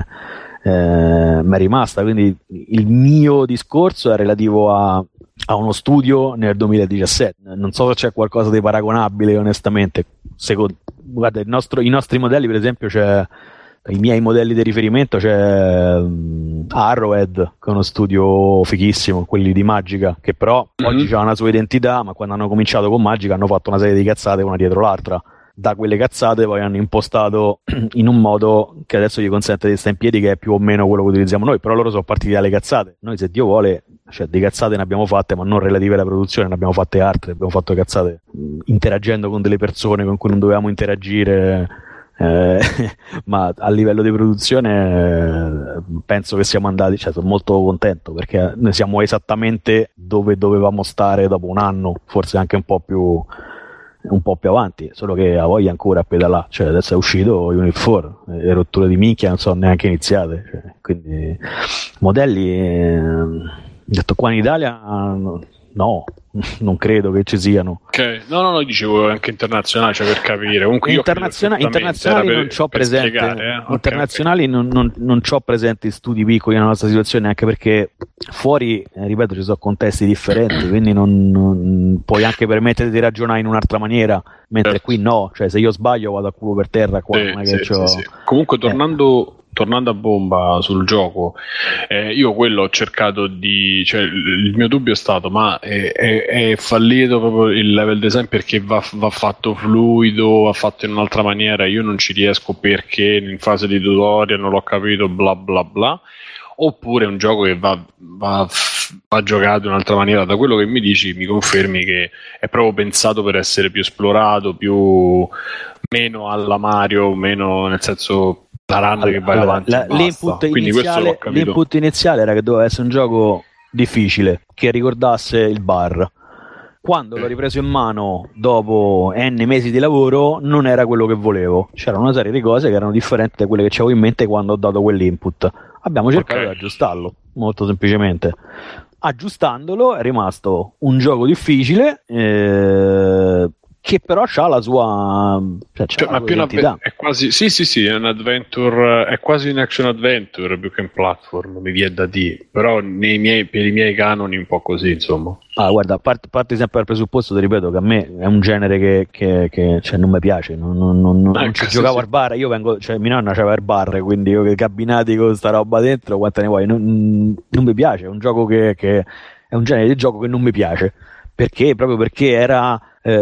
eh, rimasta, quindi il mio discorso è relativo a a uno studio nel duemiladiciassette. Non so se c'è qualcosa di paragonabile, onestamente. Secondo, guarda, il nostro, i nostri modelli, per esempio, c'è i miei modelli di riferimento, c'è um, Arrowhead, che è uno studio fighissimo, quelli di Magica, che però mm-hmm. oggi ha una sua identità, ma quando hanno cominciato con Magica hanno fatto una serie di cazzate una dietro l'altra. Da quelle cazzate poi hanno impostato in un modo che adesso gli consente di stare in piedi, che è più o meno quello che utilizziamo noi, però loro sono partiti dalle cazzate. Noi, se Dio vuole, cioè di cazzate ne abbiamo fatte, ma non relative alla produzione, ne abbiamo fatte altre, abbiamo fatto cazzate interagendo con delle persone con cui non dovevamo interagire, eh, ma a livello di produzione eh, penso che siamo andati, cioè sono molto contento perché noi siamo esattamente dove dovevamo stare dopo un anno, forse anche un po' più un po' più avanti, solo che a voglia ancora a pedalare, cioè adesso è uscito Unit quattro, le rotture di minchia non sono neanche iniziate, cioè, quindi modelli eh, detto qua in Italia no, non credo che ci siano. Ok, no no no, dicevo anche internazionali, cioè per capire. Comunque Internaziona- internazionali non c'ho presente, spiegare, eh? okay, internazionali okay. non, non, non c'ho presenti studi piccoli nella nostra situazione, anche perché fuori, eh, ripeto, ci sono contesti differenti, quindi non, non puoi anche permettere di ragionare in un'altra maniera, mentre certo. qui no, cioè se io sbaglio vado a culo per terra qua, sì, non è che sì, c'ho... sì, sì. Comunque tornando... Eh. Tornando a bomba sul gioco, eh, io quello ho cercato di, cioè il mio dubbio è stato, ma è, è, è fallito proprio il level design perché va, va fatto fluido, va fatto in un'altra maniera, io non ci riesco perché in fase di tutorial non l'ho capito, bla bla bla, oppure è un gioco che va, va, va giocato in un'altra maniera. Da quello che mi dici mi confermi che è proprio pensato per essere più esplorato, più meno alla Mario, meno nel senso la run allora, che vai allora, avanti la, l'input, iniziale, l'input iniziale era che doveva essere un gioco difficile che ricordasse il bar. Quando eh. l'ho ripreso in mano dopo n mesi di lavoro non era quello che volevo, c'era una serie di cose che erano differenti da quelle che avevo in mente quando ho dato quell'input. Abbiamo cercato okay. di aggiustarlo, molto semplicemente. Aggiustandolo è rimasto un gioco difficile eh, che però ha la sua, cioè, cioè, la ma sua più identità. Una, è quasi sì sì sì è un adventure, è quasi un action adventure più che un platform, mi viene da dire, però nei miei, per i miei canoni un po' così, insomma. Ah, guarda, parti, parti sempre dal presupposto, ti ripeto, che a me è un genere che, che, che cioè, non mi piace, non, non, non, non ah, ci giocavo sì. al bar, io vengo, cioè mia nonna c'aveva il bar, quindi io che cabinati con sta roba dentro, quante ne vuoi, non, non mi piace, è un gioco che, che è un genere di gioco che non mi piace, perché? Proprio perché era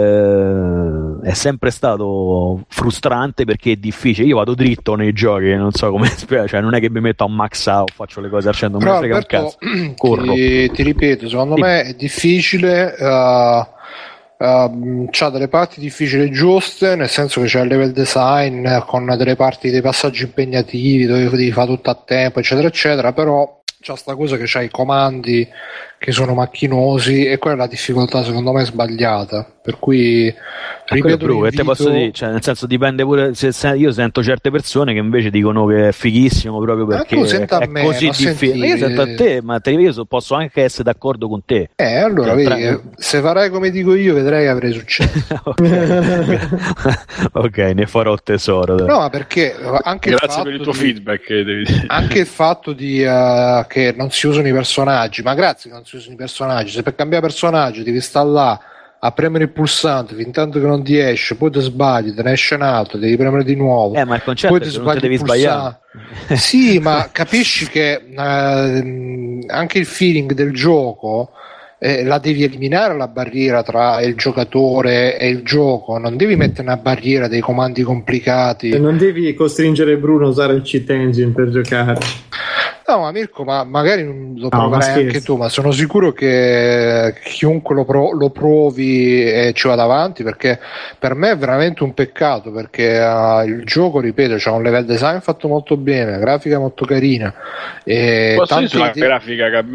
eh, è sempre stato frustrante, perché è difficile, io vado dritto nei giochi, non so come spiegare, cioè non è che mi metto a max out, faccio le cose al cento, non mi frega un cazzo, corro. Ti, ti ripeto, secondo sì. me è difficile, uh, uh, c'ha delle parti difficili e giuste, nel senso che c'è il level design con delle parti dei passaggi impegnativi dove devi fare tutto a tempo eccetera eccetera, però c'ha sta cosa che c'ha i comandi che sono macchinosi e quella è la difficoltà secondo me sbagliata, per cui ripeto bro, te posso dire, cioè, nel senso dipende pure se, se io sento certe persone che invece dicono che è fighissimo proprio perché è, è me, così difficile, ma io sento a te, ma te, io so, posso anche essere d'accordo con te, eh allora vedi, tra... se farai come dico io vedrai che avrei successo. ok, okay, ne farò tesoro, no, ma perché anche grazie il per il tuo di, feedback devi dire. Anche il fatto di uh, che non si usano i personaggi, ma grazie che non si usano i personaggi, se per cambiare personaggio devi stare là a premere il pulsante fin tanto che non ti esce, poi ti sbagli, te ne esce un altro, devi premere di nuovo, eh, ma il concetto poi è ti che non ti devi sbagliare. Sì, ma capisci che eh, anche il feeling del gioco eh, la devi eliminare la barriera tra il giocatore e il gioco, non devi mettere una barriera dei comandi complicati e non devi costringere Bruno a usare il cheat engine per giocare. No, ma Mirko, ma magari lo proverai no, anche tu, ma sono sicuro che chiunque lo, pro- lo provi e ci vada avanti, perché per me è veramente un peccato, perché uh, il gioco, ripeto, c'ha un level design fatto molto bene, la grafica molto carina. E Posso dire sulla di... grafica che a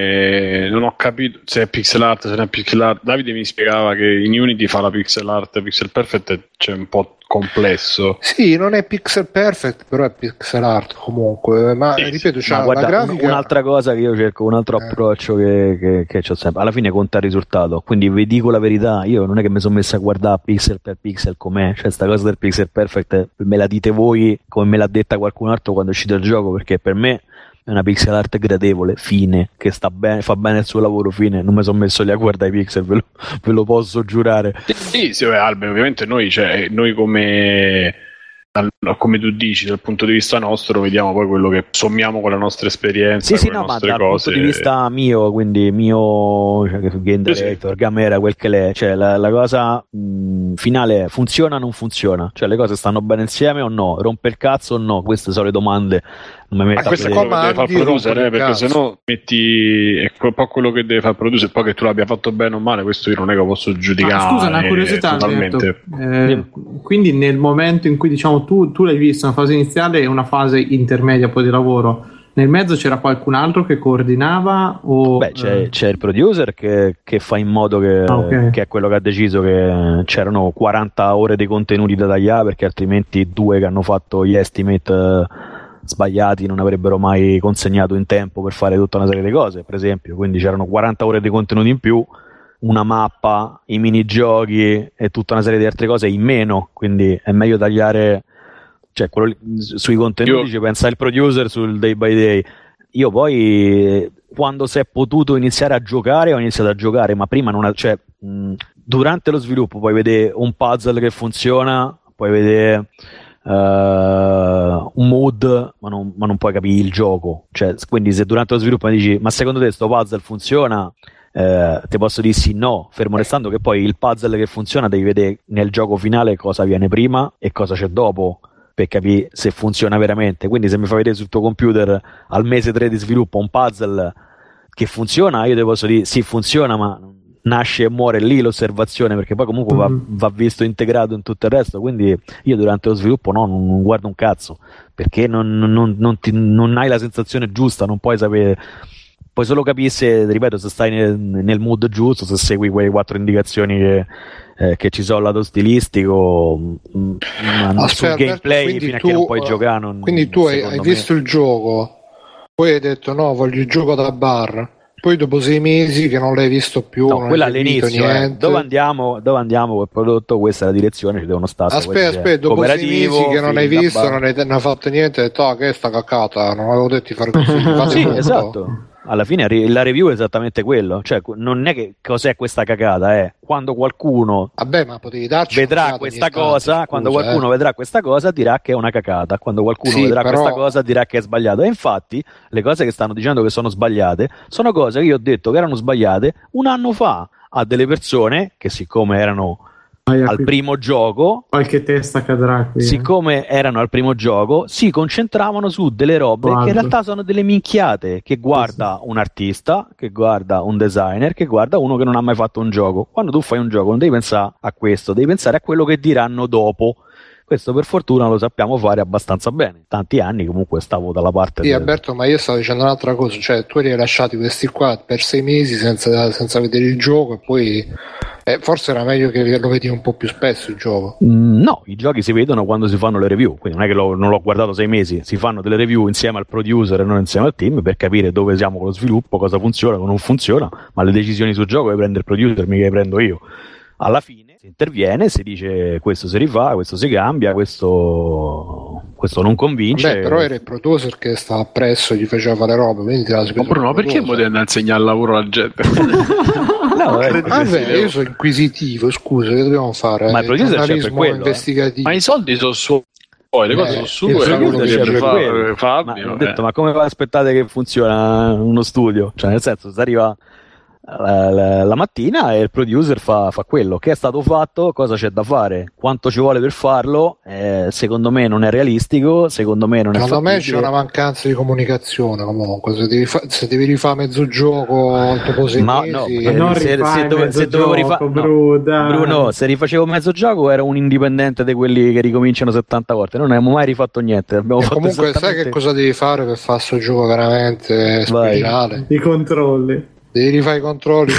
me non ho capito se è pixel art, se non è pixel art. Davide mi spiegava che in Unity fa la pixel art, pixel perfect c'è un po' complesso. Sì, non è pixel perfect, però è pixel art comunque, ma sì, ripeto, c'ha guarda, la grafica... un'altra cosa che io cerco, un altro eh. approccio che, che, che c'ho sempre, alla fine conta il risultato, quindi vi dico la verità, io non è che mi sono messo a guardare pixel per pixel com'è, cioè sta cosa del pixel perfect me la dite voi come me l'ha detta qualcun altro quando è uscito il gioco, perché per me è una pixel art gradevole, fine, che sta bene, fa bene il suo lavoro, fine. Non mi sono messo lì a guardare i pixel, ve lo, ve lo posso giurare. Sì, sì, Albe, ovviamente noi, cioè, noi come, come tu dici, dal punto di vista nostro, vediamo poi quello che sommiamo con la nostra esperienza. Sì, sì, no, ma dal cose. punto di vista mio, quindi mio cioè, game director, sì, sì. Gamera, quel che l'è, cioè la, la cosa mh, finale è, funziona o non funziona? Cioè le cose stanno bene insieme o no? Rompe il cazzo o no? Queste sono le domande. Non mi ma questo è quello che deve fare il producer, eh, perché se no metti è un po' quello che deve fare il producer, poi che tu l'abbia fatto bene o male, questo io non è che posso giudicare. Ah, scusa, una curiosità, totalmente. Eh, quindi nel momento in cui diciamo tu, tu l'hai visto una fase iniziale e una fase intermedia poi di lavoro, nel mezzo c'era qualcun altro che coordinava? O, Beh, c'è, eh... c'è il producer che, che fa in modo che, ah, okay. che è quello che ha deciso che c'erano quaranta ore di contenuti da tagliare, perché altrimenti due che hanno fatto gli estimate eh, sbagliati non avrebbero mai consegnato in tempo per fare tutta una serie di cose, per esempio. Quindi c'erano quaranta ore di contenuti in più, una mappa, i minigiochi e tutta una serie di altre cose in meno, quindi è meglio tagliare, cioè quello lì, sui contenuti Io... ci pensa il producer sul day by day. Io poi quando si è potuto iniziare a giocare ho iniziato a giocare, ma prima non ha, cioè mh, durante lo sviluppo puoi vedere un puzzle che funziona, puoi vedere uh, un mood, ma non, ma non puoi capire il gioco, cioè, quindi se durante lo sviluppo mi dici ma secondo te sto puzzle funziona, eh, ti posso dire sì, no, fermo restando che poi il puzzle che funziona devi vedere nel gioco finale cosa viene prima e cosa c'è dopo per capire se funziona veramente. Quindi se mi fai vedere sul tuo computer al mese tre di sviluppo un puzzle che funziona, io ti posso dire sì, funziona, ma nasce e muore lì l'osservazione, perché poi comunque mm-hmm. va, va visto integrato in tutto il resto. Quindi io durante lo sviluppo no, non, non guardo un cazzo, perché non, non, non, ti, non hai la sensazione giusta, non puoi sapere, puoi solo capire se, ripeto, se stai nel, nel mood giusto, se segui quelle quattro indicazioni che Eh, che ci sono al lato stilistico, ma Aspetta, sul gameplay Alberto, fino a tu, che non puoi giocare non, quindi tu hai, hai visto il gioco, poi hai detto no, voglio il gioco da bar, poi dopo sei mesi che non l'hai visto più, no, non quella hai all'inizio eh. dove andiamo dove andiamo col prodotto, questa è la direzione, ci devono stare. Aspetta, aspetta, dopo sei mesi che non hai visto, non hai, non hai fatto niente, hai detto ah, che è sta caccata, non avevo detto di fare così. Sì, esatto. Alla fine la review è esattamente quello, cioè non è che cos'è questa cagata, è quando qualcuno Vabbè, ma potevi darci vedrà questa cosa, scusa, quando qualcuno eh. vedrà questa cosa dirà che è una cacata, quando qualcuno sì, vedrà però... questa cosa dirà che è sbagliato. E infatti le cose che stanno dicendo che sono sbagliate sono cose che io ho detto che erano sbagliate un anno fa a delle persone che, siccome erano al primo gioco, qualche testa cadrà qui, siccome eh. erano al primo gioco, si concentravano su delle robe Guardo. che in realtà sono delle minchiate, che guarda sì, sì. un artista, che guarda un designer, che guarda uno che non ha mai fatto un gioco. Quando tu fai un gioco non devi pensare a questo, devi pensare a quello che diranno dopo. Questo per fortuna lo sappiamo fare abbastanza bene. Tanti anni comunque stavo dalla parte Sì, del... Alberto, ma io stavo dicendo un'altra cosa, cioè tu li hai lasciati questi qua per sei mesi senza, senza vedere il gioco e poi eh, forse era meglio che lo vedi un po' più spesso il gioco. Mm, no, i giochi si vedono quando si fanno le review, quindi non è che lo, non l'ho guardato sei mesi, si fanno delle review insieme al producer e non insieme al team per capire dove siamo con lo sviluppo, cosa funziona, cosa non funziona, ma le decisioni sul gioco le prende il producer, mica le prendo io. Alla fine si interviene, si dice questo si rifà, questo si cambia, questo questo non convince. Beh, però era il producer che stava appresso e gli faceva fare roba, quindi te la ma Bruno, perché Modena insegna al lavoro alla gente? No, eh, vabbè, io sono inquisitivo, scusa, che dobbiamo fare? Ma il producer c'è per quello, investigativo. Eh. Ma i soldi sono suoi, le cose eh, sono sue, Fabio. Ho detto, ma come aspettate che funziona uno studio? Cioè, nel senso, si arriva La, la, la mattina e il producer fa, fa quello che è stato fatto, cosa c'è da fare, quanto ci vuole per farlo, eh, secondo me non è realistico, secondo me non è secondo fattibile. Me c'è una mancanza di comunicazione comunque, se devi, fa- se devi rifare mezzo gioco dopo sei ma mesi no, non se, se, dove, se dovevo rifare Bruno, no. Bruno, se rifacevo mezzo gioco ero un indipendente di quelli che ricominciano settanta volte, non abbiamo mai rifatto niente, abbiamo fatto comunque esattamente... sai che cosa devi fare per fare questo gioco veramente speciale? I controlli. Devi rifare i controlli.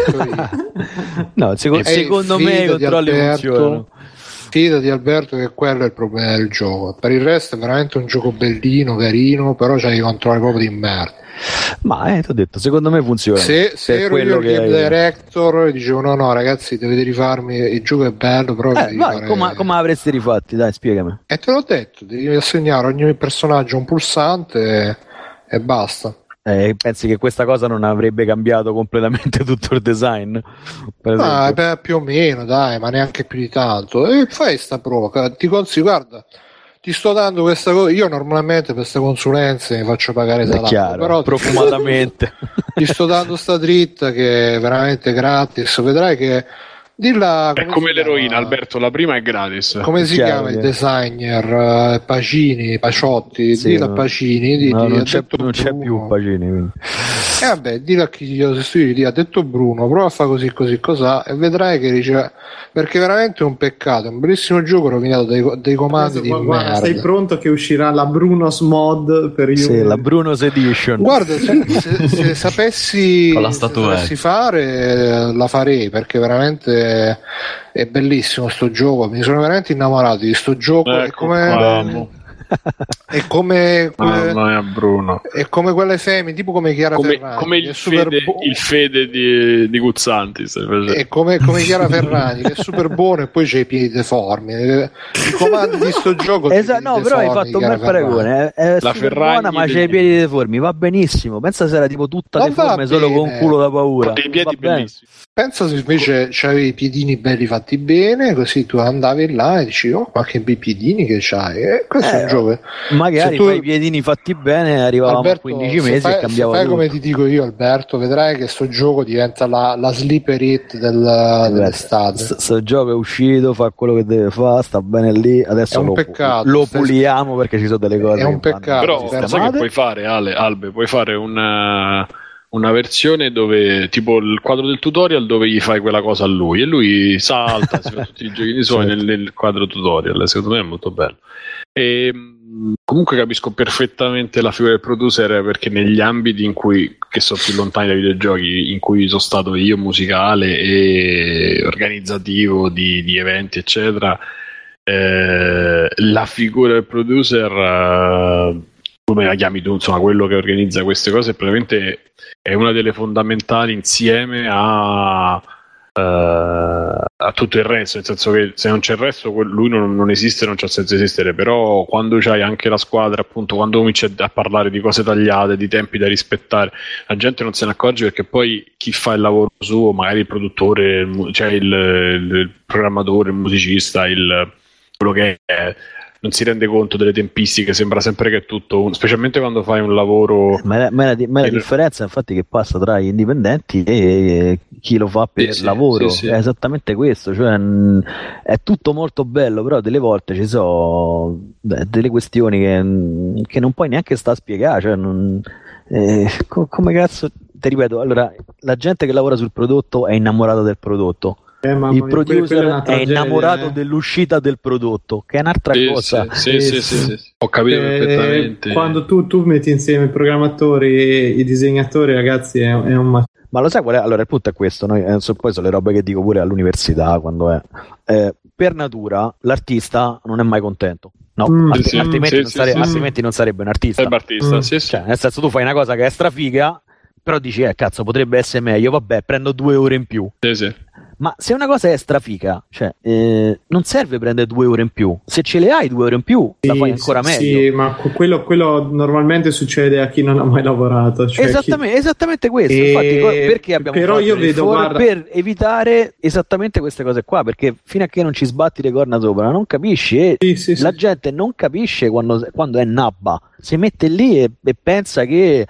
No, secondo, secondo me i controlli Alberto, funzionano. Fidati Alberto che quello è il problema del gioco. Per il resto è veramente un gioco bellino, carino, però c'hai i controlli proprio di merda. Ma eh, ti ho detto, secondo me funziona. Se, se ero io il game director dicevo no no ragazzi dovete rifarmi, il gioco è bello però eh, vai, fare... come, come avresti rifatti? Dai, spiegami. E te l'ho detto, devi assegnare a ogni personaggio un pulsante e, e basta. Eh, pensi che questa cosa non avrebbe cambiato completamente tutto il design? Per ah, beh, più o meno, dai, ma neanche più di tanto. E fai sta prova, ti consiglio, guarda, ti sto dando questa cosa. Io normalmente per queste consulenze mi faccio pagare salario, però profumatamente ti sto dando sta dritta che è veramente gratis. Vedrai che Dilla, è come l'eroina, Alberto, la prima è gratis. Come si Chiaro, chiama che... il designer? Uh, Pacini, Paciotti, sì, dilla no. Pacini, di, no, di, non, c'è, non c'è più Pacini. Quindi. E eh, vabbè, dilla a chi gli studi, ha detto Bruno, prova a fare così così cos'ha e vedrai che dice, perché veramente è un peccato, è un bellissimo gioco rovinato dai, dai comandi Adesso, di guarda, merda. Stai pronto che uscirà la Brunos mod per sì, io? La Brunos Edition. Guarda, se, se, se sapessi, con la se sapessi fare la farei, perché veramente è bellissimo sto gioco, mi sono veramente innamorato di sto gioco. Ecco è come è come, come no, no, Bruno. è come quelle femmine, tipo come Chiara come, Ferragni, come il, è super fede, bu- il fede di, di Guzzanti, è come, come Chiara Ferragni che è super buono e poi c'è i piedi deformi. I comandi di sto gioco esatto, no, però hai fatto un bel paragone, è, è la Ferragni buona ma c'è i piedi deformi, va benissimo, pensa se era tipo tutta non deforme solo con un culo da paura, i piedi bellissimi. Pensa se invece c'avevi i piedini belli fatti bene, così tu andavi là e dici oh ma che bei piedini che c'hai, e questo eh, è un gioco. Magari tu... fai i piedini fatti bene, arrivavamo Alberto, a quindici mesi fai, e cambiava fai tutto. Come ti dico io Alberto, vedrai che sto gioco diventa la, la sleeper hit del, dell'estate. Questo gioco è uscito, fa quello che deve fare, sta bene lì, adesso è un lo, peccato, lo puliamo perché ci sono delle cose è un peccato, però sai che puoi fare Ale, Albe, puoi fare una una versione dove tipo il quadro del tutorial dove gli fai quella cosa a lui e lui salta, si fa tutti i giochini suoi certo. nel, nel quadro tutorial, secondo me è molto bello. E comunque capisco perfettamente la figura del producer, perché negli ambiti in cui che sono più lontani dai videogiochi, in cui sono stato io, musicale e organizzativo di, di eventi eccetera, eh, la figura del producer eh, come la chiami tu, insomma quello che organizza queste cose probabilmente è una delle fondamentali insieme a, uh, a tutto il resto, nel senso che se non c'è il resto lui non, non esiste, non c'ha senso esistere, però quando c'hai anche la squadra, appunto quando cominci a parlare di cose tagliate, di tempi da rispettare, la gente non se ne accorge, perché poi chi fa il lavoro suo, magari il produttore, cioè il, il programmatore, il musicista, il, quello che è, non si rende conto delle tempistiche, sembra sempre che è tutto un... specialmente quando fai un lavoro. Ma la, ma la, ma la differenza infatti che passa tra gli indipendenti e chi lo fa per sì, lavoro sì, sì. È esattamente questo, cioè mh, è tutto molto bello, però delle volte ci sono beh, delle questioni che, che non puoi neanche sta a spiegare, cioè non, eh, co- come cazzo ti ripeto, allora la gente che lavora sul prodotto è innamorata del prodotto. Eh, il producer è, è innamorato eh. dell'uscita del prodotto, che è un'altra sì, cosa. Sì, sì, sì, sì, sì. Ho capito eh, perfettamente. Quando tu, tu metti insieme i programmatori e i disegnatori, ragazzi, è, è un ma-. Ma lo sai qual è? Allora il punto è questo, noi, eh, so, poi sono le robe che dico pure all'università quando è. Eh, per natura l'artista non è mai contento. No, mm, alt- sì, altrimenti, sì, non sì, sare- sì, altrimenti sì. non sarebbe un artista. Sarebbe artista, mm. sì, sì. Cioè, nel senso tu fai una cosa che è strafiga, però dici, eh cazzo, potrebbe essere meglio, vabbè, prendo due ore in più. Sì, sì. ma se una cosa è strafica, cioè eh, non serve prendere due euro in più, se ce le hai due euro in più sì, la fai ancora sì, meglio. Sì, ma quello, quello normalmente succede a chi non ha mai lavorato, cioè esattamente, chi... esattamente questo, e... infatti perché abbiamo però fatto io vedo, guarda... per evitare esattamente queste cose qua, perché fino a che non ci sbatti le corna sopra non capisci e sì, sì, la sì. gente non capisce quando, quando è nabba, si mette lì e, e pensa che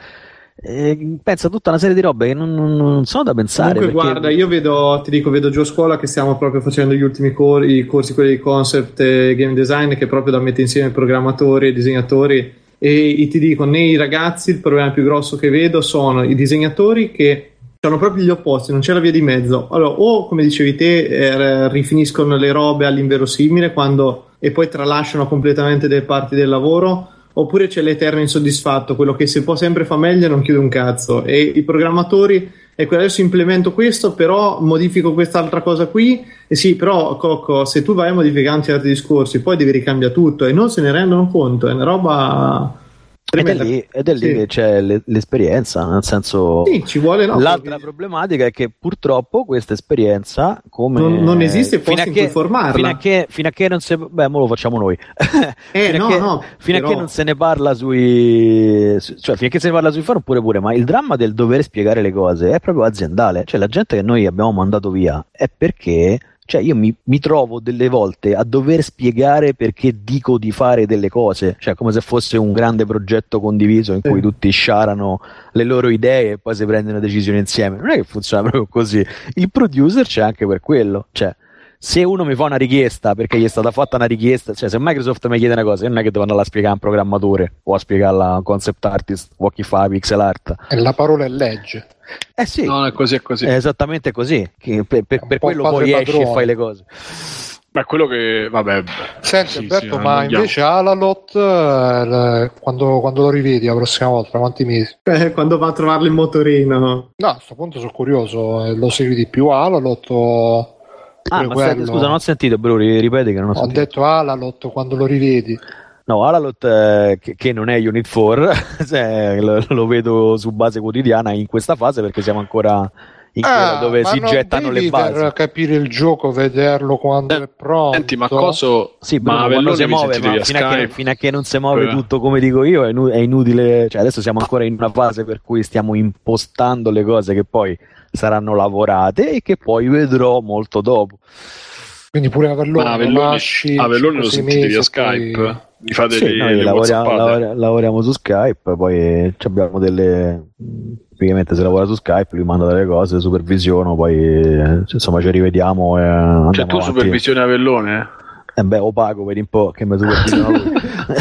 Eh, pensa a tutta una serie di robe che non, non, non sono da pensare. Comunque perché... guarda, io vedo, ti dico, vedo giù a scuola che stiamo proprio facendo gli ultimi corsi, i corsi quelli di concept e game design, che proprio da mettere insieme programmatori e disegnatori, e, e ti dico, nei ragazzi il problema più grosso che vedo sono i disegnatori che sono proprio gli opposti, non c'è la via di mezzo. Allora, o come dicevi te, eh, rifiniscono le robe all'inverosimile quando, e poi tralasciano completamente delle parti del lavoro, oppure c'è l'eterno insoddisfatto, quello che se può sempre fa meglio e non chiude un cazzo. E i programmatori, ecco, adesso implemento questo, però modifico quest'altra cosa qui, e sì, però Cocco, se tu vai a modificare certi discorsi poi devi ricambiare tutto e non se ne rendono conto, è una roba ed è lì, ed è lì sì. che c'è le, l'esperienza, nel senso sì, ci vuole, no, l'altra perché... problematica è che purtroppo questa esperienza come non, non esiste posto in cui formarla fino a che, fino a che non se beh mo lo facciamo noi eh, fino, no, a che, no, fino però... a che non se ne parla sui cioè fino a che se ne parla sui forum pure pure ma il dramma del dover spiegare le cose è proprio aziendale, cioè la gente che noi abbiamo mandato via è perché cioè io mi, mi trovo delle volte a dover spiegare perché dico di fare delle cose, cioè come se fosse un grande progetto condiviso in cui sì. tutti sciarano le loro idee e poi si prendono decisioni insieme. Non è che funziona proprio così. Il producer c'è anche per quello, cioè se uno mi fa una richiesta perché gli è stata fatta una richiesta, cioè se Microsoft mi chiede una cosa, io non è che devo andare a spiegare a un programmatore o a spiegarla a un concept artist o a chi fa pixel art. E la parola è legge. Eh sì, no, è così, è così. È esattamente così. Che per per, per quello poi esci e fai le cose. Beh, quello che vabbè. Senti, sì, Alberto, sì, ma invece Alalot, eh, quando, quando lo rivedi la prossima volta, quanti mesi? Eh, quando va a trovarlo il motorino. No, a questo punto sono curioso. Eh, lo segui di più Alalot o. Ah, ma quello... scusa, non ho sentito, bro, ripeti che non ho, ho sentito. Ho detto Alalot quando lo rivedi. No, Alalot eh, che, che non è Unit quattro, cioè, lo, lo vedo su base quotidiana in questa fase perché siamo ancora in quella ah, dove si gettano le basi. Per capire il gioco, vederlo quando eh, è pronto. Senti, ma coso sì, ma quando si muove, ma fino, a che, fino a che non si muove Beh. tutto come dico io è, nu- è inutile, cioè adesso siamo ancora in una fase per cui stiamo impostando le cose che poi saranno lavorate e che poi vedrò molto dopo. Quindi pure Avellone, ma Avellone, Avellone lo sentite via Skype? Poi... Mi fate sì, le, noi le lavoriamo, lavoriamo, lavoriamo su Skype, poi abbiamo delle praticamente si lavora su Skype, lui manda delle cose, supervisiono, poi insomma ci rivediamo e andiamo cioè tu avanti. Supervisione Avellone? Eh beh, o pago vedi un po' che mi supervisiono lui.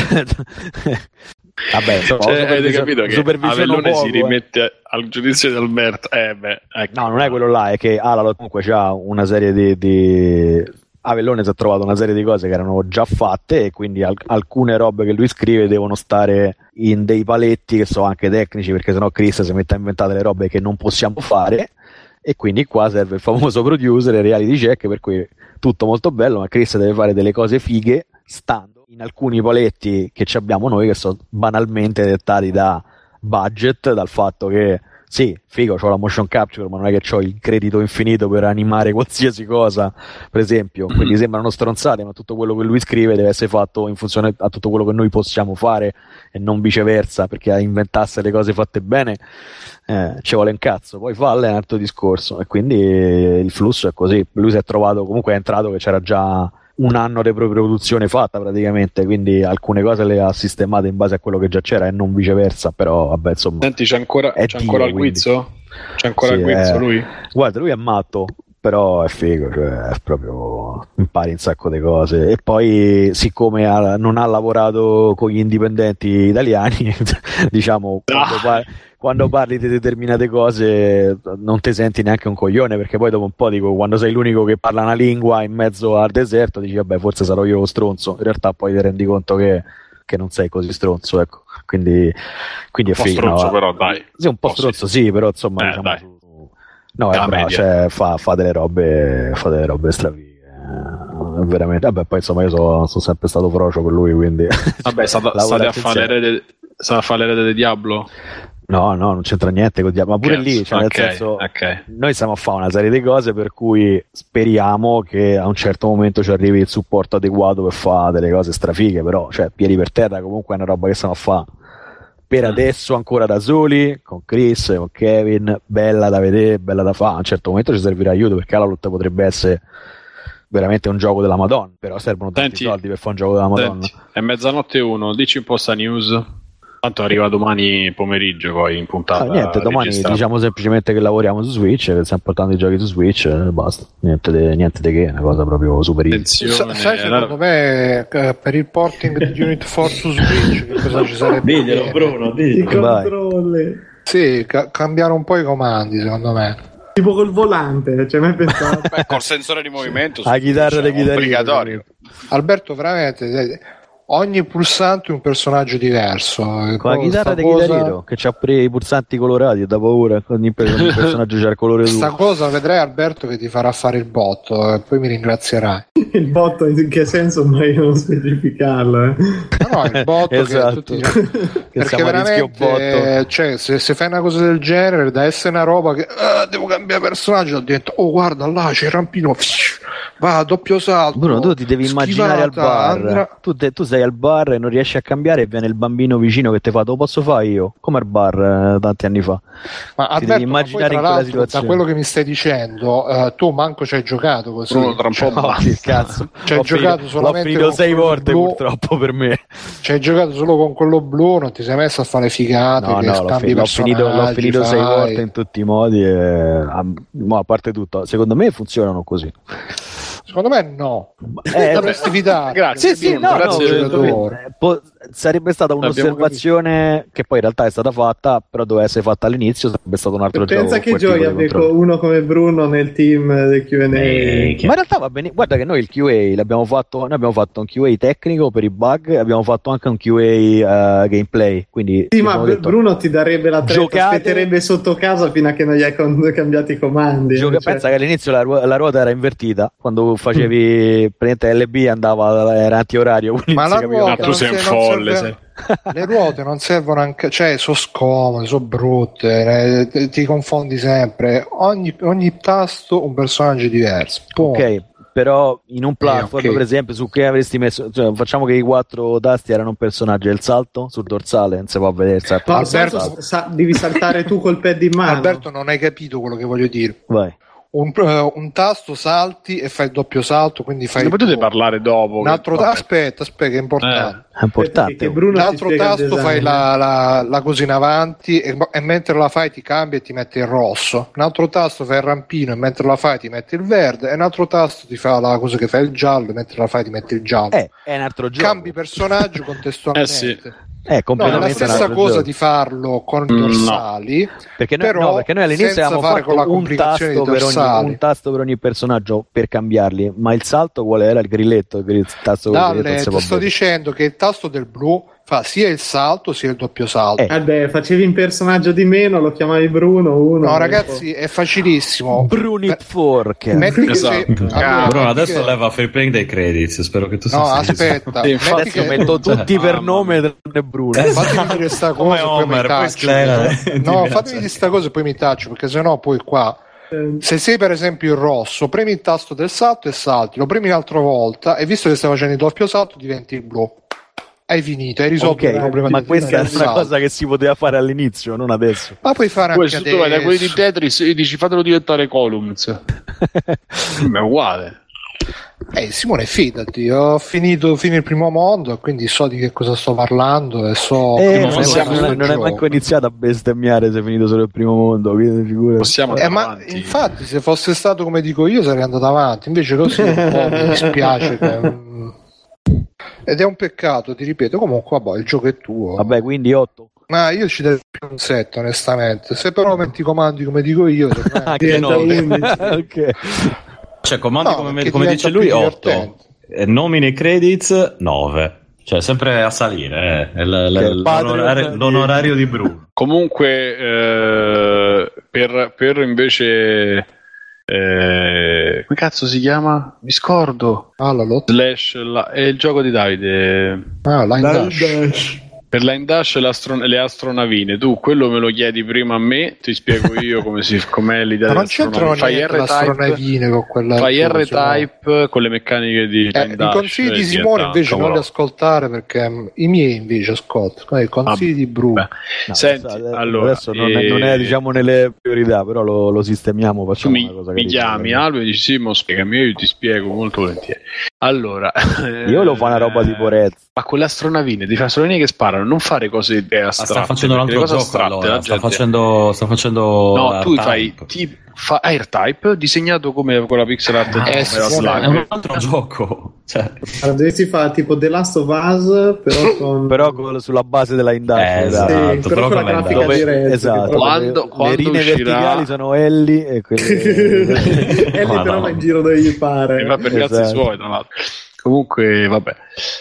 Vabbè, insomma, cioè, avete capito che Avellone poco, si rimette eh. al giudizio di Alberto. Eh, beh, ecco. No, non è quello là, è che Alalot comunque c'ha una serie di, di... Avellone si è trovato una serie di cose che erano già fatte e quindi al- alcune robe che lui scrive devono stare in dei paletti che sono anche tecnici, perché sennò Chris si mette a inventare delle robe che non possiamo fare, e quindi qua serve il famoso producer e reality check, per cui tutto molto bello, ma Chris deve fare delle cose fighe stando in alcuni paletti che ci abbiamo noi, che sono banalmente dettati da budget, dal fatto che sì, figo, c'ho la motion capture, ma non è che c'ho il credito infinito per animare qualsiasi cosa, per esempio, quindi sembrano stronzate, ma tutto quello che lui scrive deve essere fatto in funzione a tutto quello che noi possiamo fare e non viceversa, perché a inventasse le cose fatte bene eh, ci vuole un cazzo, poi falle è un altro discorso, e quindi il flusso è così. Lui si è trovato, comunque è entrato che c'era già un anno di produzione fatta praticamente, quindi alcune cose le ha sistemate in base a quello che già c'era e non viceversa, però vabbè, insomma. Senti, c'è ancora, c'è Dio, ancora il guizzo? C'è ancora sì, il guizzo è... lui? Guarda, lui è matto, però è figo, cioè è proprio impari un sacco di cose, e poi siccome ha, non ha lavorato con gli indipendenti italiani diciamo quando, ah. par- quando parli di determinate cose non ti senti neanche un coglione, perché poi dopo un po' dico, quando sei l'unico che parla una lingua in mezzo al deserto dici vabbè, forse sarò io lo stronzo, in realtà poi ti rendi conto che, che non sei così stronzo, ecco, quindi, quindi un è figo, po' stronzo, no? però dai, sì, un po' oh, stronzo sì. sì, però insomma eh, diciamo dai. Su, no, è bravo, cioè, fa, fa delle robe, fa delle robe stravighe. Eh, veramente. Vabbè, poi insomma, io sono so sempre stato frocio con lui, quindi. Vabbè, state a fare l'erede, sta a fare l'erede di Diablo? No, no, non c'entra niente con Diablo, ma pure Cazzo, lì, cioè, okay, nel senso, okay. Noi stiamo a fare una serie di cose per cui speriamo che a un certo momento ci arrivi il supporto adeguato per fare delle cose strafighe, però, cioè, piedi per terra comunque è una roba che stiamo a fare. Per adesso ancora da soli, con Chris, con Kevin, bella da vedere, bella da fare. A un certo momento ci servirà aiuto, perché Alalot potrebbe essere veramente un gioco della Madonna, però servono tanti Senti, soldi per fare un gioco della Madonna. Senti, è mezzanotte uno, dici un po' sta news. Tanto arriva domani pomeriggio poi in puntata. Ah, niente, domani registrata. Diciamo semplicemente che lavoriamo su Switch, che stiamo portando i giochi su Switch e basta. Niente di niente che, è una cosa proprio super easy. Sa- sai secondo me eh, per il porting di Unit four su Switch che cosa ci sarebbe? Diglielo Bruno, diglielo. I controlli. Sì, ca- cambiare un po' i comandi secondo me. Tipo col volante, cioè mai pensato. Beh, col sensore di movimento. La chitarra dei chitarristi. Obbligatorio. Alberto, veramente... ogni pulsante è un personaggio diverso. Con la chitarra di cosa... chitarrino che c'ha pure i pulsanti colorati, da paura, ogni, ogni personaggio c'ha il colore suo. Questa cosa vedrai Alberto che ti farà fare il botto e poi mi ringrazierai. Il botto in che senso mai non specificarlo? Eh? No, no, il botto esatto. che tutti... che perché veramente cioè, se, se fai una cosa del genere da essere una roba che ah, devo cambiare personaggio diventa oh guarda là c'è il rampino va doppio salto. Bruno, tu ti devi immaginare al bar andrà... tu, te, tu sei al bar e non riesci a cambiare e viene il bambino vicino che ti fa lo posso fare io come al bar eh, tanti anni fa. Ma ti Alberto, devi immaginare in quella situazione. Da quello che mi stai dicendo uh, tu manco ci hai giocato così. Bruno, tra un po' no, che cazzo ci hai giocato finito, solamente l'ho finito sei volte blu. Purtroppo per me ci hai giocato solo con quello blu, non ti sei messo a fare figate no, che no, l'ho, fi- l'ho finito, l'ho finito sei volte in tutti i modi e, a, ma a parte tutto secondo me funzionano così. Secondo me no. Eh, dovresti fidare. Grazie. Sì, sì, no, grazie no, po- sarebbe stata un'osservazione che poi in realtà è stata fatta, però doveva essere fatta all'inizio, sarebbe stato un altro Pensa gioco. Pensa che gioia avere uno come Bruno nel team del Q and A. Eh, che... Ma in realtà va bene, guarda che noi il Q A l'abbiamo fatto, noi abbiamo fatto un Q A tecnico per i bug, abbiamo fatto anche un Q A uh, gameplay, quindi sì, ma detto, Bruno ti darebbe la tretta, giocate... aspetterebbe sotto casa fino a che non gli hai con- cambiato i comandi. Gioca... Cioè... Pensa che all'inizio la, ru- la ruota era invertita, quando facevi praticamente L B andava era antiorario, ma la ruota tu sei un folle sei. Le ruote non servono anche, cioè sono scomode, sono brutte, eh, ti confondi sempre, ogni, ogni tasto un personaggio diverso. Pum. Ok, però in un platform eh, okay. per esempio su che avresti messo, cioè, facciamo che i quattro tasti erano un personaggio e il salto sul dorsale non si può vedere no, Alberto, sa- devi saltare tu col pad in mano. Alberto non hai capito quello che voglio dire. Vai. Un, uh, un tasto salti e fai il doppio salto, quindi fai. Ne potete parlare dopo. Un altro che... tasto, aspetta, aspetta, che è importante. Eh, è importante. Che Bruno un altro tasto fai la, la, la cosa in avanti e, e mentre la fai ti cambia e ti mette il rosso. Un altro tasto fai il rampino e mentre la fai ti mette il verde. E un altro tasto ti fa la cosa che fai il giallo e mentre la fai ti mette il giallo. Eh, è un altro gioco. Cambi personaggio contestualmente. eh sì. È completamente no, è la stessa cosa gioco. Di farlo con i dorsali, no. Perché, noi, però no, perché noi all'inizio avevamo fatto un tasto, per ogni, un tasto per ogni personaggio per cambiarli, ma il salto qual era? Il grilletto, il tasto Dalle, ti sto bene. Dicendo che il tasto del blu fa sia il salto sia il doppio salto. Eh. Vabbè, facevi un personaggio di meno, lo chiamavi Bruno uno. No, ragazzi, è facilissimo. Brunit Fork. Metti esatto. che se... ah, Bruno, adesso che... leva free playing dei credits. Spero che tu sia. No, aspetta. Infatti adesso che... metto tutti cioè, per ah, nome del Bruno. Fatemi dire sta cosa poi mi taccio. No, fatemi dire sta cosa e poi mi taccio, perché sennò poi qua. Se sei per esempio il rosso, premi il tasto del salto e salti, lo premi un'altra volta e visto che stai facendo il doppio salto diventi il blu. Hai finito, hai risolto okay, il problema. Ma questa è una salto. Cosa che si poteva fare all'inizio, non adesso. Ma puoi fare poi anche se tu vai da quelli di Tetris e dici fatelo diventare columns. Ma è uguale. Eh, Simone, fidati, ho finito fino il primo mondo, quindi so di che cosa sto parlando e so eh, non, non, non è manco iniziato a bestemmiare se è finito solo il primo mondo, quindi possiamo eh, ma infatti se fosse stato come dico io sarei andato avanti, invece così un po' mi dispiace che, ed è un peccato, ti ripeto. Comunque vabbè, il gioco è tuo, vabbè, quindi otto. Ma io ci darei più un sette onestamente, se però metti i comandi come dico io anche nove. Ok. Cioè comandi no, come, come dice lui otto, eh, nomine credits nove, cioè sempre a salire eh. L- l- l'onorario, l'onorario di Bruno. Comunque eh, per, per invece eh, come cazzo si chiama? Mi scordo. Ah, la lotta. Slash la, è il gioco di Davide. Ah, Line Dash. Dash. Per la Dash e astron- le astronavine, tu quello me lo chiedi prima a me, ti spiego io come si, com'è l'idea ma di astronavine. Fai R-Type con, quella fai R-Type con le meccaniche di eh, i consigli di Simone invece non li ascoltare, perché i miei invece ascolto i consigli ah, di Bruno. No, senti, adesso, allora, adesso non, è, non è diciamo nelle priorità, però lo, lo sistemiamo, facciamo mi, una cosa mi chiami Alvio e dici sì, mo spiegami, io ti spiego molto volentieri. Allora io lo fa una roba tipo Red, ma con le astronavine, di astronavine che sparano, non fare cose astratte. Sta facendo un altro gioco astratte, allora. sta, facendo, sta facendo no, tu fai ti, fa AirType disegnato come con la pixel art ah, eh, sì, è un altro gioco, cioè. Allora, dovresti fare tipo The Last of Us però con però con, sulla base della indagine, eh, esatto, sì, però, però con la grafica dove, diretta, esatto, quando, le, quando le linee uscirà... verticali sono Ellie e quelle Ellie però va in giro dove gli pare, e va per esatto. cazzi suoi tra l'altro. Comunque vabbè,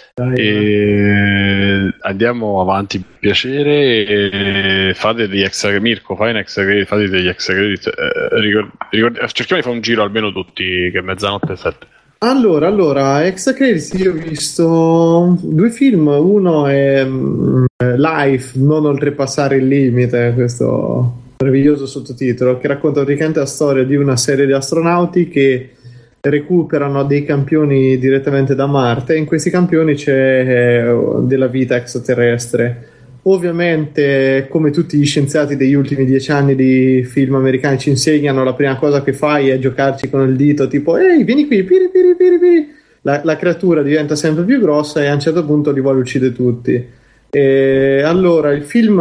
e andiamo avanti, piacere, e fate degli extra, Mirko fai un extra credit, fate degli extra credit, eh, ricord, ricord, cerchiamo di fare un giro almeno tutti, che mezzanotte e sette. Allora, allora, extra credit, io ho visto due film, uno è um, Life, non oltrepassare il limite, questo meraviglioso sottotitolo, che racconta praticamente la storia di una serie di astronauti che recuperano dei campioni direttamente da Marte, e in questi campioni c'è della vita extraterrestre. Ovviamente, come tutti gli scienziati degli ultimi dieci anni di film americani ci insegnano, la prima cosa che fai è giocarci con il dito, tipo ehi vieni qui, piri piri piri piri. La, la creatura diventa sempre più grossa e a un certo punto li vuole uccidere tutti. E allora il film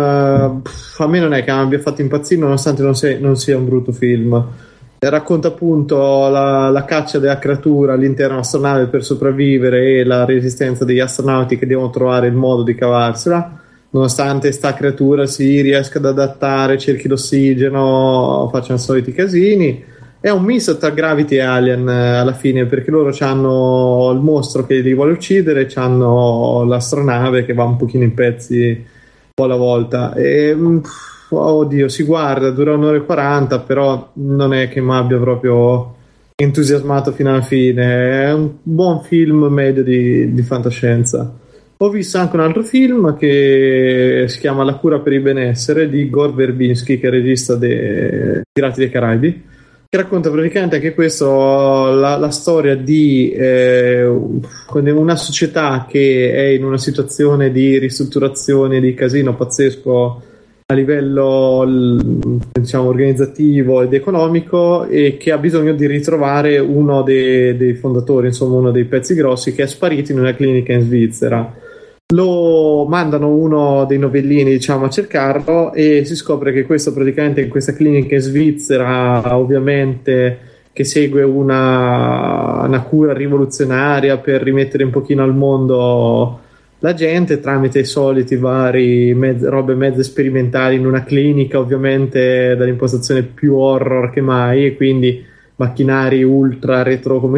pff, a me non è che mi abbia fatto impazzire, nonostante non sia, non sia un brutto film. Racconta appunto la, la caccia della creatura all'interno dell'astronave per sopravvivere e la resistenza degli astronauti che devono trovare il modo di cavarsela, nonostante sta creatura si riesca ad adattare, cerchi l'ossigeno, facciano soliti casini. È un misto tra Gravity e Alien alla fine, perché loro hanno il mostro che li vuole uccidere, hanno l'astronave che va un pochino in pezzi un po' alla volta e oddio, si guarda, dura un'ora e quaranta, però non è che mi abbia proprio entusiasmato fino alla fine. È un buon film medio di, di fantascienza. Ho visto anche un altro film che si chiama La cura per il benessere di Gore Verbinski, che è il regista dei Pirati dei Caraibi, che racconta praticamente anche questo la, la storia di eh, una società che è in una situazione di ristrutturazione, di casino pazzesco a livello diciamo organizzativo ed economico, e che ha bisogno di ritrovare uno dei, dei fondatori, insomma uno dei pezzi grossi, che è sparito in una clinica in Svizzera. Lo mandano uno dei novellini diciamo a cercarlo, e si scopre che questo praticamente in questa clinica in Svizzera, ovviamente che segue una, una cura rivoluzionaria per rimettere un pochino al mondo la gente tramite i soliti vari mezze, robe mezze sperimentali in una clinica, ovviamente dall'impostazione più horror che mai, e quindi macchinari ultra retro come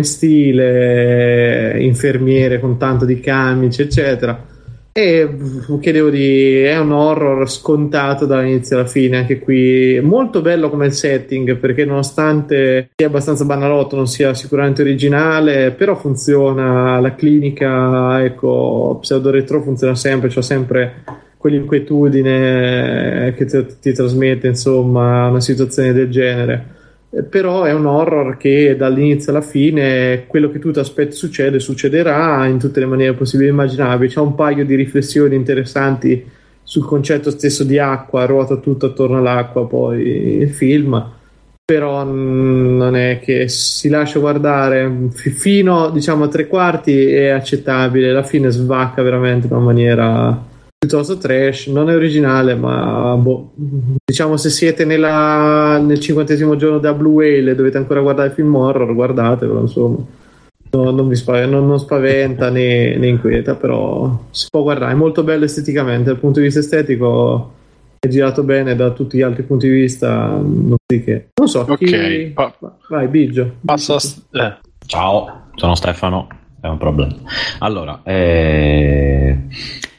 stile, infermiere con tanto di camici eccetera. E che devo dire, è un horror scontato dall'inizio alla fine. Anche qui molto bello come il setting, perché nonostante sia abbastanza banalotto, non sia sicuramente originale, però funziona. La clinica, ecco, pseudo retro funziona sempre, c'è sempre quell'inquietudine che ti, ti trasmette insomma una situazione del genere. Però è un horror che dall'inizio alla fine quello che tu ti aspetti succede, succederà in tutte le maniere possibili e immaginabili. C'è un paio di riflessioni interessanti sul concetto stesso di acqua, ruota tutto attorno all'acqua poi il film, però non è che si lascia guardare fino diciamo a tre quarti è accettabile, la fine svacca veramente in una maniera piuttosto trash. Non è originale, ma boh, diciamo se siete nella, nel cinquantesimo giorno da Blue Whale e dovete ancora guardare film horror, guardatevelo, insomma. No, non vi spaventa, non, non spaventa né, né inquieta, però si può guardare, è molto bello esteticamente, dal punto di vista estetico è girato bene, da tutti gli altri punti di vista non so che. Non so, ok, chi... pa- vai Biggio. Passa eh. Ciao, sono Stefano, è un problema. Allora, eh...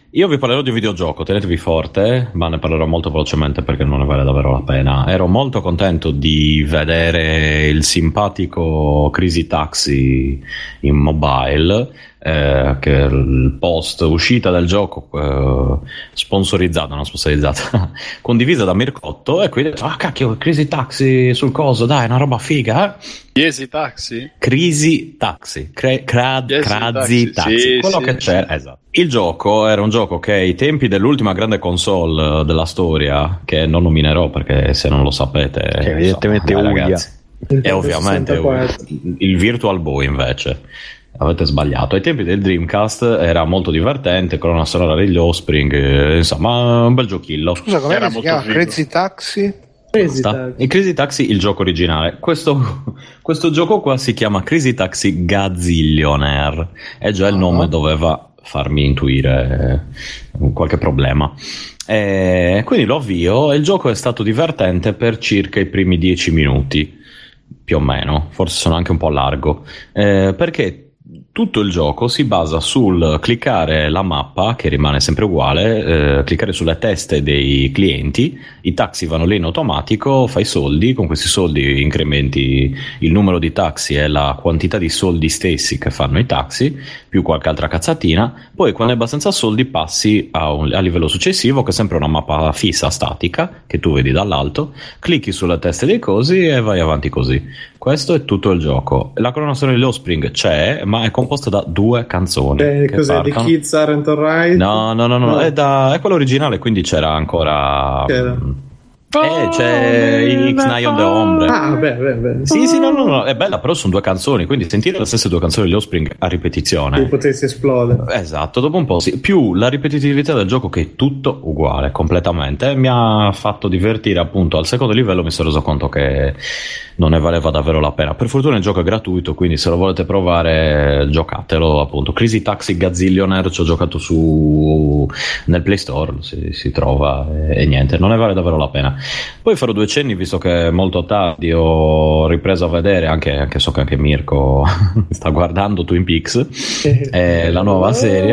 Io vi parlerò di un videogioco, tenetevi forte, ma ne parlerò molto velocemente perché non ne vale davvero la pena. Ero molto contento di vedere il simpatico Crazy Taxi in mobile, eh, che il post uscita del gioco eh, sponsorizzata, non sponsorizzata, condivisa da Mircotto, e quindi ah cacchio, Crazy Taxi sul coso, dai, è una roba figa, eh? Crazy Taxi? Crazy Taxi, Cra- crad- yes, Crazy Taxi, Taxi. Sì, quello sì, che c'era, sì. Esatto. Il gioco era un gioco che ai tempi dell'ultima grande console della storia, che non nominerò perché se non lo sapete, che evidentemente insomma, è eh, ragazzi, è ovviamente il Virtual Boy invece. Avete sbagliato. Ai tempi del Dreamcast era molto divertente, colonna sonora degli Offspring, eh, insomma, un bel giochillo. Scusa, come era si chiama? Crazy Taxi? Crazy Taxi. Il Crazy Taxi, il gioco originale. Questo, questo gioco qua si chiama Crazy Taxi Gazillionaire, e già il uh-huh. nome doveva farmi intuire qualche problema. E quindi lo avvio, e il gioco è stato divertente per circa i primi dieci minuti, più o meno, forse sono anche un po' largo, eh, perché tutto il gioco si basa sul cliccare la mappa, che rimane sempre uguale, eh, cliccare sulle teste dei clienti, i taxi vanno lì in automatico, fai soldi, con questi soldi incrementi il numero di taxi e la quantità di soldi stessi che fanno i taxi, più qualche altra cazzatina, poi quando hai abbastanza soldi passi a, un, a livello successivo, che è sempre una mappa fissa, statica, che tu vedi dall'alto, clicchi sulle teste dei cosi e vai avanti così. Questo è tutto il gioco. La colonna sonora di Offspring c'è, ma è composta da due canzoni. Eh, cos'è? Partono. The Kids Aren't Alright? No, no, no, no, no. È, da, è quello originale, quindi c'era ancora... C'era. Eh, c'è X nine on the Ombre. Ah, beh, beh, beh. Sì, sì, no, no, no, è bella, però sono due canzoni, quindi sentire le stesse due canzoni di Offspring a ripetizione. Se potessi esplodere. Esatto, dopo un po' sì. Più la ripetitività del gioco, che è tutto uguale, completamente, mi ha fatto divertire. Appunto, al secondo livello mi sono reso conto che non ne valeva davvero la pena. Per fortuna il gioco è gratuito, quindi se lo volete provare, giocatelo, appunto. Crazy Taxi Gazillionaire ci ho giocato su nel Play Store, si, si trova, e, e niente, non ne vale davvero la pena. Poi farò due cenni, visto che è molto tardi, ho ripreso a vedere, anche, anche so che anche Mirko sta guardando Twin Peaks, eh, la nuova serie.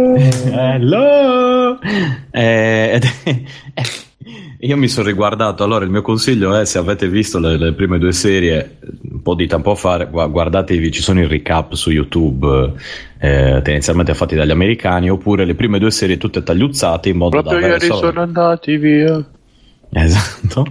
Hello! Eh, ed è, eh, io mi sono riguardato. Allora il mio consiglio è, se avete visto le, le prime due serie un po' di tempo fa, guardatevi, ci sono i recap su YouTube, eh, tendenzialmente fatti dagli americani, oppure le prime due serie tutte tagliuzzate in modo proprio da ieri solo... sono andati via. Esatto.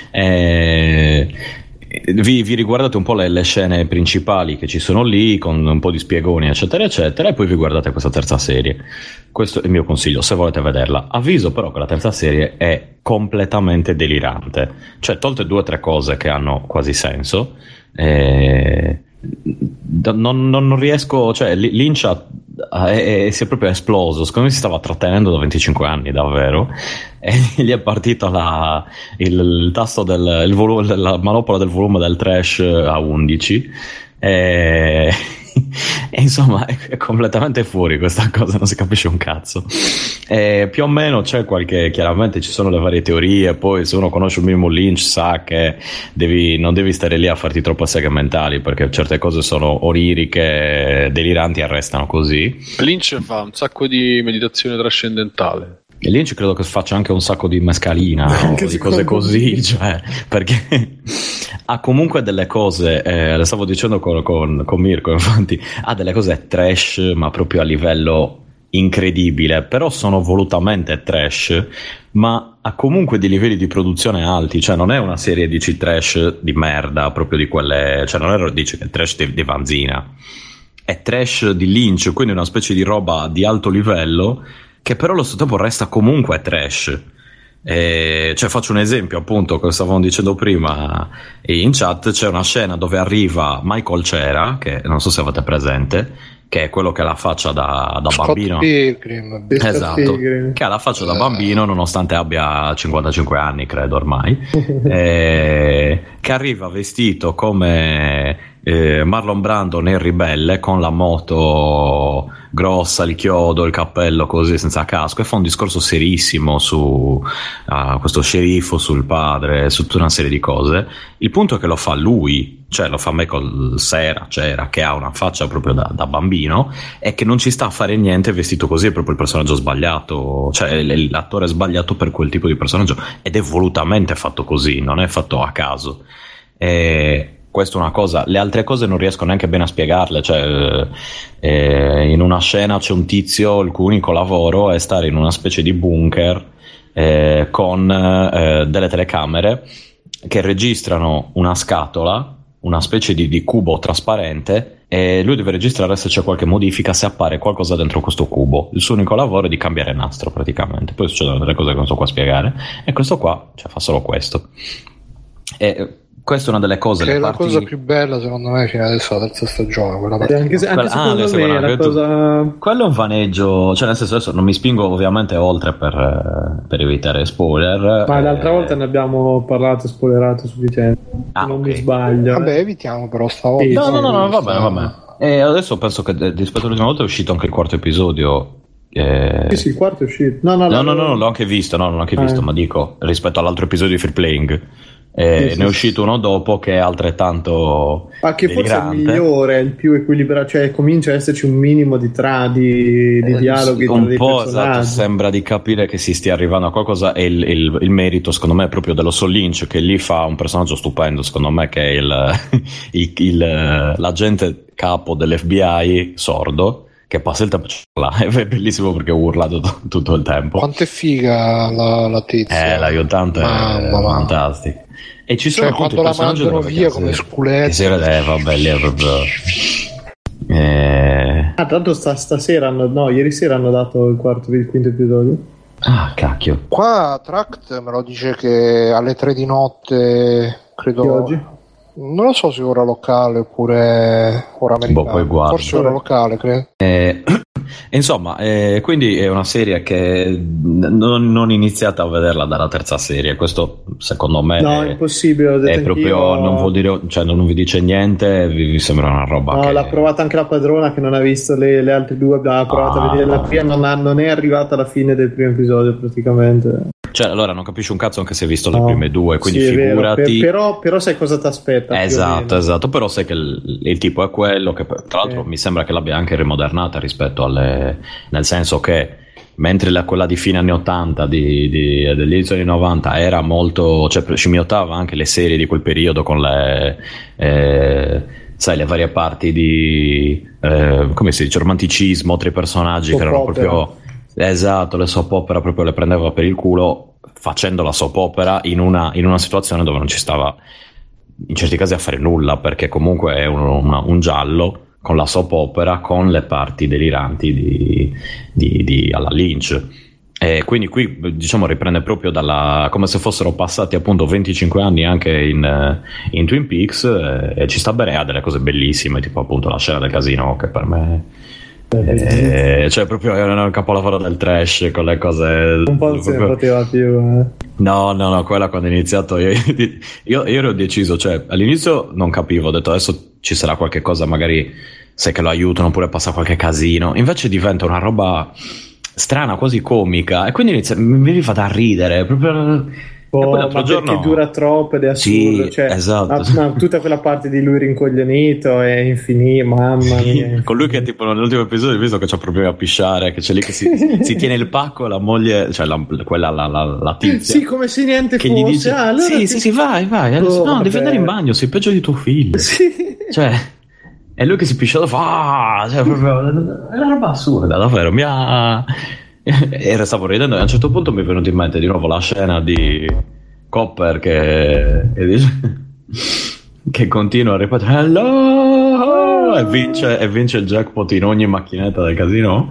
Eh, vi, vi riguardate un po' le, le scene principali che ci sono lì, con un po' di spiegoni eccetera eccetera, e poi vi guardate questa terza serie. Questo è il mio consiglio se volete vederla. Avviso però che la terza serie è completamente delirante, cioè tolte due o tre cose che hanno quasi senso, eh, non, non, non riesco, cioè Lynch ha, è, è, si è proprio esploso, secondo me si stava trattenendo da venticinque anni davvero, e gli è partito la, il, il tasto del il volume, la manopola del volume del trash a undici, e, e insomma è, è completamente fuori questa cosa, non si capisce un cazzo. E più o meno c'è qualche, chiaramente ci sono le varie teorie, poi se uno conosce un minimo Lynch sa che devi, non devi stare lì a farti troppe seghe mentali, perché certe cose sono oniriche, deliranti e restano così. Lynch fa un sacco di meditazione trascendentale. E Lynch credo che faccia anche un sacco di mescalina o di cose così, cioè, perché ha comunque delle cose, eh, le stavo dicendo con, con, con Mirko, infatti, ha delle cose trash, ma proprio a livello incredibile, però sono volutamente trash, ma ha comunque dei livelli di produzione alti, cioè non è una serie dici trash di merda, proprio di quelle, cioè non è dici che trash di, di Vanzina, è trash di Lynch, quindi una specie di roba di alto livello che però allo stesso tempo resta comunque trash. E, cioè faccio un esempio, appunto, come stavamo dicendo prima in chat, c'è una scena dove arriva Michael Cera, che non so se avete presente, che è quello che ha la faccia da, da bambino. Pilgrim, esatto, Pilgrim. Che ha la faccia da bambino nonostante abbia cinquantacinque anni, credo ormai, e, che arriva vestito come eh, Marlon Brando nel Ribelle, con la moto grossa, il chiodo, il cappello così senza casco, e fa un discorso serissimo su uh, questo sceriffo, sul padre, su tutta una serie di cose. Il punto è che lo fa lui, cioè lo fa Michael Cera, Cera, che ha una faccia proprio da, da bambino e che non ci sta a fare niente vestito così, è proprio il personaggio sbagliato, cioè l'attore è sbagliato per quel tipo di personaggio ed è volutamente fatto così, non è fatto a caso. E questa è una cosa, le altre cose non riesco neanche bene a spiegarle, cioè eh, in una scena c'è un tizio il cui unico lavoro è stare in una specie di bunker eh, con eh, delle telecamere che registrano una scatola, una specie di, di cubo trasparente, e lui deve registrare se c'è qualche modifica, se appare qualcosa dentro questo cubo. Il suo unico lavoro è di cambiare nastro praticamente, poi succedono delle cose che non so qua spiegare, e questo qua cioè, fa solo questo. E questa è una delle cose che le è la parti... cosa più bella secondo me fino adesso la terza stagione, quella parte. Anche, se, anche quella, secondo ah, me la cosa... quello è un vaneggio, cioè nel senso, adesso non mi spingo ovviamente oltre per, per evitare spoiler, ma eh... l'altra volta ne abbiamo parlato, spoilerato sufficiente, ah, non okay. mi sbaglio. Vabbè, evitiamo però stavolta. No, no, no, no, va bene, va bene. E adesso penso che rispetto all'ultima volta è uscito anche il quarto episodio. Eh... Sì, sì, il quarto è uscito. No, no, no, no, no, no, l'ho anche visto, no, non l'ho anche visto, eh. ma dico rispetto all'altro episodio di Free Playing. Eh, sì, ne è uscito uno dopo che è altrettanto ma che delirante. Forse è il migliore, il più equilibrato, cioè comincia ad esserci un minimo di tra di, di eh, dialoghi un tra po', esatto, sembra di capire che si stia arrivando a qualcosa, e il, il, il merito secondo me è proprio dello Saul Lynch, che lì fa un personaggio stupendo secondo me, che è il, il, il, l'agente capo dell'F B I sordo che passa il tempo là, è bellissimo perché urla tutto, tutto il tempo. Quanto è figa la, la tizia, eh, l'aiutante è fantastica. E ci sono cioè, quando la mandano via come sculetti, sì, eh, vabbè, lì è proprio eh... ah, tanto sta, stasera hanno, no, ieri sera hanno dato il quarto il quinto episodio. Ah, cacchio. Qua Tract me lo dice che alle tre di notte, credo di oggi, non lo so se ora locale oppure ora americano, boh, forse ora locale credo. Eh, insomma, eh, quindi è una serie che non, non iniziate a vederla dalla terza serie, questo secondo me no, è impossibile, è proprio, non vuol dire, cioè non vi dice niente, vi, vi sembra una roba no, che... l'ha provata anche la padrona che non ha visto le, le altre due, l'ha provata ah, a vedere la prima, non, ha, non è arrivata alla fine del primo episodio praticamente. Cioè, allora non capisci un cazzo anche se hai visto no. le prime due, quindi sì, figurati. Per, però, però sai cosa ti aspetta. Esatto, esatto. Però sai che il, il tipo è quello che, tra l'altro, sì. mi sembra che l'abbia anche rimodernata rispetto alle. Nel senso che mentre la, quella di fine anni ottanta, di, di, dell'inizio anni novanta, era molto. Cioè, scimmiottava anche le serie di quel periodo con le. Eh, sai, le varie parti di. Eh, come si dice? Romanticismo tra i personaggi soap che erano opera. proprio. Esatto, le soap opera proprio le prendeva per il culo, facendo la soap opera in una, in una situazione dove non ci stava in certi casi a fare nulla, perché comunque è un, una, un giallo con la soap opera con le parti deliranti di, di, di alla Lynch, e quindi qui diciamo riprende proprio dalla, come se fossero passati appunto venticinque anni anche in, in Twin Peaks, e, e ci sta bene, ha delle cose bellissime, tipo appunto la scena del casino che per me Eh, cioè proprio è un capolavoro del trash con le cose un po' non si poteva più eh. no no no quella quando ho iniziato io, io, io ero deciso, cioè all'inizio non capivo, ho detto adesso ci sarà qualche cosa, magari sai che lo aiutano oppure passa qualche casino, invece diventa una roba strana, quasi comica, e quindi inizia, mi fa da ridere proprio. Oh, ma giorno... perché dura troppo ed è assurdo, sì, cioè, esatto. ma, ma tutta quella parte di lui rincoglionito è infinito, mamma mia. Con lui che tipo nell'ultimo episodio ho visto che c'ha problemi a pisciare, che c'è lì che si, si tiene il pacco e la moglie, cioè la, quella la, la, la tizia, sì, come se niente che fosse, gli dice ah, allora sì ti... sì sì vai vai oh, no, devi andare in bagno, sei peggio di tuo figlio, sì. Cioè è lui che si piscia, fa ah, cioè, proprio, è una roba assurda davvero, mi ha e stavo ridendo e a un certo punto mi è venuto in mente di nuovo la scena di Copper che, che dice che continua a ripetere hello e vince, e vince il jackpot in ogni macchinetta del casino,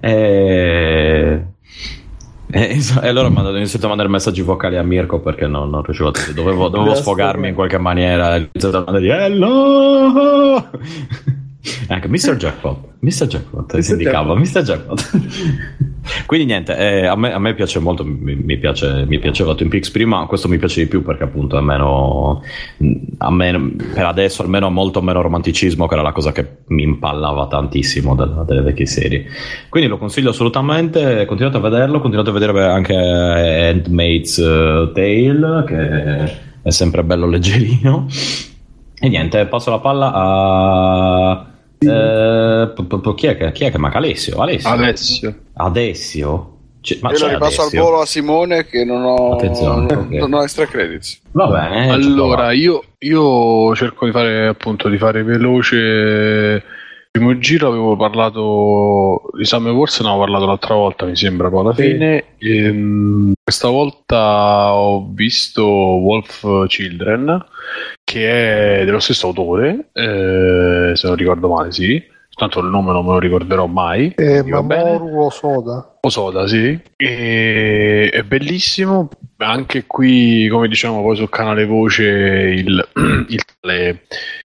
e, e, e allora ho iniziato a mandare messaggi vocali a Mirko perché non, non riuscivo a dovevo, dovevo sfogarmi in qualche maniera, ho iniziato a mandare hello anche mister Jackpot mister Jackpot si indicava mister Jackpot. Quindi niente, eh, a, me, a me piace molto, mi, mi, piace, mi piaceva Twin Peaks prima, questo mi piace di più perché appunto è meno, a me, per adesso almeno ha molto meno romanticismo, che era la cosa che mi impallava tantissimo delle, delle vecchie serie, quindi lo consiglio assolutamente, continuate a vederlo, continuate a vedere anche Handmaid's Tale che è sempre bello leggerino. E niente, passo la palla a... Eh, p- p- chi è che, chi è che manca? Alessio? Alessio? Alessio. Adessio? C- ma io lo ripasso al volo a Simone che non ho, Attenzione, okay. non ho extra credits. Va bene. Allora io, io cerco di fare appunto di fare veloce. Primo giro avevo parlato di Summer Wars, ne avevo parlato l'altra volta mi sembra poi alla fine. Sì. E, questa volta ho visto Wolf Children, che è dello stesso autore, eh, se non ricordo male, sì. Tanto il nome non me lo ricorderò mai. Eh, Mamoru Osoda. Osoda, sì. E, è bellissimo. Anche qui, come diciamo poi sul canale Voce, il, il le,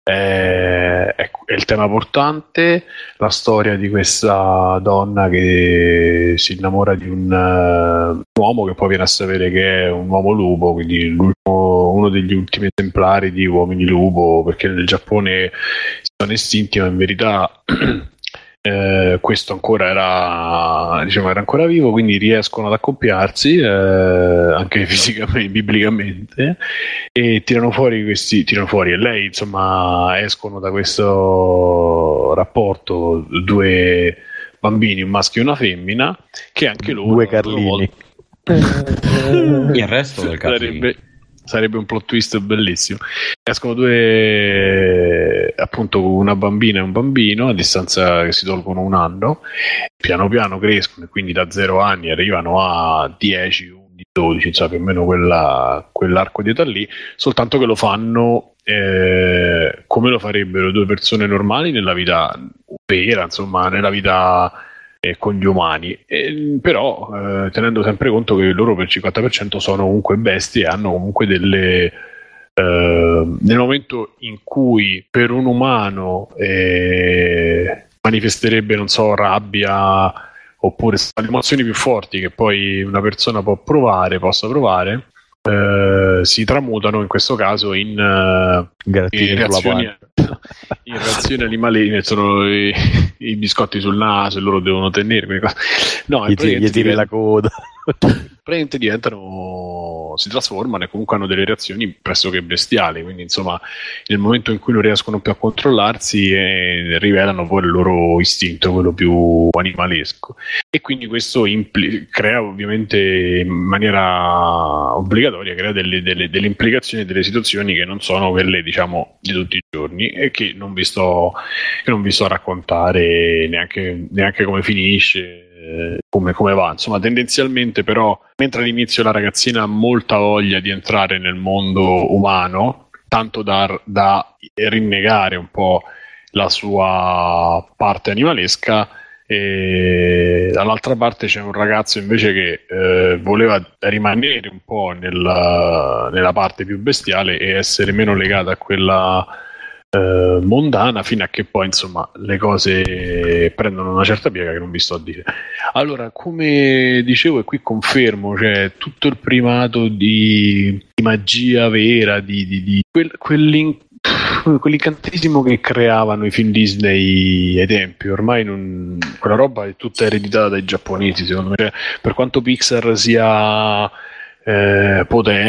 è, è, è il tema portante. La storia di questa donna che si innamora di un uh, uomo che poi viene a sapere che è un uomo lupo, quindi uno degli ultimi esemplari di uomini lupo, perché nel Giappone sono estinti, ma in verità eh, questo ancora era, diciamo, era ancora vivo, quindi riescono ad accoppiarsi eh, anche fisicamente, biblicamente, e tirano fuori questi, tirano fuori e lei, insomma, escono da questo rapporto due bambini, un maschio e una femmina, che anche loro due Carlini. Il resto del sarebbe, sarebbe un plot twist bellissimo. Escono due, appunto, una bambina e un bambino a distanza che si tolgono un anno, piano piano crescono e quindi da zero anni arrivano a dieci, undici, dodici, insomma più o meno quella, quell'arco di età lì, soltanto che lo fanno eh, come lo farebbero due persone normali nella vita vera, insomma nella vita eh, con gli umani, e, però eh, tenendo sempre conto che loro per il cinquanta per cento sono comunque bestie e hanno comunque delle Uh, nel momento in cui per un umano eh, manifesterebbe, non so, rabbia oppure le emozioni più forti che poi una persona può provare, possa provare, eh, si tramutano in questo caso in, uh, in reazioni, in reazioni animali, mettono i, i biscotti sul naso e loro devono tenere, no, gli, gli tiri la coda. Praticamente diventano, si trasformano e comunque hanno delle reazioni pressoché bestiali, quindi insomma nel momento in cui non riescono più a controllarsi eh, rivelano poi il loro istinto, quello più animalesco, e quindi questo impli- crea ovviamente in maniera obbligatoria crea delle, delle, delle implicazioni e delle situazioni che non sono quelle, diciamo, di tutti i giorni, e che non vi sto, che non vi sto a raccontare neanche, neanche come finisce, Come, come va, insomma. Tendenzialmente però, mentre all'inizio la ragazzina ha molta voglia di entrare nel mondo umano, tanto da, da rinnegare un po' la sua parte animalesca, e dall'altra parte c'è un ragazzo invece che eh, voleva rimanere un po' nella, nella parte più bestiale e essere meno legata a quella Uh, mondana, fino a che poi insomma le cose prendono una certa piega che non vi sto a dire. Allora, come dicevo, e qui confermo, cioè tutto il primato di, di magia vera, di, di, di quel, quell'in, quell'incantesimo che creavano i film Disney ai tempi, ormai non, quella roba è tutta ereditata dai giapponesi, secondo me. Cioè, per quanto Pixar sia eh,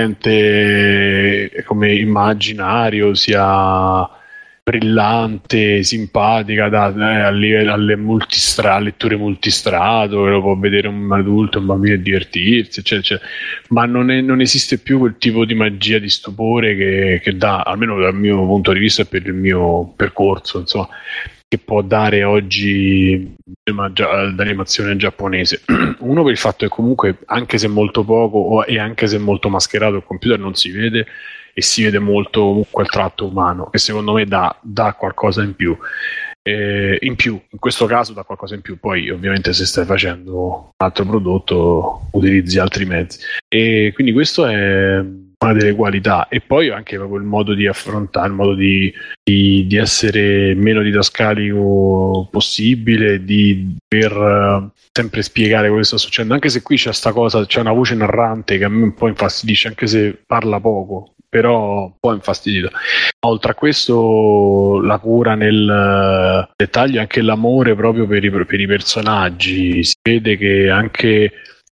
potente come immaginario, sia brillante, simpatica, da, eh, alle, alle multistra, letture multistrato, che lo può vedere un adulto, un bambino e divertirsi, eccetera, eccetera. Ma non, è, non esiste più quel tipo di magia, di stupore che, che dà, almeno dal mio punto di vista e per il mio percorso, insomma, che può dare oggi l'animazione giapponese. Uno, per il fatto che comunque, anche se molto poco e anche se molto mascherato, il computer non si vede e si vede molto comunque il tratto umano, che secondo me dà, dà qualcosa in più. Eh, in più, in questo caso dà qualcosa in più. Poi ovviamente se stai facendo un altro prodotto utilizzi altri mezzi, e quindi questo è una delle qualità. E poi anche proprio il modo di affrontare, il modo di, di, di essere meno didascalico possibile, di per uh, sempre spiegare quello che sta succedendo, anche se qui c'è sta cosa, c'è una voce narrante che a me un po' infastidisce, anche se parla poco, però un po' infastidito. Oltre a questo, la cura nel dettaglio, anche l'amore proprio per i, per i personaggi. Si vede che anche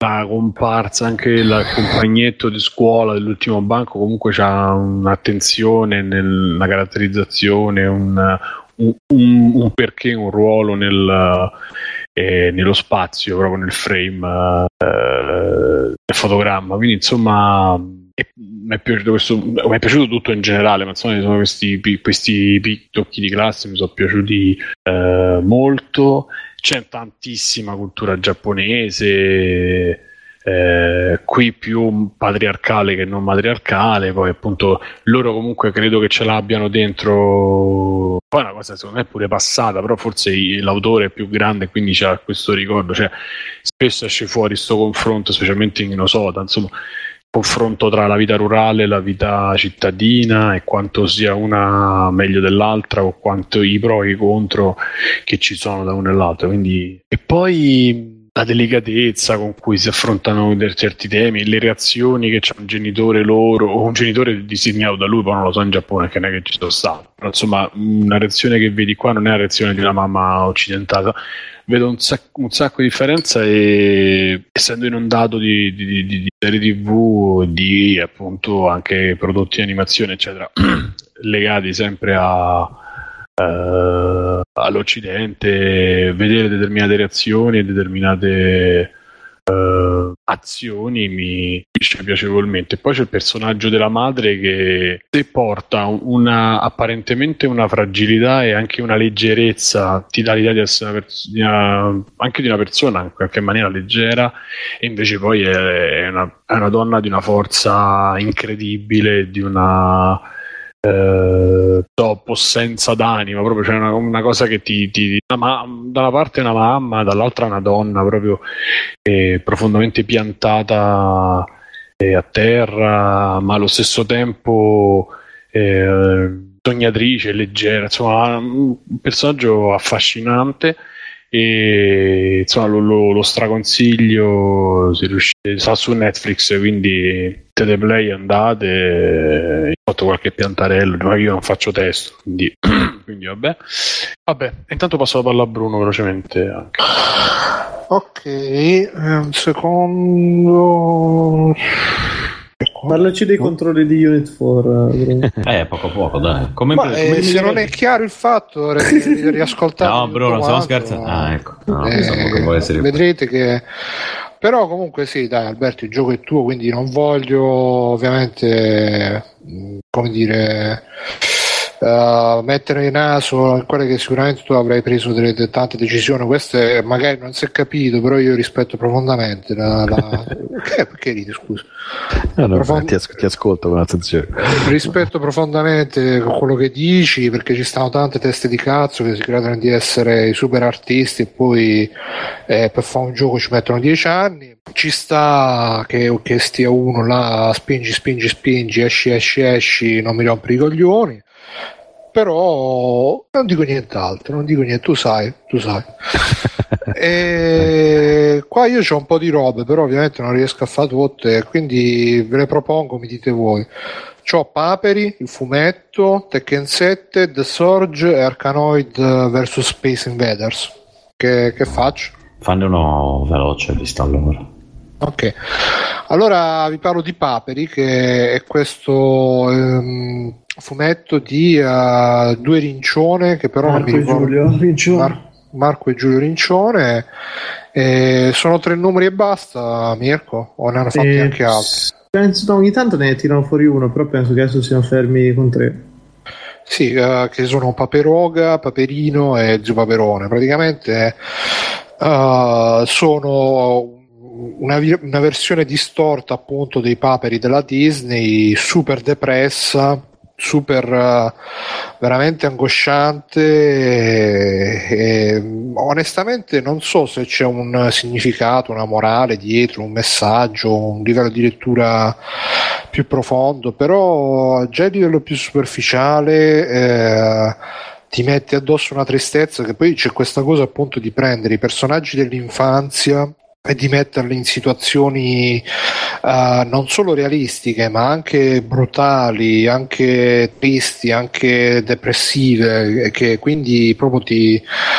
la comparsa, anche il compagnetto di scuola dell'ultimo banco comunque c'ha un'attenzione nella caratterizzazione, un, un, un, un perché, un ruolo nel, eh, nello spazio, proprio nel frame eh, del fotogramma, quindi insomma mi è piaciuto questo, mi è piaciuto tutto in generale, ma insomma sono questi, questi tocchi di classe mi sono piaciuti eh, molto. C'è tantissima cultura giapponese, eh, qui più patriarcale che non matriarcale, poi appunto loro comunque credo che ce l'abbiano dentro, poi è una cosa secondo me pure passata, però forse l'autore è più grande quindi c'ha questo ricordo, cioè spesso esce fuori questo confronto, specialmente in Minnesota, insomma confronto tra la vita rurale e la vita cittadina e quanto sia una meglio dell'altra o quanto i pro e i contro che ci sono da uno e l'altro, quindi e poi la delicatezza con cui si affrontano certi temi, le reazioni che c'è un genitore loro o un genitore disegnato da lui, poi non lo so in Giappone che non è che ci sono stato, però insomma una reazione che vedi qua non è la reazione di una mamma occidentale. Vedo un sacco, un sacco di differenza e essendo inondato di, di, di, di serie tv, di appunto anche prodotti di animazione eccetera legati sempre a uh, all'Occidente, vedere determinate reazioni e determinate uh, azioni mi piace piacevolmente. Poi c'è il personaggio della madre che se porta una apparentemente una fragilità e anche una leggerezza, ti dà l'idea di essere una pers- di una, anche di una persona in qualche maniera leggera, e invece poi è, è, una, è una donna di una forza incredibile, di una eh, possenza d'anima, proprio c'è cioè una, una cosa che ti, ti ma, da una parte è una mamma, dall'altra una donna proprio eh, profondamente piantata eh, a terra, ma allo stesso tempo eh, sognatrice, leggera, insomma un personaggio affascinante. E insomma lo, lo, lo straconsiglio, se riuscite, sta su Netflix, quindi Teleplay andate, ho fatto qualche piantarello, ma io non faccio testo, quindi, quindi vabbè vabbè intanto passo la palla a Bruno velocemente anche. Ok, un secondo. Parlaci dei controlli di Unit quattro. Eh, poco poco, dai. Come, Ma, come eh, se non è chiaro il fatto, ri- riascoltate. No, Bruno, stiamo scherzando. Ah, ecco. No, eh, che vuole essere vedrete che. Però comunque sì, dai, Alberto, il gioco è tuo, quindi non voglio ovviamente, come dire, uh, mettere il naso in quelle che sicuramente tu avrai preso delle, delle tante decisioni. Queste magari non si è capito, però io rispetto profondamente la, la... che, perché ridi, scusa? No, no, Profond... ti, as- ti ascolto con attenzione. Rispetto profondamente quello che dici, perché ci stanno tante teste di cazzo che si credono di essere i super artisti e poi eh, per fare un gioco ci mettono dieci anni. Ci sta che, che stia uno là, spingi, spingi, spingi, esci, esci, esci, non mi rompere i coglioni. Però non dico nient'altro, non dico niente, tu sai, tu sai. E qua io c'ho un po' di robe, però ovviamente non riesco a fare tutte, quindi ve le propongo, mi dite voi. C'ho Paperi, il fumetto, Tekken sette, The Surge e Arkanoid versus Space Invaders. Che, che faccio? Fanne uno veloce, visto allora. Ok, allora vi parlo di Paperi, che è questo ehm, fumetto di uh, due Rincione, che però Marco non mi ricordo. Giulio Rincione. Mar- Marco e Giulio Rincione. Eh, sono tre numeri e basta, Mirko? O ne hanno fatti eh, anche altri? Penso, no, ogni tanto ne tirano fuori uno, però penso che adesso siano fermi con tre. Sì, uh, che sono Paperoga, Paperino e Zio Paperone. Praticamente uh, sono una, una versione distorta appunto dei Paperi della Disney, super depressa, super uh, veramente angosciante e, e onestamente non so se c'è un significato, una morale dietro, un messaggio, un livello di lettura più profondo, però già a livello più superficiale eh, ti mette addosso una tristezza, che poi c'è questa cosa appunto di prendere i personaggi dell'infanzia e di metterli in situazioni uh, non solo realistiche ma anche brutali, anche tristi, anche depressive, che quindi proprio ti,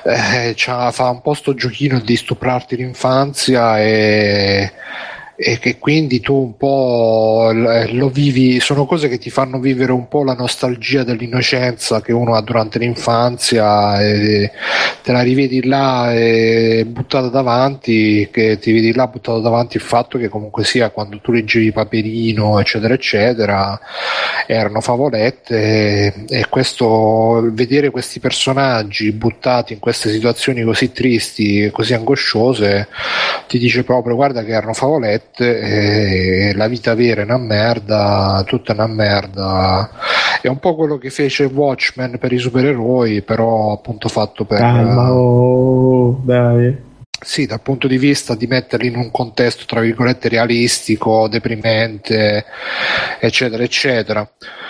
eh, fa un po' sto giochino di stuprarti l'infanzia e e che quindi tu un po' lo vivi, sono cose che ti fanno vivere un po' la nostalgia dell'innocenza che uno ha durante l'infanzia e te la rivedi là e buttata davanti, che ti vedi là buttato davanti il fatto che comunque sia quando tu leggevi Paperino eccetera eccetera erano favolette e, e questo, vedere questi personaggi buttati in queste situazioni così tristi e così angosciose ti dice proprio guarda che erano favolette e la vita vera è una merda, tutta una merda. È un po' quello che fece Watchmen per i supereroi, però appunto fatto per calma, oh, dai. Sì, dal punto di vista di metterli in un contesto tra virgolette realistico, deprimente, eccetera eccetera.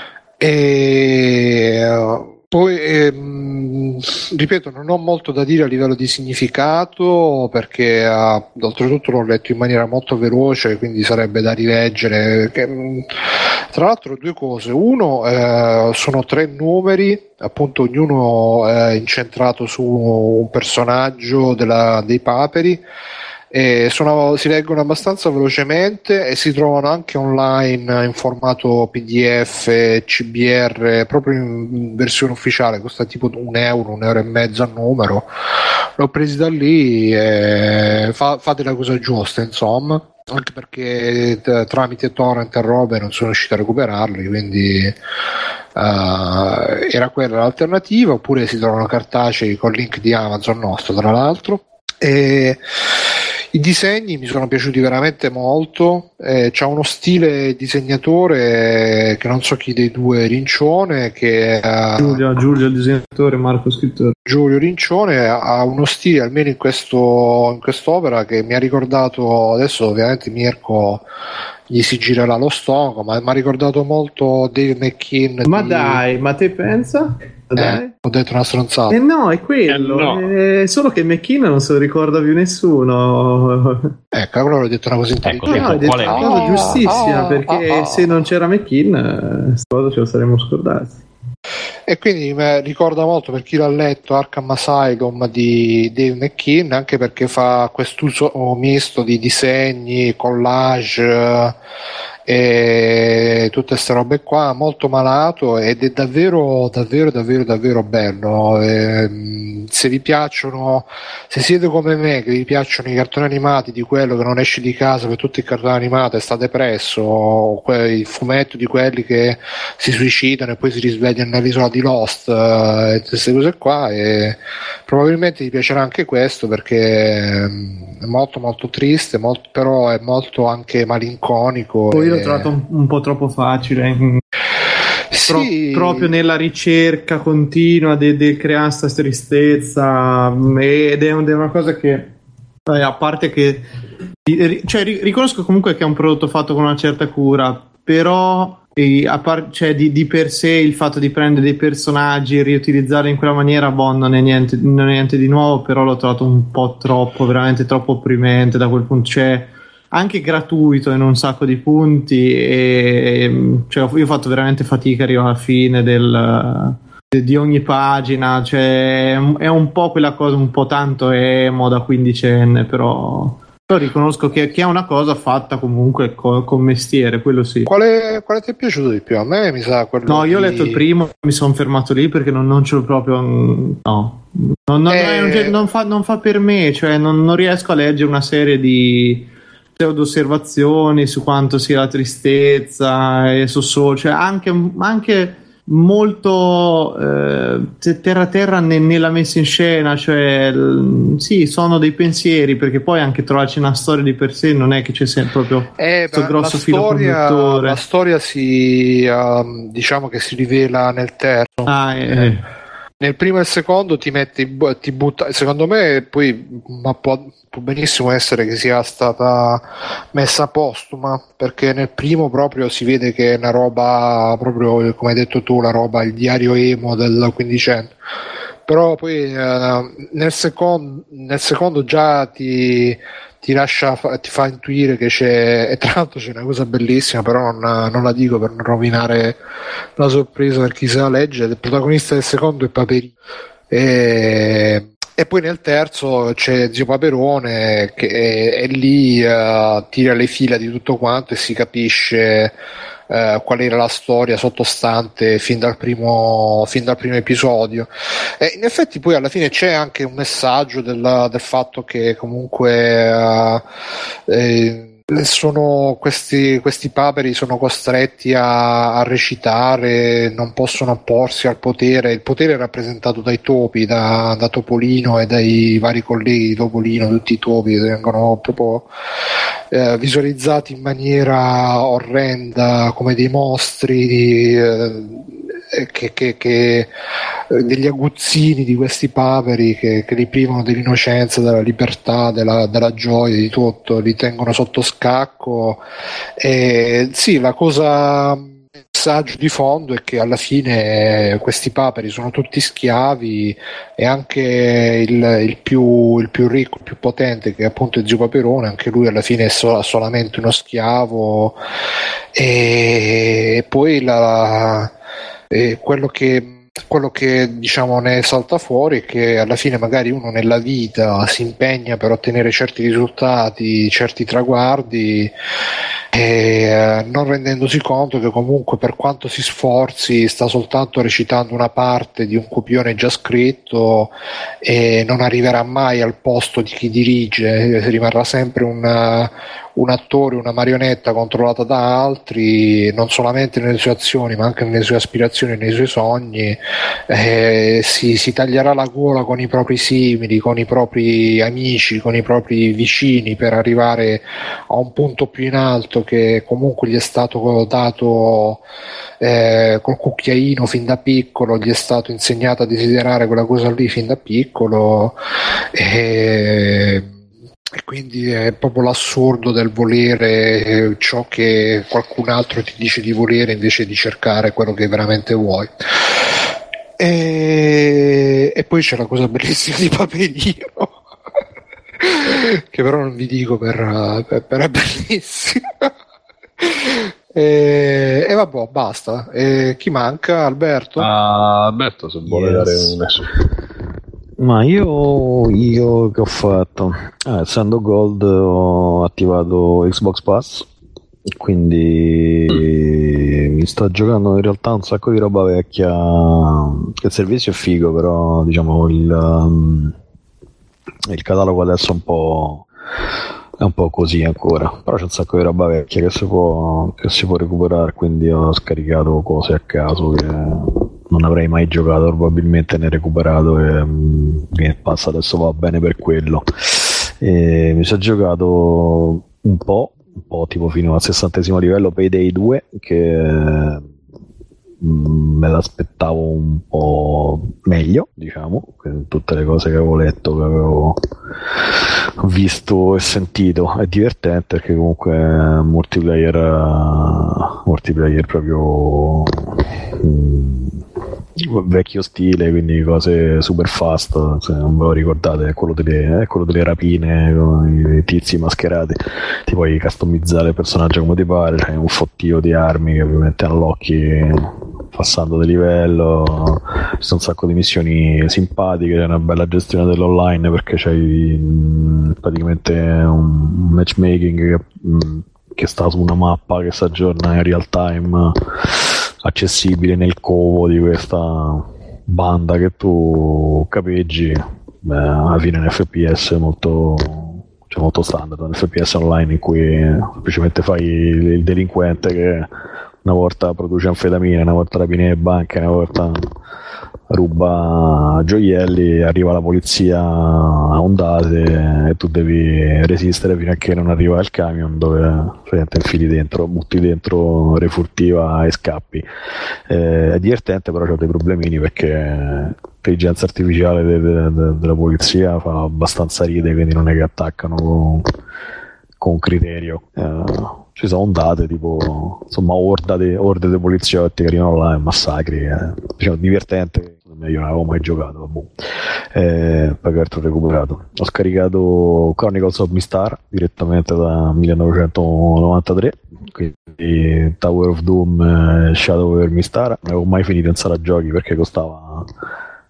E poi ehm, ripeto, non ho molto da dire a livello di significato perché eh, oltretutto l'ho letto in maniera molto veloce, quindi sarebbe da rileggere. Che, tra l'altro due cose: uno, eh, sono tre numeri, appunto ognuno è incentrato su un personaggio della, dei Paperi. E sono, si leggono abbastanza velocemente e si trovano anche online in formato P D F, C B R, proprio in versione ufficiale, costa tipo un euro, un euro e mezzo a numero. L'ho presi da lì e fa, fate la cosa giusta, insomma, anche perché t- tramite torrent e robe non sono riuscito a recuperarli, quindi uh, era quella l'alternativa, oppure si trovano cartacei con link di Amazon nostro, tra l'altro. E i disegni mi sono piaciuti veramente molto, eh, c'ha uno stile disegnatore che non so chi dei due, Rincione, che uh, Giulio, Giulio il disegnatore, Marco scrittore. Giulio Rincione ha uno stile, almeno in, questo, in quest'opera, che mi ha ricordato, adesso ovviamente Mirko gli si girerà lo stomaco, ma mi ha ricordato molto Dave McKean. Ma di... dai, ma te pensa? Dai. Eh, ho detto una stronzata. Eh no, è quello. Eh no. È solo che McKean non se lo ricorda più nessuno. Ecco, allora ho detto una cosa intelligente. Ecco, no, hai detto una cosa giustissima, perché oh, oh. se non c'era McKean, questa cosa ce lo saremmo scordati. E quindi mi ricorda molto, per chi l'ha letto, Arkham Asylum di Dave McKean, anche perché fa quest'uso misto di disegni, collage e tutte queste robe qua, molto malato, ed è davvero davvero davvero davvero bello. E, se vi piacciono, se siete come me che vi piacciono i cartoni animati, di quello che non esce di casa per tutti i cartoni animati e sta depresso, o il fumetto di quelli che si suicidano e poi si risvegliano nell'isola di Lost e eh, queste cose qua, e probabilmente vi piacerà anche questo, perché è molto molto triste, molto, però è molto anche malinconico. Poi l'ho trovato un, un po' troppo facile. Sì. Pro, proprio nella ricerca continua di de, de creare sta tristezza, ed è, un, è una cosa che eh, a parte che cioè, riconosco comunque che è un prodotto fatto con una certa cura, però e a par- cioè, di, di per sé il fatto di prendere dei personaggi e riutilizzarli in quella maniera, boh, non è niente, non è niente di nuovo, però l'ho trovato un po' troppo, veramente troppo opprimente da quel punto, cioè anche gratuito in un sacco di punti, e cioè, io ho fatto veramente fatica arrivare alla fine del, di ogni pagina, cioè è un po' quella cosa un po' tanto emo da quindicenne, però, però riconosco che, che è una cosa fatta comunque con, con mestiere, quello sì. Quale, quale ti è piaciuto di più? A me mi sa quello no, io ho di... letto il primo, mi sono fermato lì perché non, non ce l'ho proprio, no, non, non, eh... non, fa, non fa per me, cioè non, non riesco a leggere una serie di osservazioni su quanto sia la tristezza e su so, cioè anche, anche molto eh, terra terra ne, nella messa in scena, cioè l, sì, sono dei pensieri, perché poi anche trovarci una storia di per sé non è che c'è sempre proprio eh, questo grosso la filo storia, conduttore. La storia si uh, diciamo che si rivela nel terzo. Ah, eh. Eh. Nel primo e il secondo ti metti, ti butta, secondo me poi, ma può, può benissimo essere che sia stata messa postuma, perché nel primo proprio si vede che è una roba proprio, come hai detto tu, la roba, il diario emo del quindicenne, però poi eh, nel secondo nel secondo già ti ti lascia, ti fa intuire che c'è, e tra l'altro c'è una cosa bellissima, però non, non la dico per non rovinare la sorpresa per chi se la legge. Il protagonista del secondo è Paperino, e E poi nel terzo c'è Zio Paperone che è, è lì, uh, tira le fila di tutto quanto e si capisce uh, qual era la storia sottostante fin dal primo, fin dal primo episodio. E in effetti poi alla fine c'è anche un messaggio del, del fatto che comunque uh, eh, sono questi, questi paperi sono costretti a, a recitare, non possono opporsi al potere. Il potere è rappresentato dai topi, da, da Topolino e dai vari colleghi di Topolino, tutti i topi vengono proprio eh, visualizzati in maniera orrenda come dei mostri, eh, che, che, che degli aguzzini di questi paperi che, che li privano dell'innocenza, della libertà, della, della gioia, di tutto, li tengono sotto scacco. E sì, la cosa, il messaggio di fondo è che alla fine questi paperi sono tutti schiavi e anche il, il, più, il più ricco, il più potente, che appunto è Zio Paperone, anche lui alla fine è so, solamente uno schiavo. E poi la E quello che, quello che diciamo ne salta fuori è che alla fine magari uno nella vita si impegna per ottenere certi risultati, certi traguardi, e non rendendosi conto che comunque per quanto si sforzi sta soltanto recitando una parte di un copione già scritto e non arriverà mai al posto di chi dirige, rimarrà sempre una, un attore, una marionetta controllata da altri, non solamente nelle sue azioni ma anche nelle sue aspirazioni e nei suoi sogni. Eh, si, si taglierà la gola con i propri simili, con i propri amici, con i propri vicini per arrivare a un punto più in alto che comunque gli è stato dato eh, col cucchiaino fin da piccolo, gli è stato insegnato a desiderare quella cosa lì fin da piccolo. E E quindi è proprio l'assurdo del volere ciò che qualcun altro ti dice di volere invece di cercare quello che veramente vuoi. E, e poi c'è la cosa bellissima di Paperino che però non vi dico per, per, per è bellissima. E, e vabbè, basta. E chi manca? Alberto? Ah, Alberto, se vuole yes. dare un esso. Ma io, io che ho fatto? Ah, essendo Gold ho attivato Xbox Pass, quindi mm. mi sto giocando in realtà un sacco di roba vecchia. Il servizio è figo, però diciamo il, um, il catalogo adesso è un po', è un po' così ancora, però c'è un sacco di roba vecchia che si può, che si può recuperare, quindi ho scaricato cose a caso che non avrei mai giocato probabilmente, ne recuperato e mh, Game Pass adesso va bene per quello. E mi sono giocato un po', un po' tipo fino al sessantesimo livello Payday due, che mh, me l'aspettavo un po' meglio, diciamo, tutte le cose che avevo letto, che avevo visto e sentito. È divertente perché comunque è multiplayer, multiplayer proprio mh, vecchio stile, quindi cose super fast. Se non ve lo ricordate, è quello delle, è quello delle rapine con i tizi mascherati, ti puoi customizzare il personaggio come ti pare, c'è un fottio di armi che ovviamente unlocki passando di livello, ci sono un sacco di missioni simpatiche, c'è una bella gestione dell'online perché c'hai mh, praticamente un matchmaking che, mh, che sta su una mappa che si aggiorna in real time, accessibile nel covo di questa banda che tu capeggi. Beh, alla fine è un F P S molto, cioè molto standard, un F P S online in cui semplicemente fai il, il delinquente che una volta produce anfetamine, una volta rapina le banche, una volta ruba gioielli, arriva la polizia a ondate e tu devi resistere fino a che non arriva il camion dove te infili dentro, butti dentro refurtiva e scappi. Eh, è divertente, però c'ha dei problemini perché l'intelligenza artificiale de- de- de- della polizia fa abbastanza ride, quindi non è che attaccano con, con criterio. Eh, ci sono ondate tipo insomma orde di orde di poliziotti che arrivano là e massacri, eh. Diciamo divertente, io non avevo mai giocato, boh. Eh, poi che altro ho recuperato, ho scaricato Chronicles of Mistar direttamente da millenovecentonovantatré, quindi Tower of Doom e Shadow over Mistar. Non avevo mai finito in sala giochi perché costava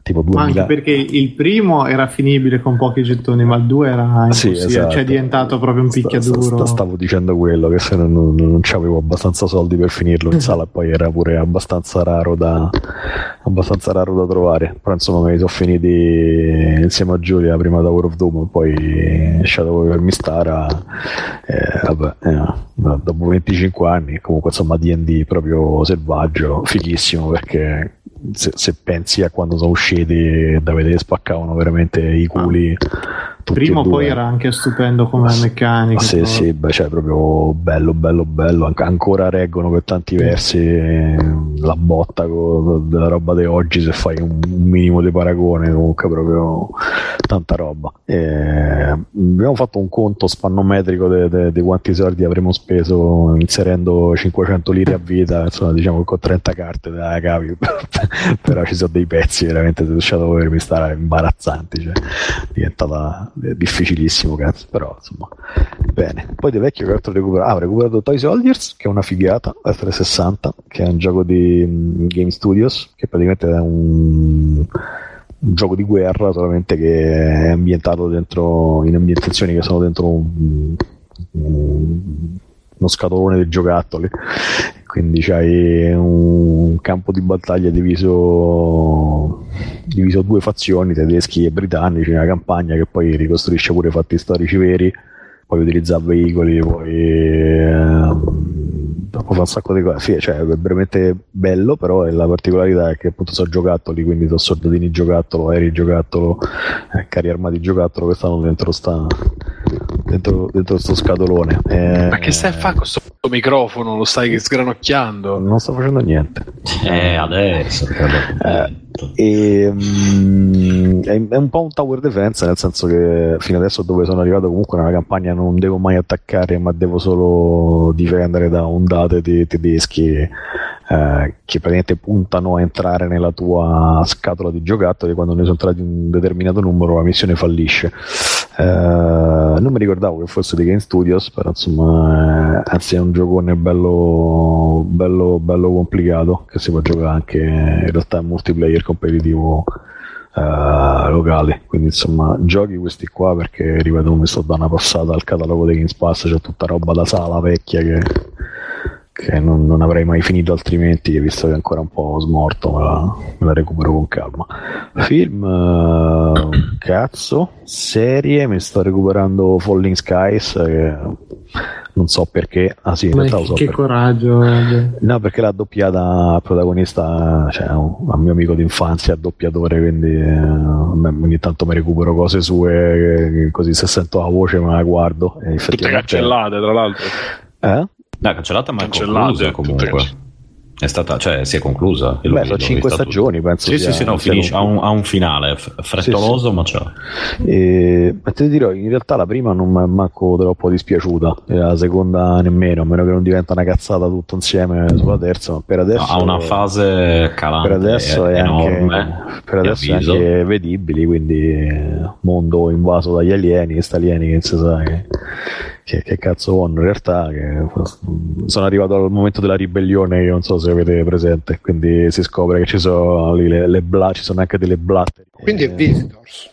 tipo duemila. Ma anche perché il primo era finibile con pochi gettoni, ma il due era impossibile, sì, esatto. Cioè è diventato proprio un picchiaduro. Sta, stavo dicendo quello, che se non, non, non c'avevo abbastanza soldi per finirlo in sala, poi era pure abbastanza raro da abbastanza raro da trovare. Però insomma me li sono finiti insieme a Giulia, prima da War of Doom, poi Shadow of Mistara, eh, vabbè, eh, dopo venticinque anni, comunque insomma D and D proprio selvaggio, fighissimo, perché Se, se pensi a quando sono usciti da vedere spaccavano veramente i culi tutti primo, poi era anche stupendo come meccanica, sì però. Sì, beh, cioè proprio bello bello bello, An- ancora reggono per tanti versi eh, la botta con, della roba di oggi, se fai un, un minimo di paragone, comunque proprio tanta roba. E abbiamo fatto un conto spannometrico di quanti soldi avremmo speso inserendo cinquecento lire a vita, insomma diciamo che con trenta carte della cavi però ci sono dei pezzi veramente lasciato per stare imbarazzanti, cioè è diventata difficilissimo, cazzo, però insomma bene. Poi di vecchio che altro recuperato? Ah, ho recuperato Toy Soldiers, che è una figata, la trecentosessanta, che è un gioco di um, Game Studios, che praticamente è un, un gioco di guerra, solamente che è ambientato dentro in ambientazioni che sono dentro un, un, uno scatolone di giocattoli, quindi c'hai un campo di battaglia diviso diviso a due fazioni, tedeschi e britannici, una campagna che poi ricostruisce pure fatti storici veri, puoi utilizzare veicoli, puoi ehm, puoi fare un sacco di cose, sì, cioè è veramente bello, però la particolarità è che appunto sono giocattoli, quindi sono soldatini giocattolo, aerei giocattolo, eh, carri armati giocattolo che stanno dentro sta dentro, dentro sto scatolone. Eh, ma che stai a fare con questo microfono? Lo stai sgranocchiando? Non sto facendo niente. Eh, adesso. Eh, e, um, è, è un po' un tower defense, nel senso che fino adesso dove sono arrivato comunque nella campagna non devo mai attaccare, ma devo solo difendere da ondate di tedeschi eh, che praticamente puntano a entrare nella tua scatola di giocattoli. Quando ne sono entrati un determinato numero la missione fallisce. Eh, non mi ricordavo che fosse di Game Studios, però insomma eh, anzi è un giocone bello bello bello complicato, che si può giocare anche in realtà in multiplayer competitivo eh, locale, quindi insomma giochi questi qua, perché ripeto mi sto dando una passata al catalogo di Games Pass, c'è tutta roba da sala vecchia che che non, non avrei mai finito altrimenti, visto che è ancora un po' smorto, me la, me la recupero con calma. Film, uh, cazzo, serie, mi sto recuperando Falling Skies, che non so perché, ah sì, in realtà lo so che perché. Coraggio, no, perché l'ha doppiata protagonista, cioè un, un mio amico d'infanzia, doppiatore, quindi eh, ogni tanto mi recupero cose sue, che, così se sento la voce me la guardo. E tutte cancellate tra l'altro. Eh? No, cancellata ma è conclusa comunque. È stata, cioè si è conclusa. Beh, sono cinque stagioni, tutto. Penso. Sì, sia, sì, sì, no, finisce, ha un, ha un finale frettoloso, sì, sì. Ma c'è. E, ma te dirò, in realtà la prima non mi è manco troppo dispiaciuta, e la seconda nemmeno, a meno che non diventa una cazzata tutto insieme sulla terza, ma per adesso... No, ha una fase calante, per adesso è, è enorme, anche, per adesso è anche vedibili, quindi mondo invaso dagli alieni, questi alieni che si sa che... Che, che cazzo vanno in realtà, che sono arrivato al momento della ribellione che non so se avete presente, quindi si scopre che ci sono le, le bla, ci sono anche delle blatte, quindi è Visitors.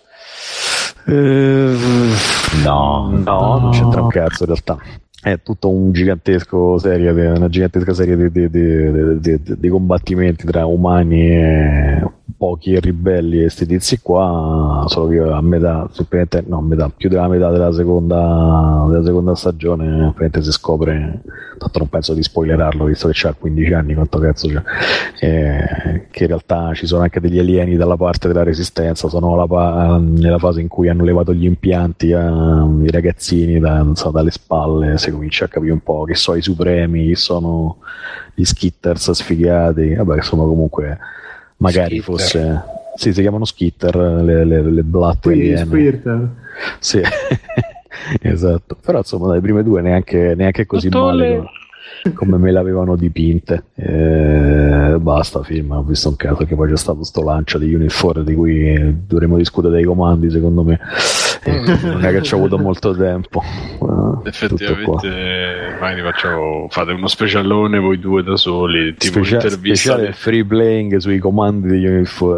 eh, no, no no non c'entra un cazzo in realtà, è tutto un gigantesco serie una gigantesca serie di, di, di, di, di, di combattimenti tra umani e pochi ribelli e sti tizi qua, solo che a metà, semplicemente no, a metà, più della metà della seconda della seconda stagione semplicemente si scopre, tanto non penso di spoilerarlo visto che c'ha quindici anni, quanto cazzo c'è, eh, che in realtà ci sono anche degli alieni dalla parte della resistenza, sono la pa- nella fase in cui hanno levato gli impianti ai ragazzini da, non so, dalle spalle, si comincia a capire un po' che sono i supremi, chi sono gli skitters sfigati, vabbè insomma comunque magari skitter. Fosse sì, si chiamano skitter le, le, le blatte aliene. Sì. Esatto, però insomma dalle prime due neanche, neanche così male le... come me l'avevano dipinte, e basta film, ho visto un caso che poi c'è stato sto lancio di Unit quattro di cui dovremmo discutere dei comandi secondo me, e non è che ci ho avuto molto tempo. Uh, effettivamente magari facciamo, fate uno specialone voi due da soli, tipo Specia- un'intervista speciale free playing sui comandi di Unit quattro.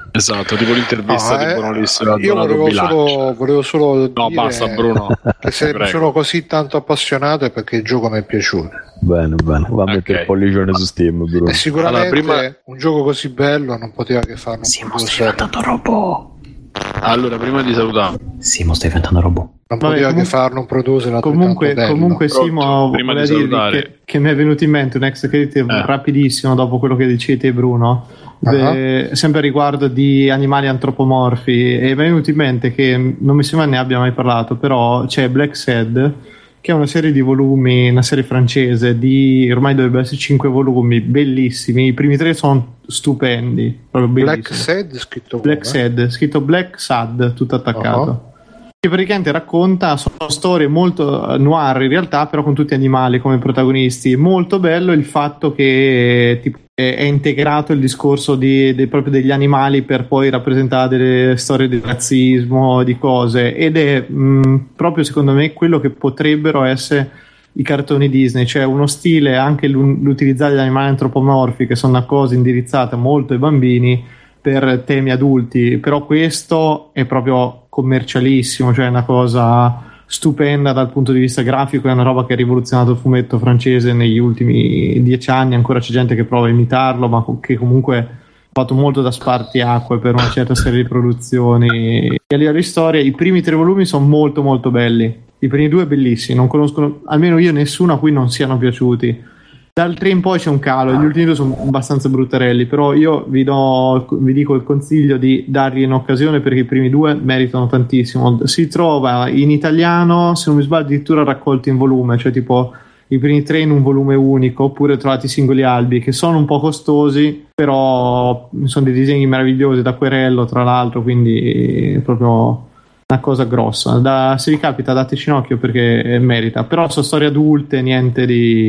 Esatto, tipo l'intervista no, di Bruno Lissero. Io volevo solo, volevo solo no, dire basta Bruno. Che se mi sono così tanto appassionato è perché il gioco mi è piaciuto. Bene, bene, va a okay. mettere il pollicione su Steam, Bruno. E sicuramente allora, prima... un gioco così bello non poteva che farlo. Simo, stai diventando robot. Allora, prima di salutare, Simo, stai diventando robot. Non Vabbè, poteva comunque, che farlo un producer comunque, comunque Simo, prima di salutare che, che mi è venuto in mente un ex credit eh. rapidissimo dopo quello che dicete Bruno. Uh-huh. De, sempre riguardo di animali antropomorfi, e mi è venuto in mente che non mi sembra ne abbia mai parlato, però c'è Black Sad, che è una serie di volumi, una serie francese di ormai dovrebbe essere cinque volumi, bellissimi. I primi tre sono stupendi, proprio Black Sad scritto Black Sad, scritto Black Sad tutto attaccato. Uh-huh. Che praticamente racconta, sono storie molto noir in realtà, però con tutti animali come protagonisti. Molto bello il fatto che tipo è integrato il discorso di, di, proprio degli animali per poi rappresentare delle storie di razzismo, di cose, ed è mh, proprio secondo me quello che potrebbero essere i cartoni Disney, cioè uno stile, anche l'utilizzare gli animali antropomorfi, che sono una cosa indirizzata molto ai bambini per temi adulti, però questo è proprio commercialissimo, cioè è una cosa stupenda dal punto di vista grafico, è una roba che ha rivoluzionato il fumetto francese negli ultimi dieci anni. Ancora c'è gente che prova a imitarlo, ma che comunque ha fatto molto da spartiacque per una certa serie di produzioni. E a livello di storia i primi tre volumi sono molto molto belli, i primi due bellissimi, non conoscono almeno io nessuno a cui non siano piaciuti. Dal tre in poi c'è un calo, gli ultimi due sono abbastanza bruttarelli, però io vi, do, vi dico il consiglio di dargli un'occasione perché i primi due meritano tantissimo. Si trova in italiano, se non mi sbaglio, addirittura raccolti in volume, cioè tipo i primi tre in un volume unico, oppure trovati singoli albi che sono un po' costosi, però sono dei disegni meravigliosi da Querello tra l'altro, quindi è proprio una cosa grossa. Da, se vi capita dateci un occhio perché merita, però sono storie adulte, niente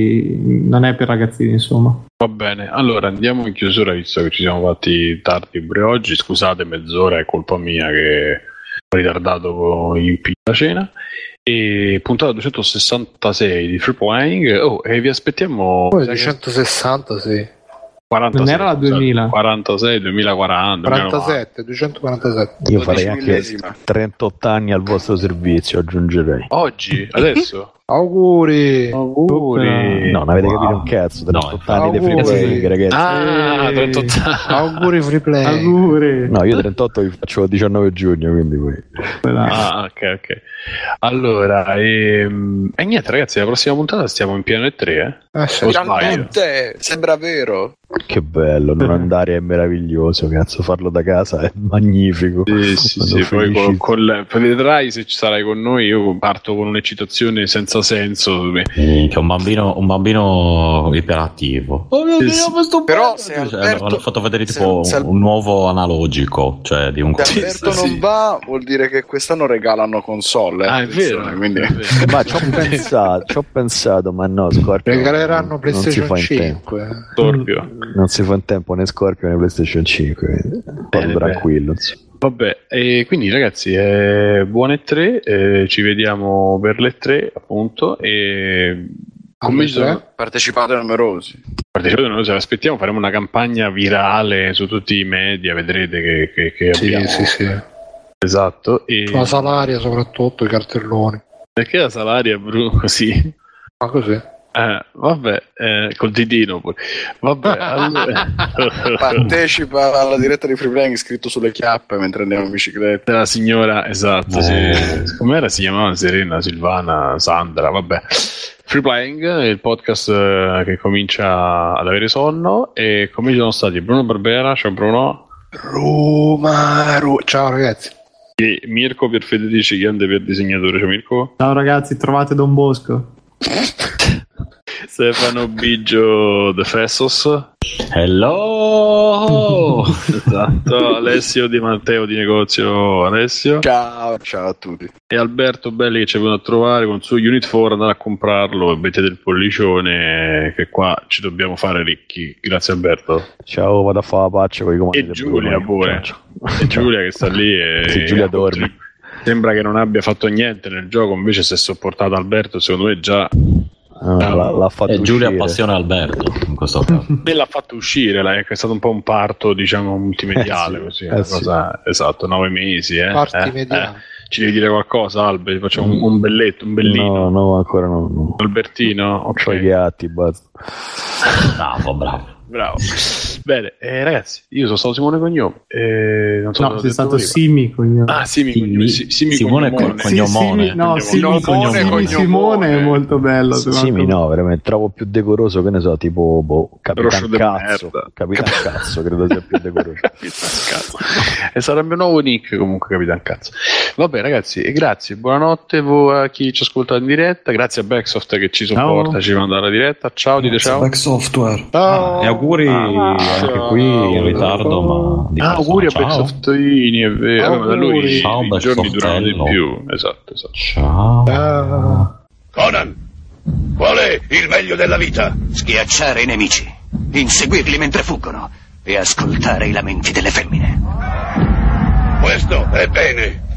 di, non è per ragazzini, insomma. Va bene, allora andiamo in chiusura visto che ci siamo fatti tardi pure oggi. Scusate, mezz'ora è colpa mia che ho ritardato con gli impegni da cena. E puntata duecentosessantasei di Free Playing. Oh, e vi aspettiamo. Poi duecentosessantasei quarantasei, non era la duemila? quarantasei, duemilaquaranta, quarantasette, duecentoquarantasette. Io farei anche trentotto anni al vostro servizio, aggiungerei. Oggi? Adesso? Auguri. Auguri. No, non avete wow. capito un cazzo, trentotto no, anni di Free Playing, ragazzi. Ah, trentotto auguri Free Playing. Auguri. No, io trentotto vi faccio il diciannove giugno, quindi poi. Ah, ok, ok. Allora, ehm... e niente ragazzi, la prossima puntata stiamo in piano e tre, eh? eh Finalmente, sembra vero. Che bello, non andare è meraviglioso, cazzo, farlo da casa è magnifico. Sì, sì, sì, poi, con, con le, poi vedrai se ci sarai con noi, io parto con un'eccitazione senza senso. Sì, che un bambino, un bambino iperattivo. Oh mio Dio, questo però se Alberto, hanno fatto vedere tipo se, se, un nuovo analogico, cioè di un se Alberto sì, non sì. va, vuol dire che quest'anno regalano console. Ah, è vero, quindi... è vero. Ma ci ho pensato, ci ho pensato, ma no, Scorpio. Regaleranno PlayStation cinque. Scorpio. Non si fa in tempo né Scorpio né PlayStation cinque, bene, tranquillo. Vabbè, e quindi ragazzi, eh, buone tre, eh, ci vediamo per le tre appunto. E come sono... partecipate numerosi. Partecipate numerosi, aspettiamo, faremo una campagna virale su tutti i media, vedrete che, che, che sì, abbiamo. Sì, sì. Esatto. E... la Salaria soprattutto, i cartelloni. Perché la Salaria, Bruno, così? Ma così? Eh, vabbè, eh, col ditino pure. Vabbè, allora... partecipa alla diretta di Free Playing scritto sulle chiappe mentre andiamo in bicicletta. La signora, esatto, eh. sì. Com'era? Si chiamava Serena, Silvana, Sandra, vabbè. Free Playing, il podcast eh, che comincia ad avere sonno. E come ci sono stati Bruno Barbera, ciao Bruno. Roma, Ru- ciao ragazzi. E Mirko Pierfederici, chiande per disegnatore, ciao Mirko. Ciao ragazzi, trovate Don Bosco. Stefano Biggio De Fessos. Hello. Esatto. Alessio Di Matteo di Negozio Alessio. Ciao, ciao a tutti. E Alberto Belli che ci è venuto a trovare con il suo Unit quattro, andare a comprarlo e mettete il pollicione che qua ci dobbiamo fare ricchi. Grazie Alberto. Ciao, vado a fare la faccia con i comandi. E Giulia pure. E Giulia che sta lì e sì, Giulia dorme. Sembra che non abbia fatto niente nel gioco, invece si è sopportato Alberto, secondo me già ah, l'ha, l'ha fatto e Giulia appassiona Alberto in questo caso. Beh, l'ha fatto uscire, lei, è stato un po' un parto, diciamo, multimediale, eh sì, così, eh cosa, sì. Esatto, nove mesi, eh. Parti eh, mediali. Eh. Ci devi dire qualcosa, Albe? Facciamo un, un belletto, un bellino. No, no, ancora no. no. Albertino? Ok. C'ho i gatti, basta. Bravo, bravo. Bravo. Bene, eh, ragazzi, io sono stato Simone Cognome. Eh, non so no, sei stato Simi Cognome. Ah, Simi Cognome. Sì, Simi Simone Cognomone. Sì, Simi, no, Simi Cognome. Simone è molto bello. Simi no, veramente trovo più decoroso, che ne so, tipo boh, Capitan Cazzo. Capitan Cazzo, credo sia più decoroso. Cazzo. E sarebbe un nuovo nick comunque, Capitan Cazzo. Vabbè, ragazzi, e grazie, buonanotte a chi ci ascolta in diretta. Grazie a Backsoft che ci sopporta, ciao. Ci manda la diretta. Ciao, dite ciao. Back Software. Ciao. Ah, e auguri ah, anche qui in ritardo, ma di ah, auguri a Backsoftini, è vero. Allora, da lui ciao, i giorni durano di più. Esatto, esatto. Ciao. ciao. Conan, qual è il meglio della vita? Schiacciare i nemici, inseguirli mentre fuggono e ascoltare i lamenti delle femmine. Questo è bene.